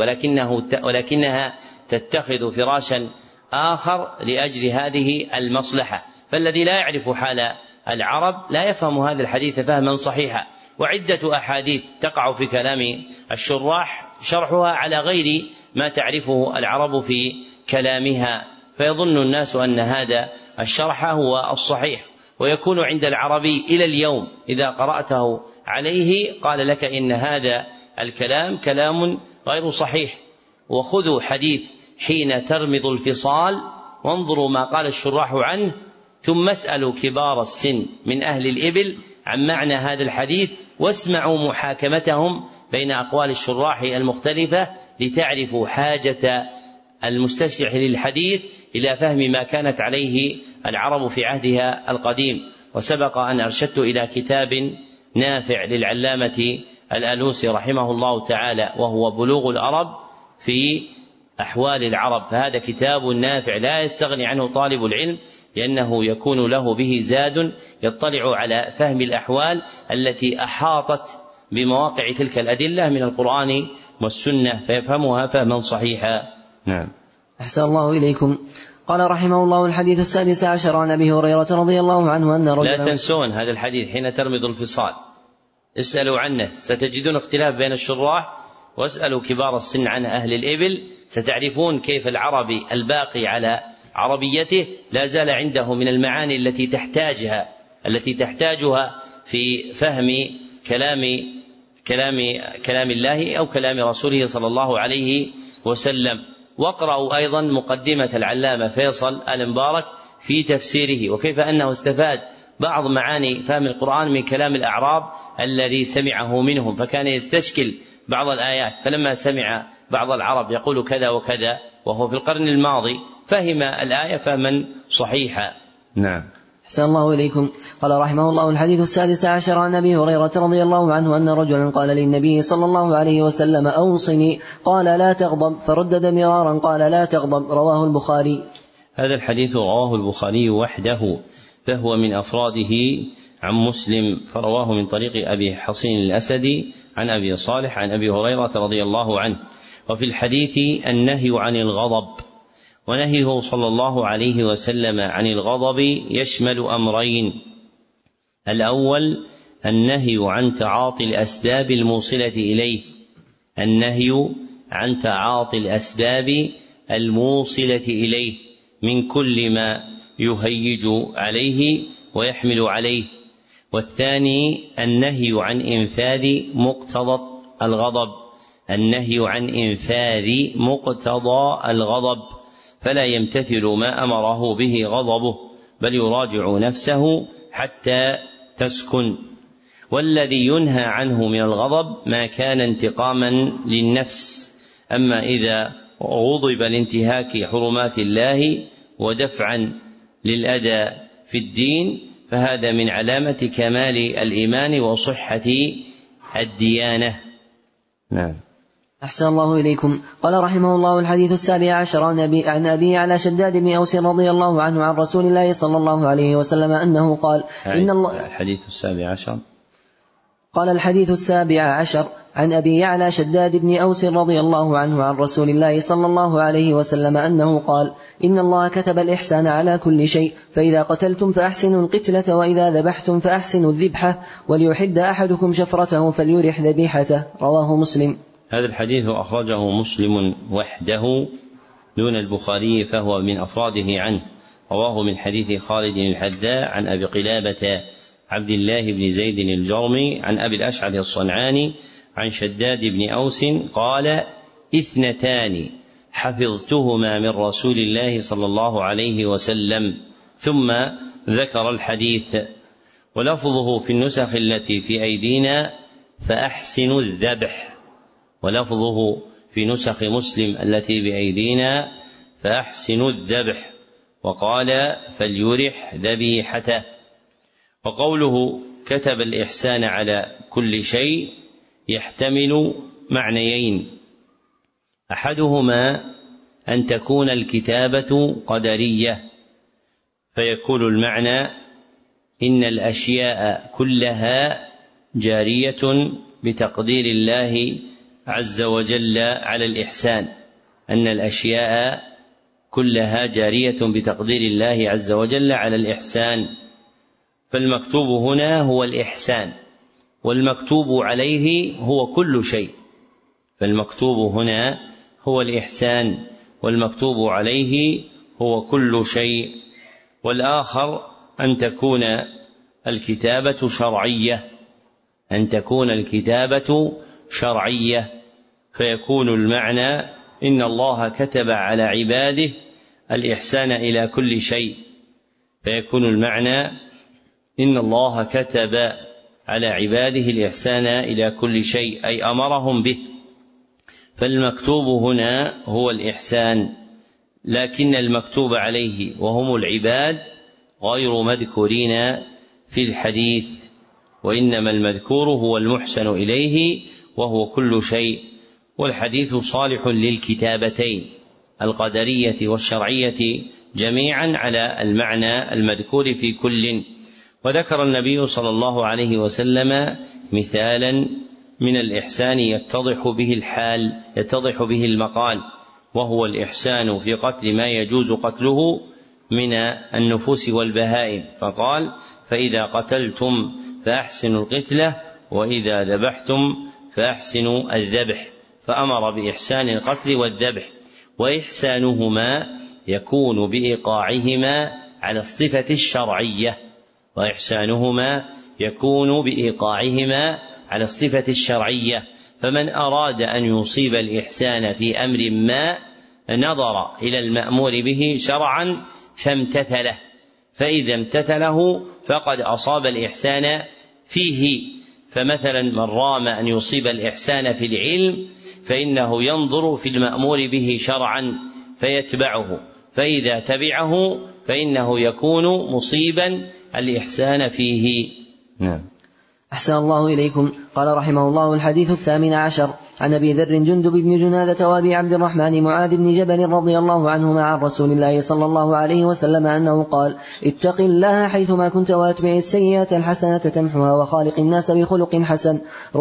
Speaker 1: ولكنها تتخذ فراشا آخر لأجل هذه المصلحة. فالذي لا يعرف حال العرب لا يفهم هذا الحديث فهما صحيحا. وعدة أحاديث تقع في كلام الشراح شرحها على غير ما تعرفه العرب في كلامها، فيظن الناس أن هذا الشرح هو الصحيح، ويكون عند العربي إلى اليوم إذا قرأته عليه قال لك إن هذا الكلام كلام غير صحيح. وخذوا حديث حين ترمض الفصال وانظروا ما قال الشراح عنه، ثم اسألوا كبار السن من أهل الإبل عن معنى هذا الحديث، واسمعوا محاكمتهم بين أقوال الشراح المختلفة لتعرفوا حاجة المستشرح للحديث إلى فهم ما كانت عليه العرب في عهدها القديم. وسبق أن أرشدت إلى كتاب نافع للعلامة الألوسي رحمه الله تعالى وهو بلوغ العرب في أحوال العرب، فهذا كتاب نافع لا يستغني عنه طالب العلم، لأنه يكون له به زاد يطلع على فهم الأحوال التي أحاطت بمواقع تلك الأدلة من القرآن والسنة فيفهمها فهما صحيحا. نعم.
Speaker 2: أحسن الله إليكم. قال رحمه الله الحديث 16 عن أبي هريرة رضي الله عنه أن رجلا،
Speaker 1: لا تنسون هذا الحديث حين ترمض الفصال، اسألوا عنه، ستجدون اختلاف بين الشراح، واسألوا كبار السن عن أهل الإبل، ستعرفون كيف العربي الباقي على عربيته لا زال عنده من المعاني التي تحتاجها في فهم كلام الله أو كلام رسوله صلى الله عليه وسلم. واقرأوا أيضا مقدمة العلامة فيصل المبارك في تفسيره، وكيف أنه استفاد بعض معاني فهم القرآن من كلام الأعراب الذي سمعه منهم، فكان يستشكل بعض الآيات، فلما سمع بعض العرب يقول كذا وكذا وهو في القرن الماضي فهم الآية فهما صحيحا. نعم.
Speaker 2: أحسن الله إليكم. قال رحمه الله الحديث 16 عن أبي هريرة رضي الله عنه أن رجلا قال للنبي صلى الله عليه وسلم أوصني، قال لا تغضب، فردد مرارا قال لا تغضب، رواه البخاري.
Speaker 1: هذا الحديث رواه البخاري وحده، فهو من أفراده عن مسلم، فرواه من طريق أبي حصين الأسدي عن أبي صالح عن أبي هريرة رضي الله عنه. وفي الحديث النهي عن الغضب، ونهيه صلى الله عليه وسلم عن الغضب يشمل أمرين: الأول النهي عن تعاطي الأسباب الموصلة إليه، النهي عن تعاطي الأسباب الموصلة إليه من كل ما يهيج عليه ويحمل عليه. والثاني النهي عن إنفاذ مقتضى الغضب، النهي عن إنفاذ مقتضى الغضب، فلا يمتثل ما أمره به غضبه بل يراجع نفسه حتى تسكن. والذي ينهى عنه من الغضب ما كان انتقاما للنفس، أما إذا غضب لانتهاك حرمات الله ودفعا للأذى في الدين فهذا من علامة كمال الإيمان وصحة الديانة. نعم.
Speaker 2: أحسن الله إليكم. قال رحمه الله: الحديث 17 عن أبي على شداد بن أوس رضي الله عنه عن رسول الله صلى الله عليه وسلم أنه قال: إن الله
Speaker 1: الحديث 17
Speaker 2: قال الحديث 17 عن أبي على شداد بن أوس رضي الله عنه عن رسول الله صلى الله عليه وسلم أنه قال: إن الله كتب الإحسان على كل شيء، فإذا قتلتم فأحسنوا القتلة، وإذا ذبحتم فأحسنوا الذبحة، وليحد أحدكم شفرته فليرح ذبيحته. رواه مسلم.
Speaker 1: هذا الحديث أخرجه مسلم وحده دون البخاري، فهو من أفراده عنه. رواه من حديث خالد الحذاء عن أبي قلابة عبد الله بن زيد الجرمي عن أبي الأشعث الصنعاني عن شداد بن أوس قال: 2 حفظتهما من رسول الله صلى الله عليه وسلم، ثم ذكر الحديث. ولفظه في النسخ التي في أيدينا فأحسنوا الذبح، ولفظه في نسخ مسلم التي بأيدينا فأحسنوا الذبح، وقال: فليرح ذبيحته. وقوله كتب الإحسان على كل شيء يحتمل معنيين: أحدهما أن تكون الكتابة قدرية، فيكون المعنى إن الأشياء كلها جارية بتقدير الله عز وجل على الإحسان، أن الأشياء كلها جارية بتقدير الله عز وجل على الإحسان، فالمكتوب هنا هو الإحسان، والمكتوب عليه هو كل شيء. فالمكتوب هنا هو الإحسان، والمكتوب عليه هو كل شيء. والآخر أن تكون الكتابة شرعية، أن تكون الكتابة شرعية، فيكون المعنى إن الله كتب على عباده الإحسان إلى كل شيء، فيكون المعنى إن الله كتب على عباده الإحسان إلى كل شيء، أي أمرهم به. فالمكتوب هنا هو الإحسان، لكن المكتوب عليه وهم العباد غير مذكورين في الحديث، وإنما المذكور هو المحسن إليه وهو كل شيء. والحديث صالح للكتابتين القدرية والشرعية جميعا على المعنى المذكور في كل. وذكر النبي صلى الله عليه وسلم مثالا من الإحسان يتضح به المقال، وهو الإحسان في قتل ما يجوز قتله من النفوس والبهائم، فقال: فإذا قتلتم فأحسنوا القتلة، وإذا ذبحتم فأحسنوا الذبح، فأمر بإحسان القتل والذبح، وإحسانهما يكون بإيقاعهما على الصفة الشرعية، وإحسانهما يكون بإيقاعهما على الصفة الشرعية. فمن أراد أن يصيب الإحسان في أمر ما نظر إلى المأمور به شرعا فامتثله، فإذا امتثله فقد أصاب الإحسان فيه. فمثلا من رام أن يصيب الإحسان في العلم فإنه ينظر في المأمور به شرعا فيتبعه، فإذا تبعه فإنه يكون مصيبا الإحسان فيه. نعم.
Speaker 2: أحسن الله إليكم. قال رحمه الله: الحديث 18 عن أبي ذر جندب بن جنادة وأبي عبد الرحمن معاذ بن جبل رضي الله عنهما عن رسول الله صلى الله عليه وسلم أنه قال: اتق الله حيثما كنت واتبع السيئات الحسنة تمحها وخالق الناس بخلق حسن.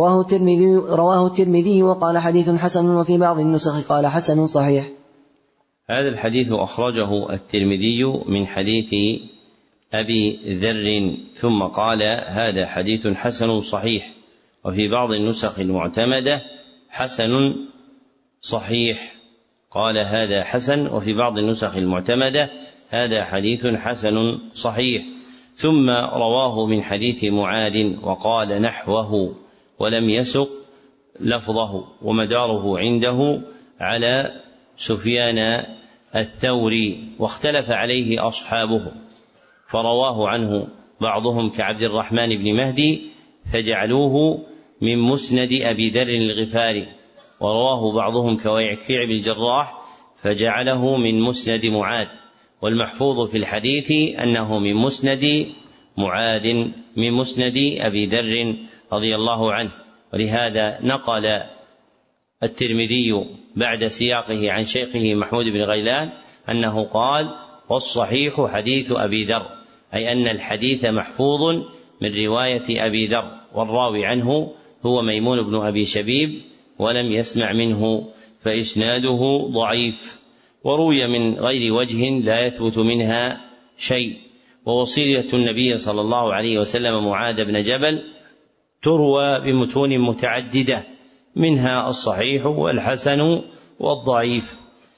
Speaker 2: رواه الترمذي وقال حديث حسن، وفي بعض النسخ قال حسن صحيح.
Speaker 1: هذا الحديث أخرجه الترمذي من حديث أبي ذر ثم قال: هذا حديث حسن صحيح، وفي بعض النسخ المعتمدة حسن صحيح، قال هذا حسن، وفي بعض النسخ المعتمدة هذا حديث حسن صحيح. ثم رواه من حديث معاذ وقال نحوه ولم يسق لفظه، ومداره عنده على سفيان الثوري، واختلف عليه أصحابه فرواه عنه بعضهم كعبد الرحمن بن مهدي فجعلوه من مسند أبي ذر الغفاري، ورواه بعضهم كويعكيع بن الجراح فجعله من مسند معاذ، والمحفوظ في الحديث أنه من مسند معاذ من مسند أبي ذر رضي الله عنه. ولهذا نقل الترمذي بعد سياقه عن شيخه محمود بن غيلان أنه قال والصحيح حديث أبي ذر، أي أن الحديث محفوظ من رواية أبي ذر، والراوي عنه هو ميمون بن أبي شبيب ولم يسمع منه فإسناده ضعيف، وروي من غير وجه لا يثبت منها شيء. ووصية النبي صلى الله عليه وسلم معاذ بن جبل تروى بمتون متعددة منها الصحيح والحسن والضعيف.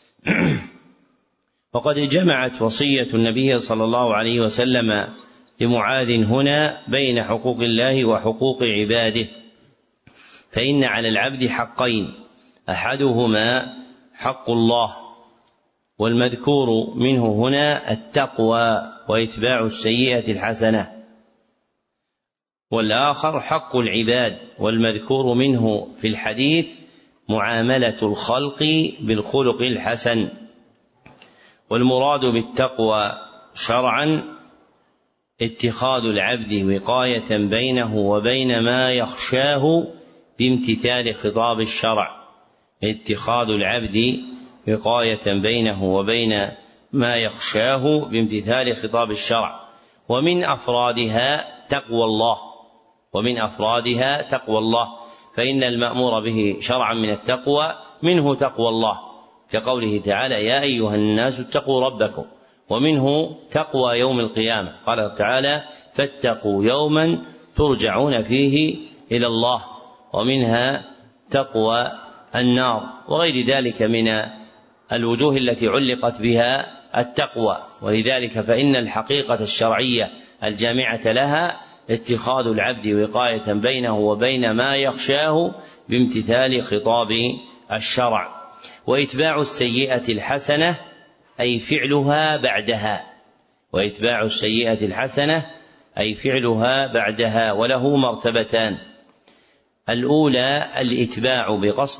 Speaker 1: وقد جمعت وصية النبي صلى الله عليه وسلم لمعاذ هنا بين حقوق الله وحقوق عباده، فإن على العبد حقين، أحدهما حق الله، والمذكور منه هنا التقوى وإتباع السيئة الحسنة، والآخر حق العباد، والمذكور منه في الحديث معاملة الخلق بالخلق الحسن. والمراد بالتقوى شرعا اتخاذ العبد وقاية بينه وبين ما يخشاه بامتثال خطاب الشرع، اتخاذ العبد وقاية بينه وبين ما يخشاه بامتثال خطاب الشرع. ومن أفرادها تقوى الله، فإن المأمور به شرعا من التقوى منه تقوى الله، كقوله تعالى يا أيها الناس اتقوا ربكم، ومنه تقوى يوم القيامة، قال تعالى فاتقوا يوما ترجعون فيه إلى الله، ومنها تقوى النار، وغير ذلك من الوجوه التي علقت بها التقوى. ولذلك فإن الحقيقة الشرعية الجامعة لها اتخاذ العبد وقاية بينه وبين ما يخشاه بامتثال خطاب الشرع. وإتباع السيئة الحسنة أي فعلها بعدها، وله مرتبتان: الأولى الإتباع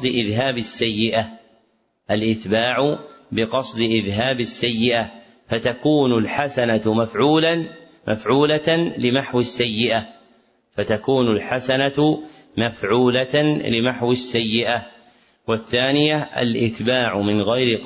Speaker 1: بقصد إذهاب السيئة، فتكون الحسنة مفعولة لمحو السيئة. والثانية الإتباع من غير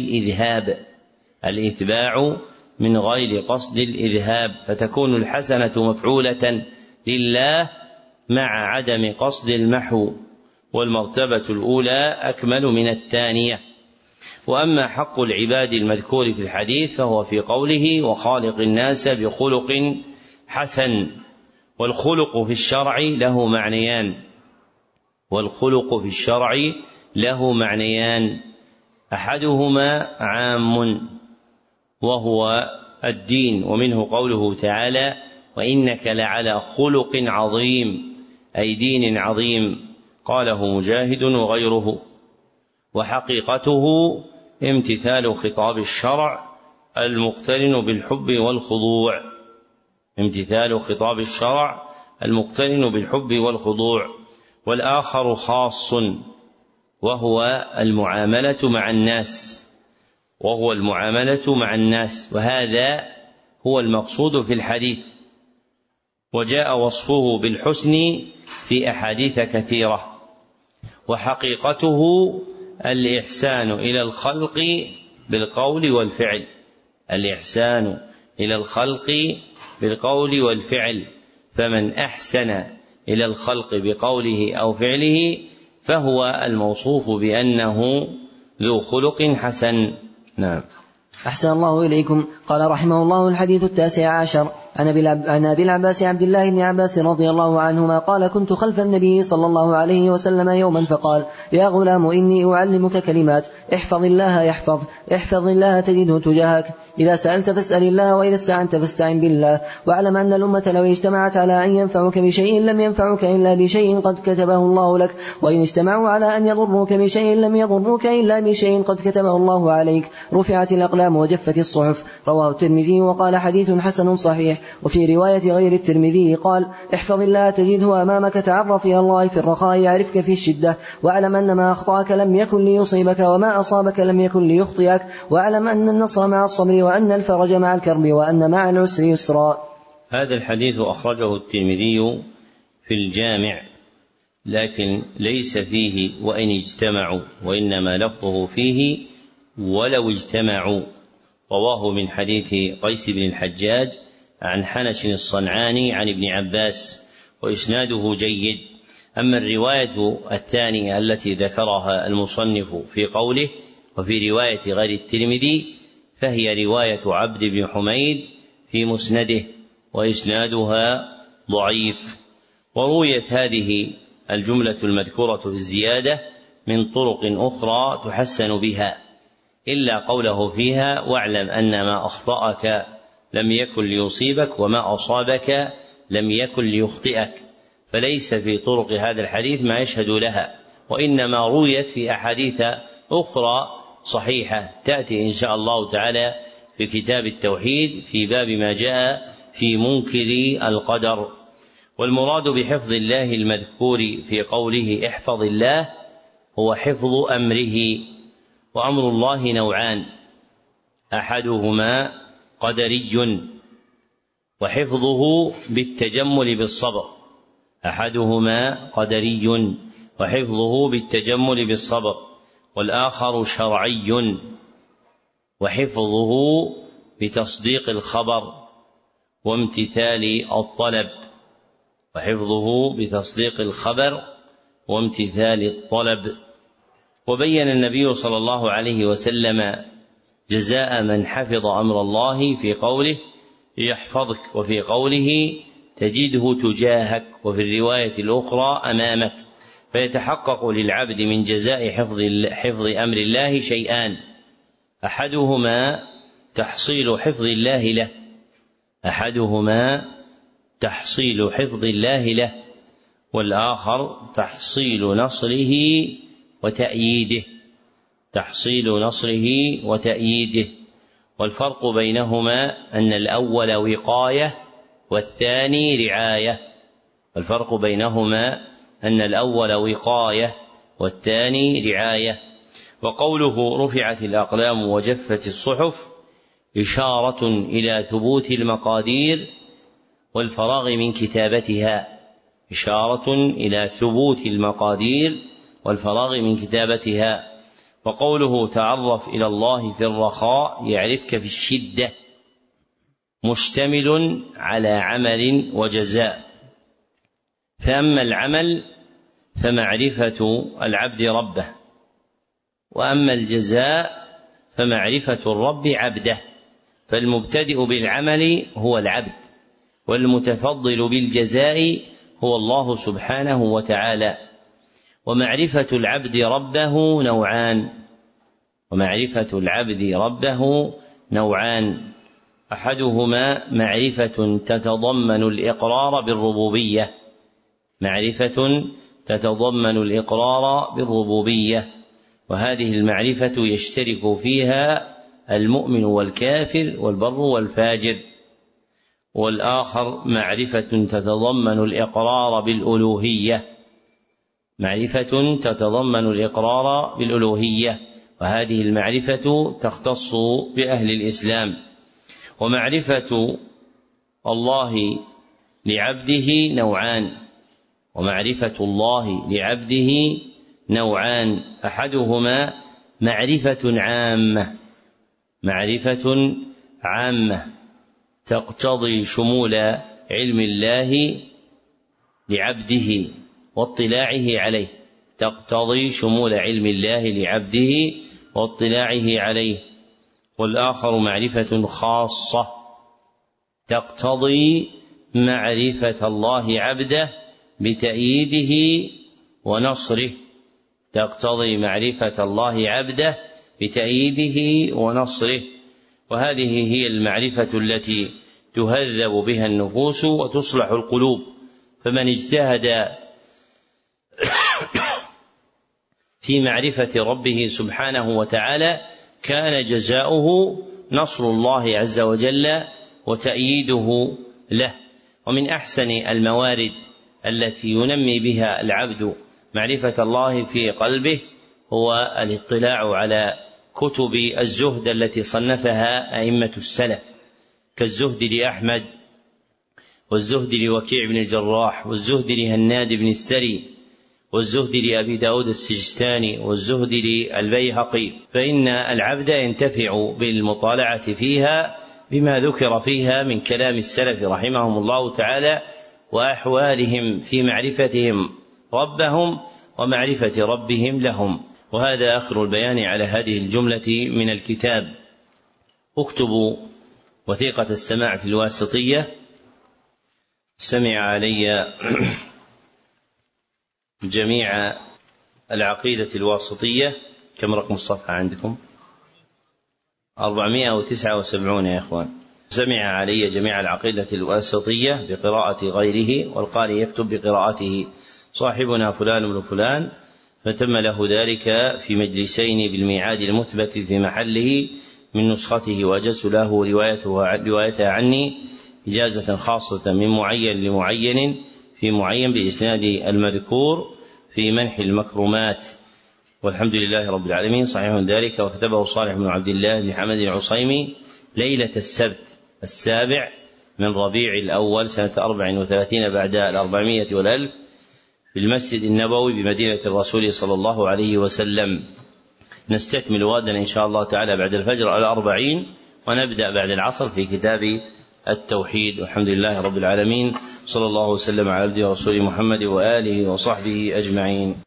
Speaker 1: قصد الإذهاب، فتكون الحسنة مفعولة لله مع عدم قصد المحو، والمرتبة الأولى أكمل من الثانية. وأما حق العباد المذكور في الحديث فهو في قوله وخالق الناس بخلق حسن. والخلق في الشرع له معنيان: أحدهما عام وهو الدين، ومنه قوله تعالى وإنك لعلى خلق عظيم، أي دين عظيم، قاله مجاهد وغيره. وحقيقته امتثال خطاب الشرع المقترن بالحب والخضوع. والآخر خاص وهو المعاملة مع الناس، وهذا هو المقصود في الحديث، وجاء وصفه بالحسن في أحاديث كثيرة. وحقيقته الإحسان إلى الخلق بالقول والفعل، فمن أحسن إلى الخلق بقوله أو فعله فهو الموصوف بأنه ذو خلق حسن. نعم.
Speaker 2: أحسن الله إليكم. قال رحمه الله: الحديث 19. عن أبي العباس عبد الله بن عباس رضي الله عنهما قال كنت خلف النبي صلى الله عليه وسلم يوما فقال يا غلام إني أعلمك كلمات احفظ الله احفظ الله تجده تجاهك إذا سألت فاسأل الله وإذا استعنت فاستعن بالله واعلم أن الأمة لو اجتمعت على أن ينفعوك بشيء لم ينفعوك إلا بشيء قد كتبه الله لك وإن اجتمعوا على أن يضروك بشيء لم يضروك إلا بشيء قد كتبه الله عليك رفعت الأقلام وجفت الصحف. رواه الترمذي وقال حديث حسن صحيح. وفي رواية غير الترمذي قال احفظ الله تجده أمامك تعرف إلى الله في الرخاء يعرفك في الشدة واعلم أن ما أخطأك لم يكن ليصيبك وما أصابك لم يكن ليخطئك واعلم أن النصر مع الصبر وأن الفرج مع الكرب وأن مع العسر يسرا.
Speaker 1: هذا الحديث أخرجه الترمذي في الجامع لكن ليس فيه وإن اجتمعوا وإنما لفظه فيه ولو اجتمعوا. رواه من حديث قيس بن الحجاج عن حنش الصنعاني عن ابن عباس وإسناده جيد. أما الرواية الثانية التي ذكرها المصنف في قوله وفي رواية غير الترمذي فهي رواية عبد بن حميد في مسنده وإسنادها ضعيف. ورويت هذه الجملة المذكورة في الزيادة من طرق أخرى تحسن بها إلا قوله فيها واعلم أن ما أخطأك لم يكن ليصيبك وما أصابك لم يكن ليخطئك، فليس في طرق هذا الحديث ما يشهد لها، وإنما رويت في أحاديث أخرى صحيحة تأتي إن شاء الله تعالى في كتاب التوحيد في باب ما جاء في منكر القدر. والمراد بحفظ الله المذكور في قوله احفظ الله هو حفظ أمره، وأمر الله نوعان أحدهما قدري وحفظه بالتجمل بالصبر، أحدهما قدري وحفظه بالتجمل بالصبر، والآخر شرعي وحفظه بتصديق الخبر وامتثال الطلب، وحفظه بتصديق الخبر وامتثال الطلب. وبين النبي صلى الله عليه وسلم جزاء من حفظ أمر الله في قوله يحفظك، وفي قوله تجده تجاهك، وفي الرواية الأخرى أمامك. فيتحقق للعبد من جزاء حفظ أمر الله شيئان، أحدهما تحصيل حفظ الله له، أحدهما تحصيل حفظ الله له، والآخر تحصيل نصره وتأييده، تحصيل نصره وتأييده. والفرق بينهما أن الأول وقاية والثاني رعاية، الفرق بينهما أن الأول وقاية والثاني رعاية. وقوله رفعت الأقلام وجفت الصحف إشارة إلى ثبوت المقادير والفراغ من كتابتها، إشارة إلى ثبوت المقادير والفراغ من كتابتها. وقوله تعرف إلى الله في الرخاء يعرفك في الشدة مشتمل على عمل وجزاء، فأما العمل فمعرفة العبد ربه، وأما الجزاء فمعرفة الرب عبده. فالمبتدئ بالعمل هو العبد، والمتفضل بالجزاء هو الله سبحانه وتعالى. ومعرفة العبد ربه نوعان، ومعرفة العبد ربه نوعان، أحدهما معرفة تتضمن الإقرار بالربوبية، معرفة تتضمن الإقرار بالربوبية، وهذه المعرفة يشترك فيها المؤمن والكافر والبر والفاجر. والآخر معرفة تتضمن الإقرار بالألوهية، معرفة تتضمن الإقرار بالألوهية، وهذه المعرفة تختص بأهل الإسلام. ومعرفة الله لعبده نوعان، ومعرفة الله لعبده نوعان، أحدهما معرفة عامة، معرفة عامة تقتضي شمول علم الله لعبده واطلاعه عليه، تقتضي شمول علم الله لعبده واطلاعه عليه. والآخر معرفة خاصة تقتضي معرفة الله عبده بتأييده ونصره، تقتضي معرفة الله عبده بتأييده ونصره، وهذه هي المعرفة التي تهذب بها النفوس وتصلح القلوب. فمن اجتهد في معرفة ربه سبحانه وتعالى كان جزاؤه نصر الله عز وجل وتأييده له. ومن أحسن الموارد التي ينمي بها العبد معرفة الله في قلبه هو الاطلاع على كتب الزهد التي صنفها أئمة السلف، كالزهد لأحمد، والزهد لوكيع بن الجراح، والزهد لهناد بن السري، والزهد لأبي داود السجستاني، والزهد للبيهقي. فإن العبد ينتفع بالمطالعة فيها بما ذكر فيها من كلام السلف رحمهم الله تعالى وأحوالهم في معرفتهم ربهم ومعرفة ربهم لهم. وهذا آخر البيان على هذه الجملة من الكتاب. اكتبوا وثيقة السماع في الواسطية. سمع علي جميع العقيدة الواسطية. كم رقم الصفحة عندكم؟ 479 يا إخوان. سمع علي جميع العقيدة الواسطية بقراءة غيره، والقارئ يكتب بقراءته صاحبنا فلان بن فلان، فتم له ذلك في مجلسين بالميعاد المثبت في محله من نسخته، وأجزت له روايتها عني إجازة خاصة من معين لمعين في معين بإسناد المذكور في منح المكرمات. والحمد لله رب العالمين. صحيح ذلك وكتبه صالح بن عبد الله بن حمد العصيمي ليلة السبت 7 من ربيع الأول سنة 34 بعد 400 والألف في المسجد النبوي بمدينة الرسول صلى الله عليه وسلم. نستكمل غدا إن شاء الله تعالى بعد الفجر 40، ونبدأ بعد العصر في كتاب التوحيد. والحمد لله رب العالمين. صلى الله وسلم على عبده ورسوله محمد وآله وصحبه أجمعين.